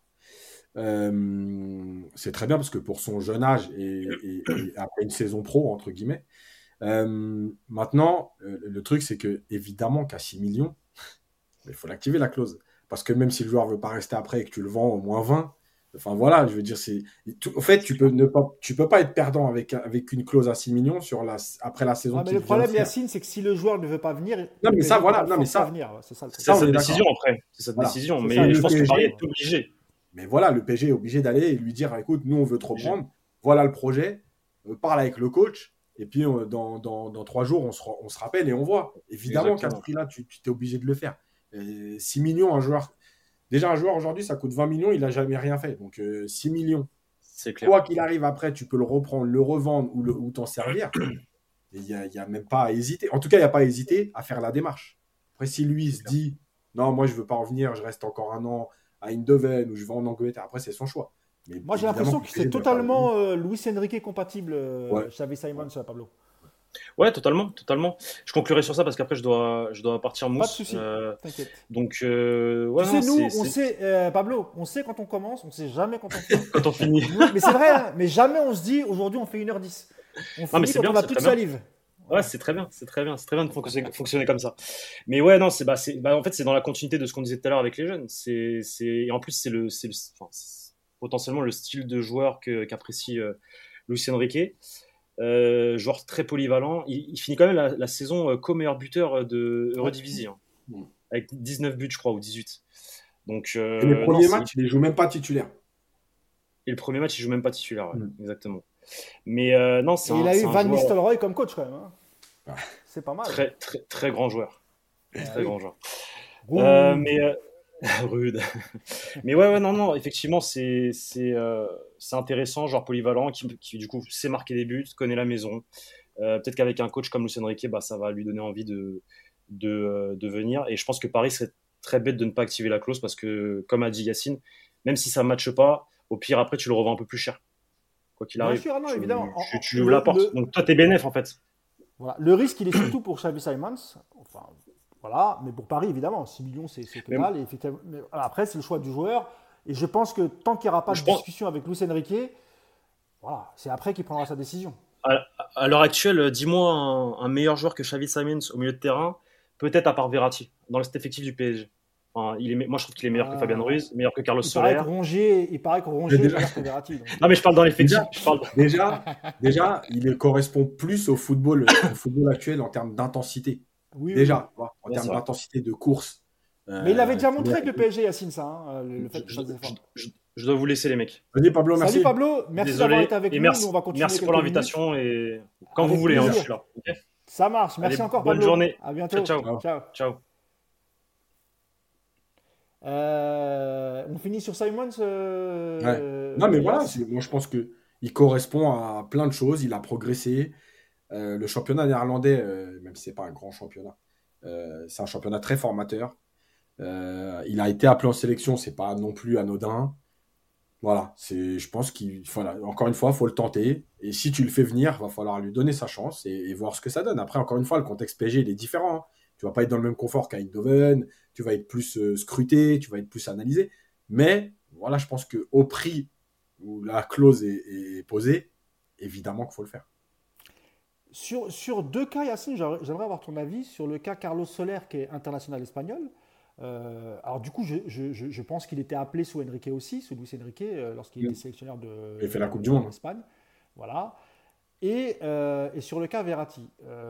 C'est très bien parce que pour son jeune âge et après une saison pro, entre guillemets. Maintenant, le truc, c'est que évidemment qu'à 6 millions, il faut l'activer la clause. Parce que même si le joueur ne veut pas rester après et que tu le vends au moins 20, enfin voilà, je veux dire, en fait, tu peux pas être perdant avec une clause à 6 millions après la saison Ouais, mais qu'il le vient de problème, faire. Yacine, c'est que si le joueur ne veut pas venir, Non, le mais ça, PSG ne peut voilà. pas le Non, mais forcer à ça, venir. Ouais, c'est ça le truc. C'est ça, on sa est décision d'accord. après. C'est sa Voilà. décision. C'est Mais ça, je le pense que PSG, Paris est obligé. mais voilà, le PSG est obligé d'aller et lui dire, écoute, nous, on veut te Obligé. reprendre. Voilà le projet. Parle avec le coach. Et puis, dans 3 jours, on se rappelle et on voit. Évidemment qu'à ce Exactement. prix-là, tu es obligé de le faire. 6 millions, un joueur. Déjà, un joueur aujourd'hui, ça coûte 20 millions, il n'a jamais rien fait. Donc, 6 millions. C'est clair. Quoi qu'il arrive après, tu peux le reprendre, le revendre ou t'en servir. Il n'y a même pas à hésiter. En tout cas, il n'y a pas à hésiter à faire la démarche. Après, si lui se dit, non, moi, je ne veux pas revenir, je reste encore un an à Eindhoven ou je vais en Angleterre, après, c'est son choix. Mais Moi, j'ai évidemment l'impression que que le c'est PSG ne va pas le totalement Luis Enrique compatible, Ouais. Xavi Simons, Pablo. Ouais, totalement, totalement. Je conclurai sur ça parce qu'après, je dois partir Pas de mousse. souci, t'inquiète. Donc, ouais, Tu non, sais, nous, on sait, Pablo, on sait quand on commence, on sait jamais quand on finit. quand on finit. Mais c'est vrai, hein, mais jamais on se dit aujourd'hui on fait 1h10. On mais finit c'est quand bien, on a c'est plus de très salive. Ouais, c'est très bien, c'est très bien, c'est très bien de fonctionner comme ça. Mais ouais, non, en fait, c'est dans la continuité de ce qu'on disait tout à l'heure avec les jeunes. Et en plus, enfin, c'est potentiellement le style de joueur qu'apprécie Luis Enrique. Joueur très polyvalent. Il finit quand même la saison co-meilleur buteur de Eredivisie, hein, Mm. avec 19 buts, je crois, ou 18. Donc, Et les non, premiers matchs, il ne les joue même pas titulaire. et le premier match, il joue même pas titulaire, ouais, Mm. exactement. Mais non, Et il a eu un Van joueur Nistelrooy comme coach quand même. Hein. Ah. C'est pas mal. très, très, très grand joueur. Très oui. grand joueur. Rude. Mais rude. Mais ouais, non, non, effectivement, c'est intéressant, genre polyvalent, qui du coup sait marquer des buts, connaît la maison. Peut-être qu'avec un coach comme Luis Enrique, bah, ça va lui donner envie de venir. Et je pense que Paris serait très bête de ne pas activer la clause parce que, comme a dit Yacine, même si ça ne matche pas, au pire, après, tu le revends un peu plus cher. Quoi qu'il Bien arrive. sûr, non, évidemment. Tu ouvres la porte. Donc toi, t'es bénéf en fait. Voilà. Le risque, il est surtout pour Xavi Simons. Enfin, voilà, mais pour Paris, évidemment, 6 millions, c'est que Mais- dalle. Et effectivement, mais après, c'est le choix du joueur. Et je pense que tant qu'il n'y aura pas de discussion avec Luis Enrique, voilà, c'est après qu'il prendra sa décision. À l'heure actuelle, dis-moi un meilleur joueur que Xavi Simons au milieu de terrain, peut-être à part Verratti, dans cet effectif du PSG. Enfin, moi, je trouve qu'il est meilleur que Fabian Ruiz, meilleur que Carlos Il paraît Soler. que Rongier est meilleur que Verratti. Donc. Non, mais je parle dans l'effectif. Déjà, il correspond plus au football actuel en termes d'intensité. Oui, Déjà, oui. en Ouais, termes c'est vrai. d'intensité de course, Mais il l'avait déjà montré Soler- avec le PSG, Yacine, ça, hein, le fait Je, qu'il fasse des efforts. je dois vous laisser, les mecs. Vas-y, Pablo, Salut merci. Pablo, merci d'avoir Désolé. été avec Et nous. merci, Nous, on va continuer merci quelques pour minutes. l'invitation. Et quand Avec vous voulez, hein, je plaisir. suis là. Ok. Ça marche. Merci Allez, encore, bonne Pablo. journée. À bientôt. Ciao, ciao. Ciao. Ciao. On finit sur Simons. Ouais. Non, mais voilà, Yas. moi je pense que il correspond à plein de choses. Il a progressé. Le championnat néerlandais, même si c'est pas un grand championnat, c'est un championnat très formateur. Il a été appelé en sélection, c'est pas non plus anodin. Voilà, je pense voilà, encore une fois, il faut le tenter. Et si tu le fais venir, va falloir lui donner sa chance et voir ce que ça donne. Après, encore une fois, le contexte PSG, il est différent. Hein. Tu vas pas être dans le même confort qu'à Eindhoven, tu vas être plus scruté, tu vas être plus analysé. Mais voilà, je pense qu'au prix où la clause est posée, évidemment qu'il faut le faire. Sur deux cas, Yacine, j'aimerais avoir ton avis sur le cas Carlos Soler, qui est international espagnol. Alors du coup, je pense qu'il était appelé sous Enrique aussi, sous Luis Enrique, lorsqu'il était sélectionneur Il fait la Coupe du Monde. d'Espagne. Voilà. Et sur le cas Verratti.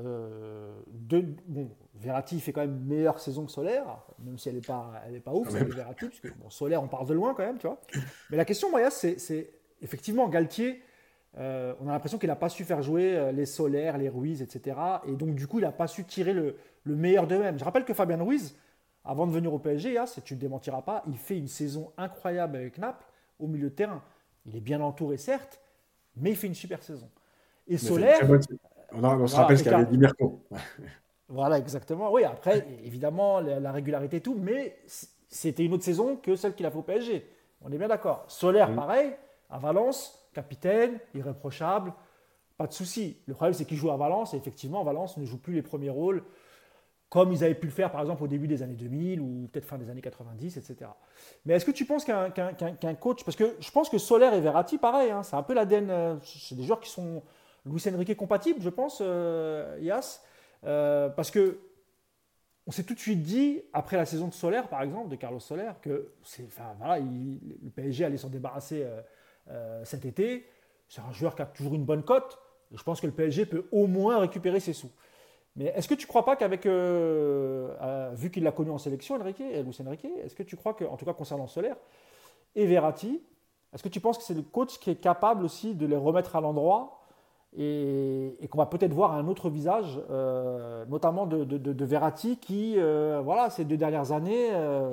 Bon, Verratti fait quand même une meilleure saison que Soler, même si elle n'est pas ouf, celle de Verratti, puisque bon, Soler, on part de loin quand même, tu vois. Mais la question, Moya, c'est effectivement Galtier. On a l'impression qu'il n'a pas su faire jouer les Solaires, les Ruiz, etc. Et donc, du coup, il n'a pas su tirer le meilleur d'eux-mêmes. Je rappelle que Fabien Ruiz, avant de venir au PSG, si tu ne me démentiras pas, il fait une saison incroyable avec Naples au milieu de terrain. Il est bien entouré, certes, mais il fait une super saison. Et Solaire. On se rappelle ce qu'avait dit Mirko. Voilà, exactement. Oui, après, évidemment, la régularité et tout, mais c'était une autre saison que celle qu'il a fait au PSG. On est bien d'accord. Solaire, pareil, à Valence, capitaine, irréprochable, pas de souci. Le problème, c'est qu'il joue à Valence, et effectivement, Valence ne joue plus les premiers rôles comme ils avaient pu le faire, par exemple, au début des années 2000 ou peut-être fin des années 90, etc. Mais est-ce que tu penses qu'un coach. Parce que je pense que Solaire et Verratti, pareil, hein, c'est un peu l'ADN. C'est des joueurs qui sont Luis Enrique compatibles, je pense, Yas. Parce que on s'est tout de suite dit, après la saison de Solaire, par exemple, de Carlos Soler, que voilà, le PSG allait s'en débarrasser cet été. C'est un joueur qui a toujours une bonne cote. Et je pense que le PSG peut au moins récupérer ses sous. Mais est-ce que tu ne crois pas qu'avec, vu qu'il l'a connu en sélection, Luis Enrique, est-ce que tu crois que, en tout cas concernant Soler et Verratti, est-ce que tu penses que c'est le coach qui est capable aussi de les remettre à l'endroit et qu'on va peut-être voir un autre visage, notamment de Verratti qui, voilà, ces 2 dernières années,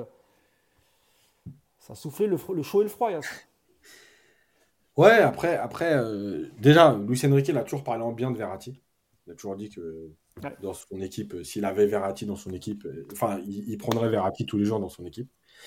ça soufflait le chaud et le froid. Ouais, après déjà, Luis Enrique, il a toujours parlé en bien de Verratti. Il a toujours dit que dans son équipe, s'il avait Verratti dans son équipe, il prendrait Verratti tous les jours dans son équipe.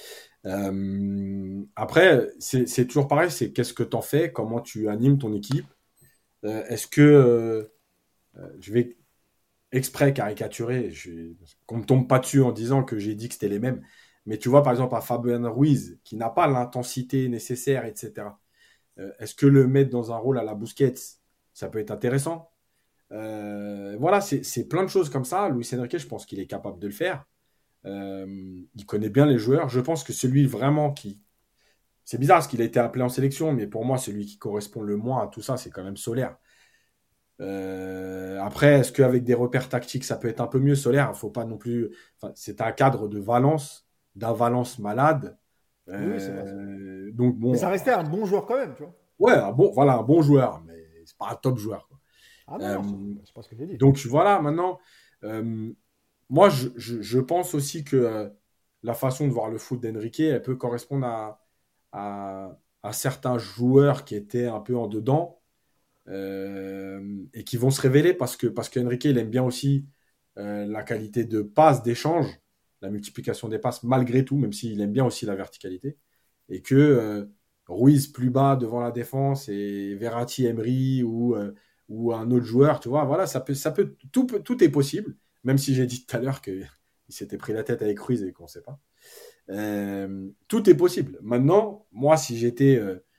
Après, c'est toujours pareil, c'est qu'est-ce que tu en fais, comment tu animes ton équipe. Est-ce que je vais exprès caricaturer, qu'on me tombe pas dessus en disant que j'ai dit que c'était les mêmes, mais tu vois par exemple à Fabien Ruiz qui n'a pas l'intensité nécessaire, etc. Est-ce que le mettre dans un rôle à la Busquets, ça peut être intéressant? Voilà, c'est plein de choses comme ça. Luis Enrique, je pense qu'il est capable de le faire. Il connaît bien les joueurs. Je pense que celui vraiment qui... C'est bizarre parce qu'il a été appelé en sélection, mais pour moi, celui qui correspond le moins à tout ça, c'est quand même Solaire. Après, est-ce qu'avec des repères tactiques, ça peut être un peu mieux Solaire? Faut pas non plus... c'est un cadre de Valence, d'un Valence malade. Oui, c'est vrai. Donc, bon, mais ça restait un bon joueur quand même, tu vois. Ouais, un bon joueur, mais c'est pas un top joueur. Quoi. Ah non, c'est pas ce que j'ai dit. Donc voilà, maintenant, moi je pense aussi que la façon de voir le foot d'Enrique, elle peut correspondre à certains joueurs qui étaient un peu en dedans et qui vont se révéler parce qu'Enrique, il aime bien aussi la qualité de passe, d'échange, la multiplication des passes malgré tout, même s'il aime bien aussi la verticalité. Et que Ruiz plus bas devant la défense et Verratti, Emery ou un autre joueur, tu vois, voilà, tout est possible, même si j'ai dit tout à l'heure qu'il s'était pris la tête avec Ruiz et qu'on ne sait pas. Tout est possible. Maintenant, moi, si j'étais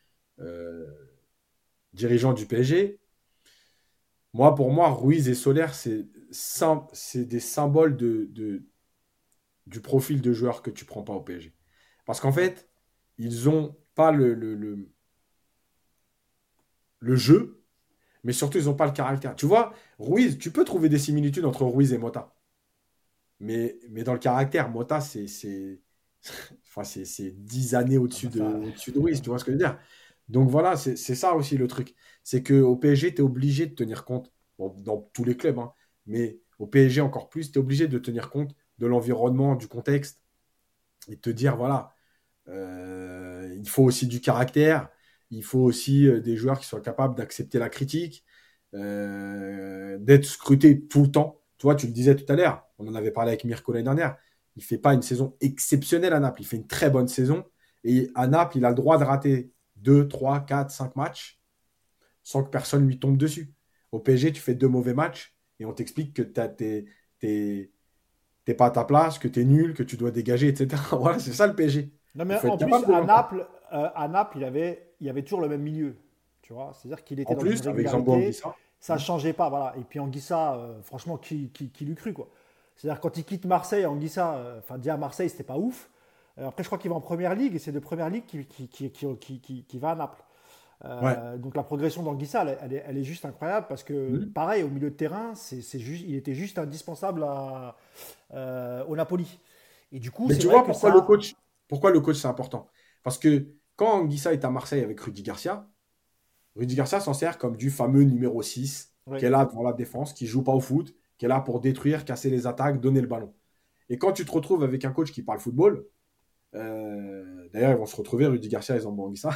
dirigeant du PSG, pour moi, Ruiz et Soler, c'est des symboles du profil de joueur que tu prends pas au PSG. Parce qu'en fait, ils ont pas le jeu, mais surtout, ils n'ont pas le caractère. Tu vois, Ruiz, tu peux trouver des similitudes entre Ruiz et Mota. mais dans le caractère, Mota, enfin, c'est 10 années Ah au-dessus bah ça, au-dessus de Ruiz, tu vois ce que je veux dire? Donc voilà, c'est ça aussi le truc. C'est qu'au PSG, tu es obligé de tenir compte, bon, dans tous les clubs, hein, mais au PSG encore plus, tu es obligé de tenir compte de l'environnement, du contexte, et de te dire, voilà, il faut aussi du caractère, il faut aussi des joueurs qui soient capables d'accepter la critique, d'être scrutés tout le temps. Tu vois, tu le disais tout à l'heure, on en avait parlé avec Mirko l'année dernière, il ne fait pas une saison exceptionnelle à Naples, il fait une très bonne saison, et à Naples, il a le droit de rater 2, 3, 4, 5 matchs sans que personne lui tombe dessus. Au PSG, tu fais 2 mauvais matchs, et on t'explique que t'es pas à ta place, que tu es nul, que tu dois dégager, etc. Voilà, c'est ça le PSG. non, Il mais faut en être plus, capable de l'entendre. À Naples, il y avait toujours le même milieu. Tu vois, c'est-à-dire qu'il était En dans une plus, avec Zambo régularité, Anguissa, ça ne changeait pas. Voilà. Et puis Anguissa, franchement, qui l'eût cru, quoi. C'est-à-dire quand il quitte Marseille, Anguissa, enfin, déjà à Marseille, c'était pas ouf. Après, je crois qu'il va en première ligue et c'est de première ligue qui va à Naples. ouais. Donc la progression d'Anguissa, elle est juste incroyable parce que, Mhm. pareil, au milieu de terrain, il était juste indispensable au Napoli. Et du coup, Mais c'est tu vrai vois que ça. pourquoi le coach c'est important? Parce que quand Anguissa est à Marseille avec Rudy Garcia s'en sert comme du fameux numéro 6 qui Oui. est là devant la défense, qui joue pas au foot, qui est là pour détruire, casser les attaques, donner le ballon. Et quand tu te retrouves avec un coach qui parle football, d'ailleurs ils vont se retrouver, Rudy Garcia et Zambo Anguissa,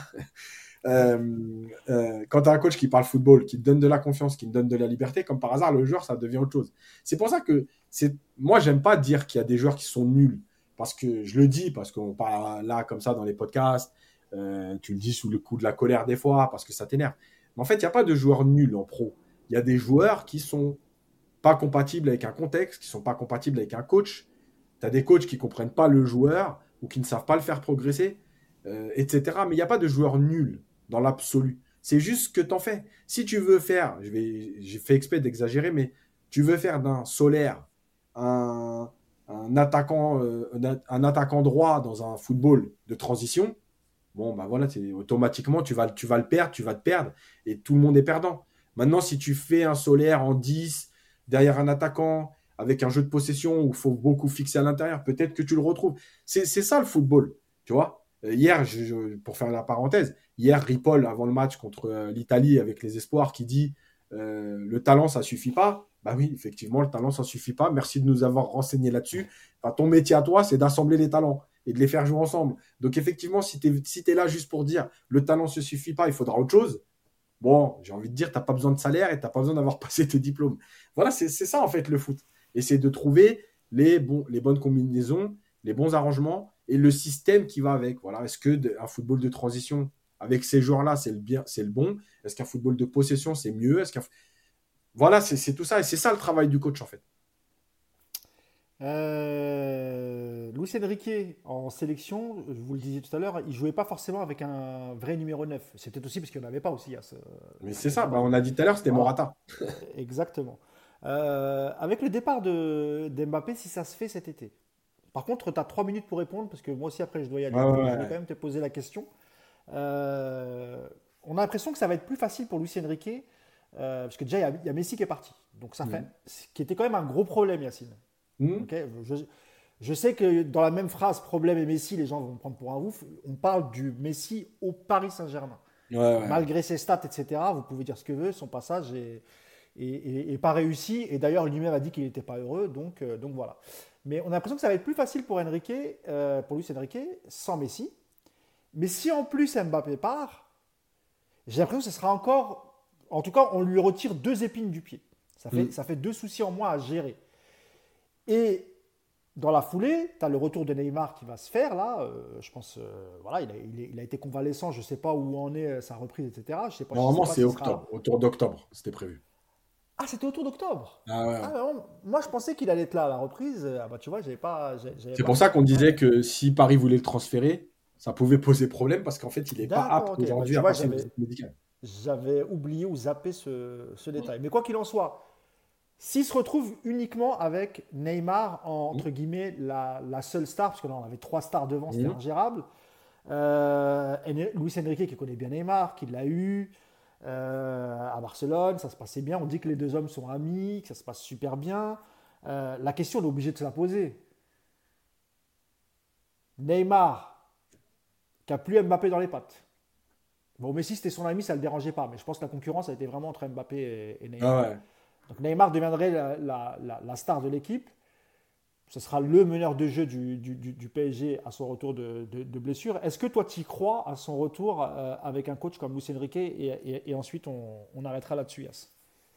quand tu as un coach qui parle football, qui te donne de la confiance, qui te donne de la liberté, comme par hasard, le joueur, ça devient autre chose. C'est pour ça que moi, j'aime pas dire qu'il y a des joueurs qui sont nuls. Parce que je le dis, parce qu'on parle là comme ça dans les podcasts, tu le dis sous le coup de la colère des fois, parce que ça t'énerve. Mais en fait, il n'y a pas de joueurs nuls en pro. Il y a des joueurs qui sont pas compatibles avec un contexte, qui sont pas compatibles avec un coach. Tu as des coachs qui comprennent pas le joueur ou qui ne savent pas le faire progresser, etc. Mais il n'y a pas de joueur nul dans l'absolu. C'est juste ce que tu en fais. Si tu veux faire, j'ai fait exprès d'exagérer, mais tu veux faire d'un Solaire un, un attaquant droit dans un football de transition, bon, bah voilà, automatiquement, tu vas le perdre, tu vas te perdre, et tout le monde est perdant. Maintenant, si tu fais un Solaire en 10 derrière un attaquant, avec un jeu de possession où il faut beaucoup fixer à l'intérieur, peut-être que tu le retrouves. C'est ça le football, tu vois. Hier, pour faire la parenthèse, hier, Ripoll, avant le match contre l'Italie avec les espoirs, qui dit le talent, ça suffit pas. Bah oui, effectivement, le talent, ça suffit pas. Merci de nous avoir renseigné là-dessus. Enfin, ton métier à toi, c'est d'assembler les talents et de les faire jouer ensemble. Donc effectivement, si tu es là juste pour dire le talent ne se suffit pas, il faudra autre chose, bon, j'ai envie de dire, tu n'as pas besoin de salaire et tu n'as pas besoin d'avoir passé tes diplômes. Voilà, c'est ça en fait le foot. Et c'est de trouver les bonnes combinaisons, les bons arrangements et le système qui va avec. Voilà, est-ce qu'un football de transition avec ces joueurs-là, c'est le bon? Est-ce qu'un football de possession, c'est mieux? Voilà, c'est tout ça. Et c'est ça le travail du coach en fait. Luis Enrique en sélection, je vous le disais tout à l'heure, il jouait pas forcément avec un vrai numéro 9. C'est peut-être aussi parce qu'il n'y en avait pas aussi Mais à c'est ce ça, bah, moment-là. on a dit tout à l'heure, c'était Voilà, Morata. exactement. Avec le départ d'Mbappé, si ça se fait cet été. Par contre, tu as 3 minutes pour répondre parce que moi aussi après je dois y aller, Ouais, ouais, mais je voulais quand ouais. même te poser la question. On a l'impression que ça va être plus facile pour Luis Enrique parce que déjà il y a Messi qui est parti. Donc ça fait, Mhm. ce qui était quand même un gros problème, Yacine. Mhm. Ok, je sais que dans la même phrase, problème et Messi, les gens vont me prendre pour un ouf. On parle du Messi au Paris Saint-Germain. Ouais, ouais, ouais. Malgré ses stats, etc., vous pouvez dire ce que vous voulez, son passage est pas réussi. Et d'ailleurs, lui-même a dit qu'il n'était pas heureux. Donc voilà. Mais on a l'impression que ça va être plus facile pour Enrique, pour Luis Enrique, sans Messi. Mais si en plus Mbappé part, j'ai l'impression que ce sera encore. En tout cas, on lui retire 2 épines du pied. Mhm. Ça fait 2 soucis en moins à gérer. Et dans la foulée, tu as le retour de Neymar qui va se faire là. Je pense, voilà, il a été convalescent. Je ne sais pas où en est sa reprise, etc. Je sais Normalement, pas c'est s'il sera. octobre, autour d'octobre, c'était prévu. Ah, c'était autour d'octobre. Ah ouais, Ah ouais. non, moi je pensais qu'il allait être là à la reprise. Ah bah tu vois, j'avais C'est pas pour ça qu'on compris. disait Ouais. que si Paris voulait le transférer, ça pouvait poser problème parce qu'en fait, il n'est pas D'accord, apte ok. Bah aujourd'hui tu à vois, passer une visite médicale. j'avais oublié ou zappé ce détail. Mais quoi qu'il en soit, s'il se retrouve uniquement avec Neymar entre guillemets la seule star, parce que là on avait 3 stars devant, c'était Mhm. ingérable. Luis Enrique qui connaît bien Neymar, qui l'a eu à Barcelone, ça se passait bien. On dit que les deux hommes sont amis, que ça se passe super bien. la question, on est obligé de se la poser. Neymar, qui a plus Mbappé dans les pattes. Bon, Messi, c'était son ami, ça ne le dérangeait pas, mais je pense que la concurrence a été vraiment entre Mbappé et Neymar. Ah ouais. Donc Neymar deviendrait la star de l'équipe. Ce sera le meneur de jeu du PSG à son retour de blessure. Est-ce que toi, tu y crois à son retour avec un coach comme Luis Enrique et ensuite, on arrêtera là-dessus, Yass.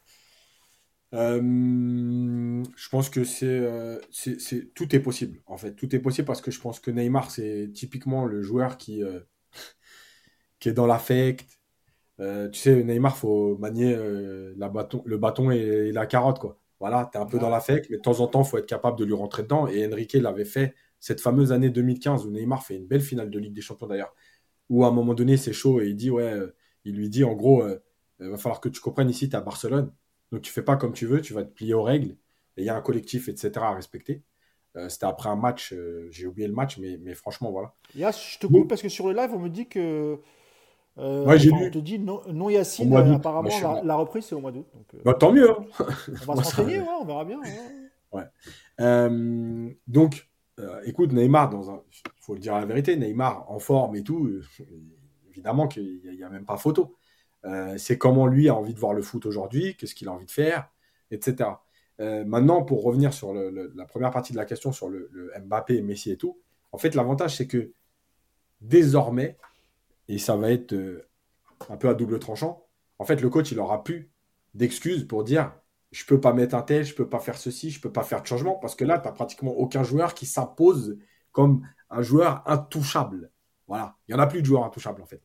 Je pense que tout est possible, en fait. Tout est possible parce que je pense que Neymar, c'est typiquement le joueur qui est dans l'affect. Tu sais, Neymar, faut manier le bâton et la carotte, quoi. Voilà, tu es un peu dans Ouais. l'affect, mais de temps en temps, il faut être capable de lui rentrer dedans. Et Enrique l'avait fait cette fameuse année 2015 où Neymar fait une belle finale de Ligue des Champions, d'ailleurs, où à un moment donné, c'est chaud et il lui dit en gros, va falloir que tu comprennes ici, tu es à Barcelone, donc tu fais pas comme tu veux, tu vas te plier aux règles, et il y a un collectif, etc. à respecter. C'était après un match, j'ai oublié le match, mais franchement, voilà. Yass, je te coupe Donc, parce que sur le live, on me dit que. moi, j'ai Enfin, on lu te dit non, non au Yacine, mois d'août. Moi, je apparemment, suis la reprise, c'est au mois d'août. Donc, bah, tant mieux, hein. on va se Moi, ça, renseigner, ouais, on verra bien. Ouais. ouais. Donc, écoute, Neymar, il faut le dire la vérité, Neymar en forme et tout, évidemment qu'il n'y a même pas photo. C'est comment lui a envie de voir le foot aujourd'hui, qu'est-ce qu'il a envie de faire, etc. Maintenant, pour revenir sur la première partie de la question sur le Mbappé, Messi et tout, en fait, l'avantage, c'est que désormais, et ça va être un peu à double tranchant, en fait, le coach, il aura plus d'excuses pour dire je peux pas mettre un tel, je peux pas faire ceci, je peux pas faire de changement, parce que là, tu n'as pratiquement aucun joueur qui s'impose comme un joueur intouchable. Voilà, il n'y en a plus de joueurs intouchables, en fait.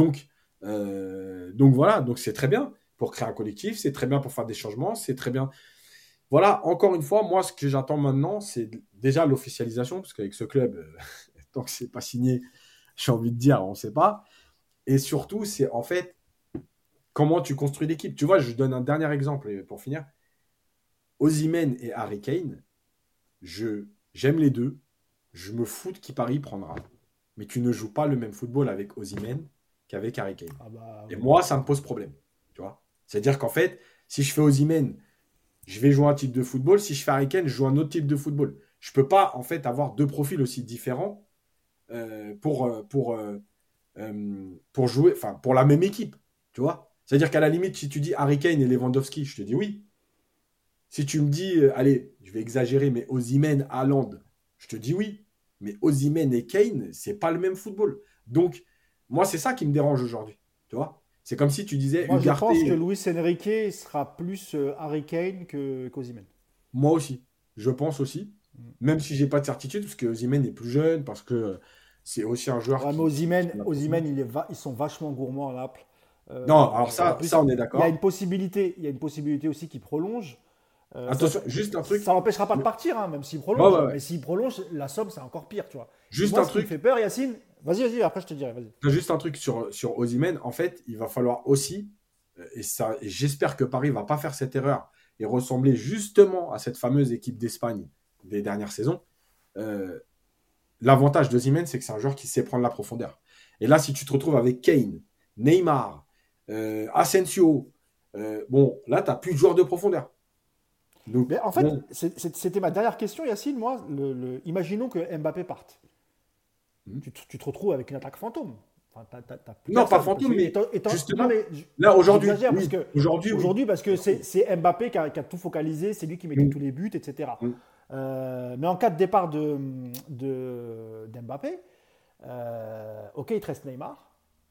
Donc voilà, donc c'est très bien pour créer un collectif, c'est très bien pour faire des changements, c'est très bien. Voilà, encore une fois, moi, ce que j'attends maintenant, c'est déjà l'officialisation, parce qu'avec ce club, tant que c'est pas signé, j'ai envie de dire, on ne sait pas. Et surtout, c'est en fait comment tu construis l'équipe. Tu vois, je donne un dernier exemple pour finir. Osimhen et Harry Kane, j'aime les deux. Je me fous de qui Paris prendra. Mais tu ne joues pas le même football avec Osimhen qu'avec Harry Kane. Ah bah Et oui. moi, ça me pose problème. Tu vois. C'est-à-dire qu'en fait, si je fais Osimhen, je vais jouer un type de football. Si je fais Harry Kane, je joue un autre type de football. Je ne peux pas en fait avoir deux profils aussi différents pour jouer, enfin pour la même équipe. Tu vois. C'est-à-dire qu'à la limite, si tu dis Harry Kane et Lewandowski, je te dis oui. Si tu me dis, allez, je vais exagérer, mais Osimhen, Haaland, je te dis oui. Mais Osimhen et Kane, c'est pas le même football. Donc, moi, c'est ça qui me dérange aujourd'hui. Tu vois. C'est comme si tu disais Moi, je pense que Ugarte. Luis Enrique sera plus Harry Kane qu'Osimhen. Moi aussi. Je pense aussi. Même si j'ai pas de certitude, parce que Osimhen est plus jeune, parce que c'est aussi un joueur Ouais, mais qui a la Osimhen profondeur. ils sont vachement gourmands à Naples. Non, alors Et en ça, plus, on est d'accord. il y a une possibilité aussi qu'il prolonge. Attention, juste un truc. Ça l'empêchera pas de partir, hein, même s'il Ouais, prolonge. ouais, ouais. Mais s'il prolonge, la somme, c'est encore pire, tu vois. Et Juste moi, un ce qui me truc. fait peur, Yacine, vas-y, après je te dirai, vas-y. Juste un truc sur Osimhen. En fait, il va falloir aussi, et j'espère que Paris va pas faire cette erreur et ressembler justement à cette fameuse équipe d'Espagne des dernières saisons. Euh, L'avantage d'Osimhen, c'est que c'est un joueur qui sait prendre la profondeur. Et là, si tu te retrouves avec Kane, Neymar, Asensio, bon, là, tu n'as plus de joueurs de profondeur. Donc, Mais en fait, bon. c'était ma dernière question, Yacine. Moi, imaginons que Mbappé parte. Hmm. Tu te retrouves avec une attaque fantôme. Enfin, t'as plus Non, pas personne. Parce fantôme, que, mais non, justement, mais là, aujourd'hui, j'exagère parce oui. que Aujourd'hui, oui. aujourd'hui, parce que c'est Mbappé qui a tout focalisé, c'est lui qui mettait Hmm. tous les buts, etc. Hmm. Mais en cas de départ d'Mbappé, ok, il te reste Neymar.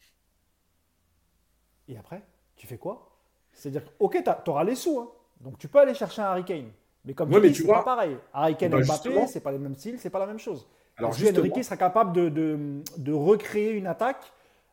Et après, tu fais quoi? C'est-à-dire que, ok, tu auras les sous, hein. Donc tu peux aller chercher un Harry Kane. Mais comme Ouais, tu mais dis, tu c'est pas vois, pareil. Harry eh Kane ben et Mbappé, justement, c'est pas le même style, c'est pas la même chose. alors Est-ce que Enrique justement, sera capable de recréer une attaque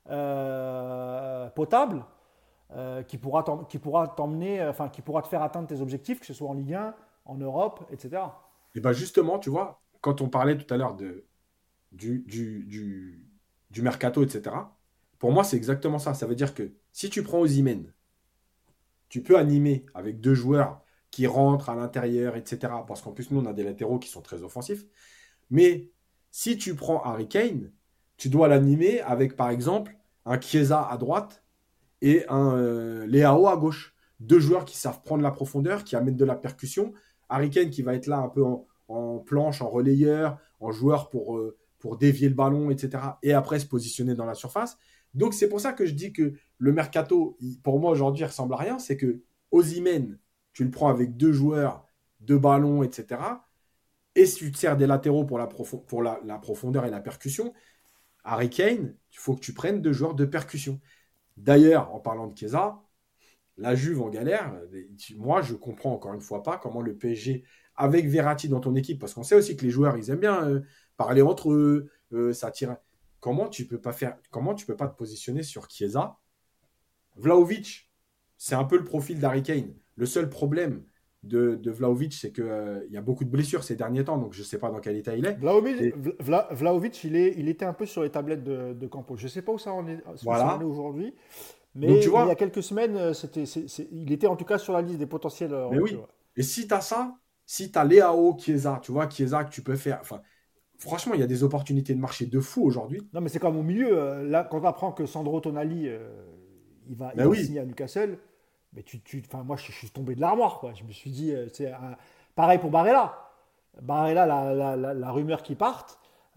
potable qui pourra t'emmener, enfin qui pourra te faire atteindre tes objectifs, que ce soit en Ligue 1, en Europe, etc. et ben justement, tu vois, quand on parlait tout à l'heure du, du, du, du mercato, etc., pour moi, c'est exactement ça. Ça veut dire que si tu prends Osimhen, tu peux animer avec deux joueurs qui rentrent à l'intérieur, etc. Parce qu'en plus, nous, on a des latéraux qui sont très offensifs. Mais si tu prends Harry Kane, tu dois l'animer avec, par exemple, un Chiesa à droite et un Leao à gauche. Deux joueurs qui savent prendre la profondeur, qui amènent de la percussion. Harry Kane qui va être là un peu en planche, en relayeur, en joueur pour dévier le ballon, etc. Et après se positionner dans la surface. Donc c'est pour ça que je dis que le mercato, pour moi aujourd'hui, il ressemble à rien. C'est que Osimhen, tu le prends avec 2 joueurs, 2 ballons, etc. Et si tu te sers des latéraux pour la profondeur et la percussion, Harry Kane, il faut que tu prennes 2 joueurs de percussion. D'ailleurs, en parlant de Chiesa, la Juve en galère, moi je comprends encore une fois pas comment le PSG, avec Verratti dans ton équipe, parce qu'on sait aussi que les joueurs ils aiment bien parler entre eux, ça tire. Comment tu peux pas te positionner sur Chiesa? Vlahovic, c'est un peu le profil d'Harry Kane. Le seul problème de Vlahovic, c'est qu'il y a beaucoup de blessures ces derniers temps, donc je ne sais pas dans quel état il est. Et Vlahovic, il était un peu sur les tablettes de Campos. Je ne sais pas où ça en est, voilà. aujourd'hui, Donc tu mais il y a vois, quelques semaines, il était en tout cas sur la liste des potentiels mais recrues. oui. Ouais. Et si tu as ça, si tu as Léao, Chiesa, tu vois, Chiesa que tu peux faire. Enfin, franchement, il y a des opportunités de marché de fou aujourd'hui. Non, mais c'est comme au milieu. Là, quand on apprend que Sandro Tonali, il Mais va oui, signer à Newcastle, mais moi, je suis tombé de l'armoire, quoi. Je me suis dit, pareil pour Barella. Barella, la rumeur qui parte,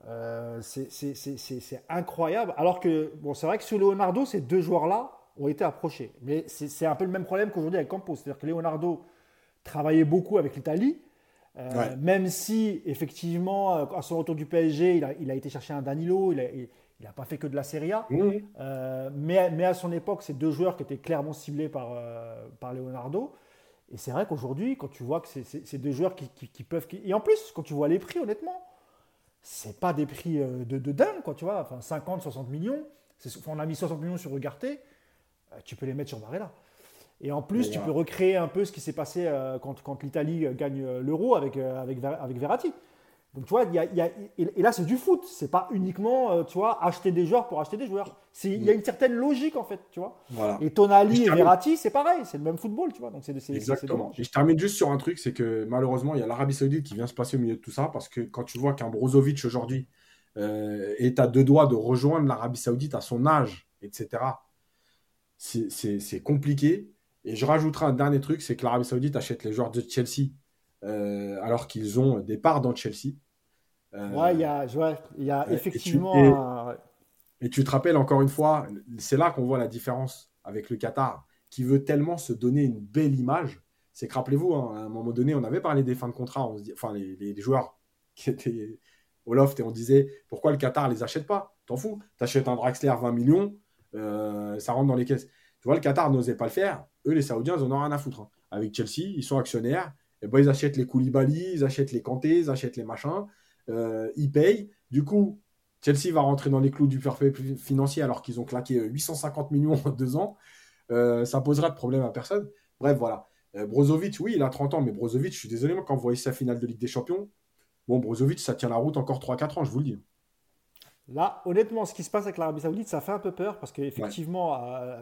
c'est incroyable. Alors que, bon, c'est vrai que sur Leonardo, ces 2 joueurs-là ont été approchés. Mais c'est un peu le même problème qu'aujourd'hui avec Campos. C'est-à-dire que Leonardo travaillait beaucoup avec l'Italie. ouais. Même si, effectivement, à son retour du PSG, il a été chercher un Danilo, il n'a pas fait que de la Serie A. Mmh. Mais à son époque, c'est 2 joueurs qui étaient clairement ciblés par Leonardo. Et c'est vrai qu'aujourd'hui, quand tu vois que c'est 2 joueurs qui peuvent. Et en plus, quand tu vois les prix, honnêtement, c'est pas des prix de dingue, quoi, tu vois. Enfin, 50, 60 millions. On a mis 60 millions sur Ugarte, tu peux les mettre sur Barella. Et en Mais plus, tu peux voilà. recréer un peu ce qui s'est passé quand l'Italie gagne l'Euro avec Verratti. Donc, tu vois, et là, c'est du foot. C'est pas uniquement, tu vois, acheter des joueurs pour acheter des joueurs. Il y a Mmh. une certaine logique, en fait, tu vois. Voilà. Et Et je Tonali et termine. Verratti, c'est pareil. C'est le même football, tu vois. Donc, c'est Exactement. Et dommage. je termine juste sur un truc, c'est que malheureusement, il y a l'Arabie Saoudite qui vient se passer au milieu de tout ça, parce que quand tu vois qu'un Brozovic aujourd'hui est à 2 doigts de rejoindre l'Arabie Saoudite à son âge, etc., c'est compliqué. Et je rajouterai un dernier truc, c'est que l'Arabie Saoudite achète les joueurs de Chelsea alors qu'ils ont des parts dans Chelsea. Ouais, Euh, il y a et, effectivement ouais. et tu te rappelles encore une fois, c'est là qu'on voit la différence avec le Qatar, qui veut tellement se donner une belle image. C'est que rappelez-vous, hein, à un moment donné, on avait parlé des fins de contrat, on se dit, enfin les joueurs qui étaient au loft, et on disait pourquoi le Qatar les achète pas? T'en fous, t'achètes un Draxler 20 millions, ça rentre dans les caisses. Tu vois, le Qatar n'osait pas le faire. Eux, les Saoudiens, ils en ont rien à foutre, hein. Avec Chelsea, ils sont actionnaires. Et ben, ils achètent les Koulibaly, ils achètent les Kanté, ils achètent les machins. Ils payent. Du coup, Chelsea va rentrer dans les clous du fair play financier alors qu'ils ont claqué 850 millions en 2 ans. Ça posera de problème à personne. Bref, voilà. Brozovic, oui, il a 30 ans, mais Brozovic, je suis désolé, moi, quand vous voyez sa finale de Ligue des Champions, bon, Brozovic, ça tient la route encore 3-4 ans, je vous le dis. Là, honnêtement, ce qui se passe avec l'Arabie Saoudite, ça fait un peu peur parce Ouais. qu'effectivement,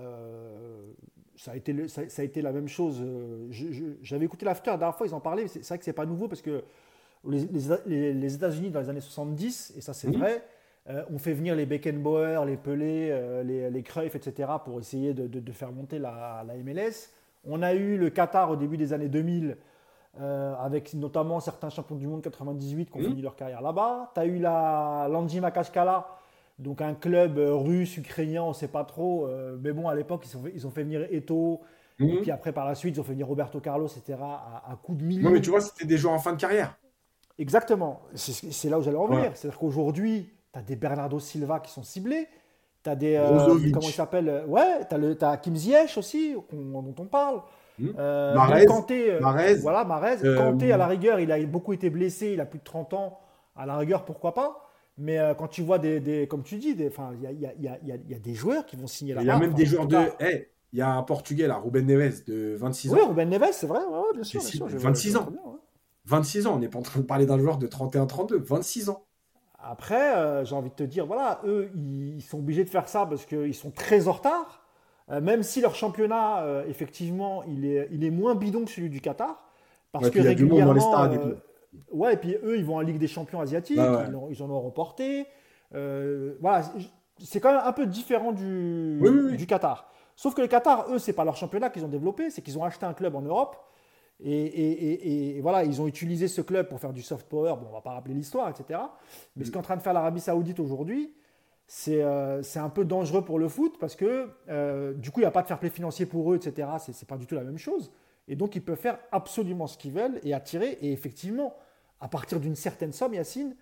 ça a été la même chose. J'avais écouté l'after la dernière fois, ils en parlaient. C'est vrai que c'est pas nouveau parce que les États-Unis, dans les années 70, et ça c'est Mmh. vrai, ont fait venir les Beckenbauer, les Pelé, les Cruyff, etc., pour essayer de faire monter la MLS. On a eu le Qatar au début des années 2000, avec notamment certains champions du monde 98 qui ont Mmh. fini leur carrière là-bas. Tu as eu l'Anji Makachkala, donc un club russe, ukrainien, on ne sait pas trop. Mais bon, à l'époque, ils ont fait venir Eto'o. Et puis Mmh. après, par la suite, ils ont fait venir Roberto Carlos, etc., à coups de Non, mais millions. tu vois, c'était des joueurs en fin de carrière. Exactement. C'est là où j'allais en venir. Voilà. C'est-à-dire qu'aujourd'hui, tu as des Bernardo Silva qui sont ciblés. Tu as des. Comment il Brozovic, s'appelle Ouais, t'as Kim Ziyech aussi, dont on parle. mmh. Même Marez, Kanté, Marez, voilà, Marez. Kanté, à euh, la rigueur, il a beaucoup été blessé, il a plus de 30 ans. À la rigueur, pourquoi pas. Mais quand tu vois comme tu dis, il y a des joueurs qui vont signer il y a là-bas. même Enfin, des en joueurs tout de. cas, Hey, il y a un Portugais, là, Ruben Neves, de 26 oui, ans. Ruben Neves, c'est vrai, ouais, ouais, bien C'est sûr, bien sûr, je vois, 26 très ans. bien. Ouais. 26 ans, on n'est pas en train de parler d'un joueur de 31-32, 26 ans. Après, j'ai envie de te dire, voilà, eux, ils sont obligés de faire ça parce qu'ils sont très en retard. Même si leur championnat, effectivement, il est moins bidon que celui du Qatar. Parce Ouais, que puis il y a du monde dans les régulièrement, stades et tout. ouais, et puis eux, ils vont en Ligue des Champions Ouais, asiatiques, ouais. ils en ont remporté. Voilà, c'est quand même un peu différent Oui, oui, oui. du Qatar. Sauf que le Qatar, eux, c'est pas leur championnat qu'ils ont développé, c'est qu'ils ont acheté un club en Europe Et voilà, ils ont utilisé ce club pour faire du soft power. Bon, on va pas rappeler l'histoire, etc. Mais ce qu'est en train de faire l'Arabie Saoudite aujourd'hui, c'est un peu dangereux pour le foot parce que du coup, il n'y a pas de fair play financier pour eux, etc. C'est pas du tout la même chose. Et donc, ils peuvent faire absolument ce qu'ils veulent et attirer. Et effectivement, à partir d'une certaine somme, Yacine,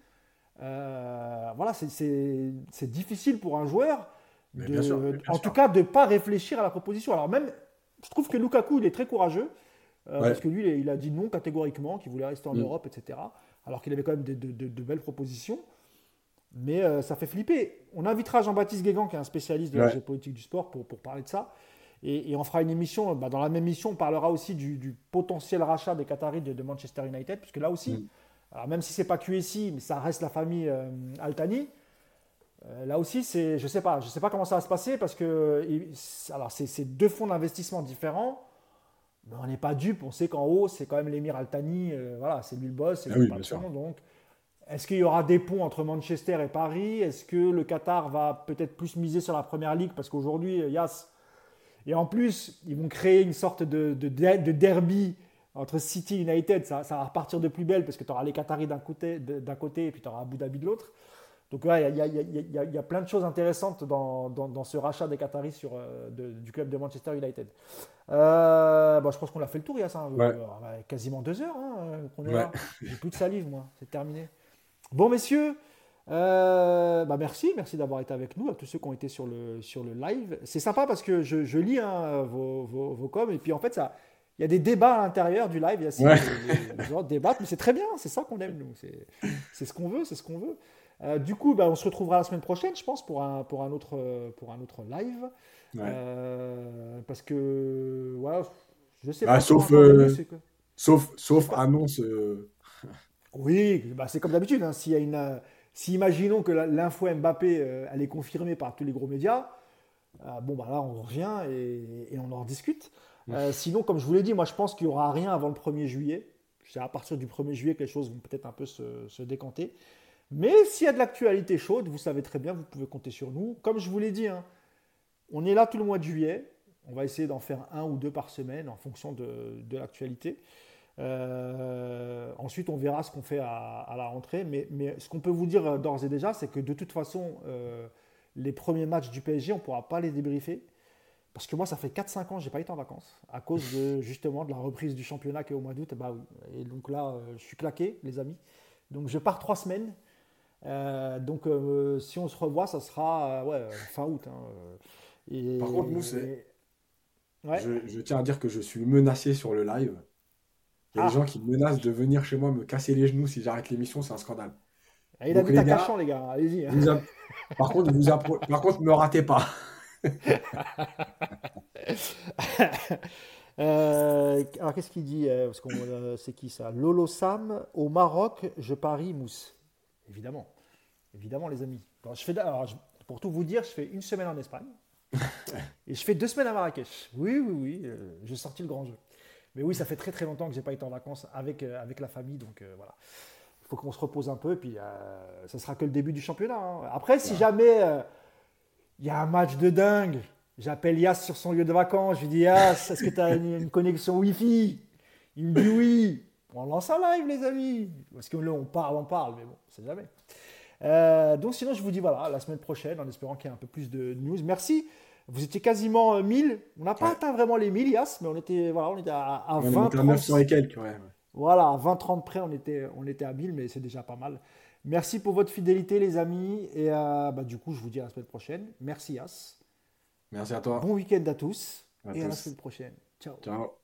voilà, c'est difficile pour un joueur, Bien sûr, bien en sûr. tout cas, de ne pas réfléchir à la proposition. Alors même, je trouve que Lukaku, il est très courageux, parce Ouais. que lui, il a dit non catégoriquement, qu'il voulait rester en Mm. Europe, etc. Alors qu'il avait quand même de belles propositions. Mais ça fait flipper. On invitera Jean-Baptiste Guégan, qui est un spécialiste de la Ouais. géopolitique du sport, pour parler de ça. Et on fera une émission. Dans la même émission, on parlera aussi du potentiel rachat des Qataris de Manchester United, puisque là aussi, Mm. alors même si c'est pas QSI, mais ça reste la famille Al-Thani. Là aussi, je sais pas comment ça va se passer parce que alors c'est deux fonds d'investissement différents, mais on n'est pas dupe. On sait qu'en haut, c'est quand même l'émir Al-Thani. Voilà, c'est lui le boss, c'est Ah lui le oui, bien sûr. patron. Donc, est-ce qu'il y aura des ponts entre Manchester et Paris? Est-ce que le Qatar va peut-être plus miser sur la première ligue parce qu'aujourd'hui, Yas, et en plus, ils vont créer une sorte de derby entre City et United. Ça va repartir de plus belle parce que tu auras les Qataris d'un côté et puis tu auras Abu Dhabi de l'autre. Donc, ouais, il y a plein de choses intéressantes dans ce rachat des Qataris du club de Manchester United. Je pense qu'on a fait le tour, Yas. Ouais. Quasiment 2 heures qu'on est Ouais. là. J'ai plus de salive, moi. C'est terminé. Bon, messieurs, merci d'avoir été avec nous, à tous ceux qui ont été sur le live. C'est sympa parce que je lis vos coms et puis en fait, il y a des débats à l'intérieur du live. Ouais. Les gens débattent, mais c'est très bien, c'est ça qu'on aime, nous. C'est ce qu'on veut, c'est ce qu'on veut. Du coup, on se retrouvera la semaine prochaine, je pense, pour un autre live. Ouais. Parce que, voilà, je sais Ah, pas comment on va sauf, c'est sauf quoi. annonce. Oui, c'est comme d'habitude, hein. Si imaginons que l'info Mbappé elle est confirmée par tous les gros médias, là on revient et on en discute. Sinon, comme je vous l'ai dit, moi je pense qu'il n'y aura rien avant le 1er juillet. C'est à partir du 1er juillet que les choses vont peut-être un peu se décanter. Mais s'il y a de l'actualité chaude, vous savez très bien, vous pouvez compter sur nous. Comme je vous l'ai dit, hein, on est là tout le mois de juillet. On va essayer d'en faire 1 ou 2 par semaine en fonction de l'actualité. Ensuite, on verra ce qu'on fait à la rentrée. Mais ce qu'on peut vous dire d'ores et déjà, c'est que de toute façon, les premiers matchs du PSG, on ne pourra pas les débriefer. Parce que moi, ça fait 4-5 ans que je n'ai pas été en vacances. À cause justement de la reprise du championnat qui est au mois d'août. Et donc là, je suis claqué, les amis. Donc je pars 3 semaines. Si on se revoit, ça sera fin août, hein. Par contre, nous, Ouais. je tiens à dire que je suis menacé sur le live. Il y a des gens Ah, qui me menacent de venir chez moi me casser les genoux si j'arrête l'émission, c'est un scandale. il Donc habite les à gars, Cachan, les gars. Allez-y, hein. vous app- par contre, me ratez pas. Alors, qu'est-ce qu'il dit parce c'est qui ça? Lolo Sam, au Maroc, je parie mousse. Évidemment. Évidemment, les amis. Pour tout vous dire, je fais une semaine en Espagne et je fais 2 semaines à Marrakech. Oui, oui, oui. J'ai sorti le grand jeu. Mais oui, ça fait très très longtemps que j'ai pas été en vacances avec la famille. Donc voilà. Il faut qu'on se repose un peu. Et puis, ça sera que le début du championnat, hein. Après, si Voilà. jamais il y a un match de dingue. J'appelle Yas sur son lieu de vacances. Je lui dis Yas, est-ce que tu as une connexion Wi-Fi? Il me dit oui. On lance un live, les amis. Parce que là, on parle, mais bon, on sait jamais. Donc, sinon, je vous dis voilà, à la semaine prochaine, en espérant qu'il y ait un peu plus de news. Merci. Vous étiez quasiment 1000. On n'a pas Ouais. atteint vraiment les 1000, Yas, mais on était à On est 20, monté à 900 et 30. quelques, ouais. Voilà, à 20-30 près, on était à 1000, mais c'est déjà pas mal. Merci pour votre fidélité, les amis. Et du coup, je vous dis à la semaine prochaine. Merci, Yas. Merci à toi. Bon week-end à tous À et à la semaine tous. prochaine. Ciao. Ciao.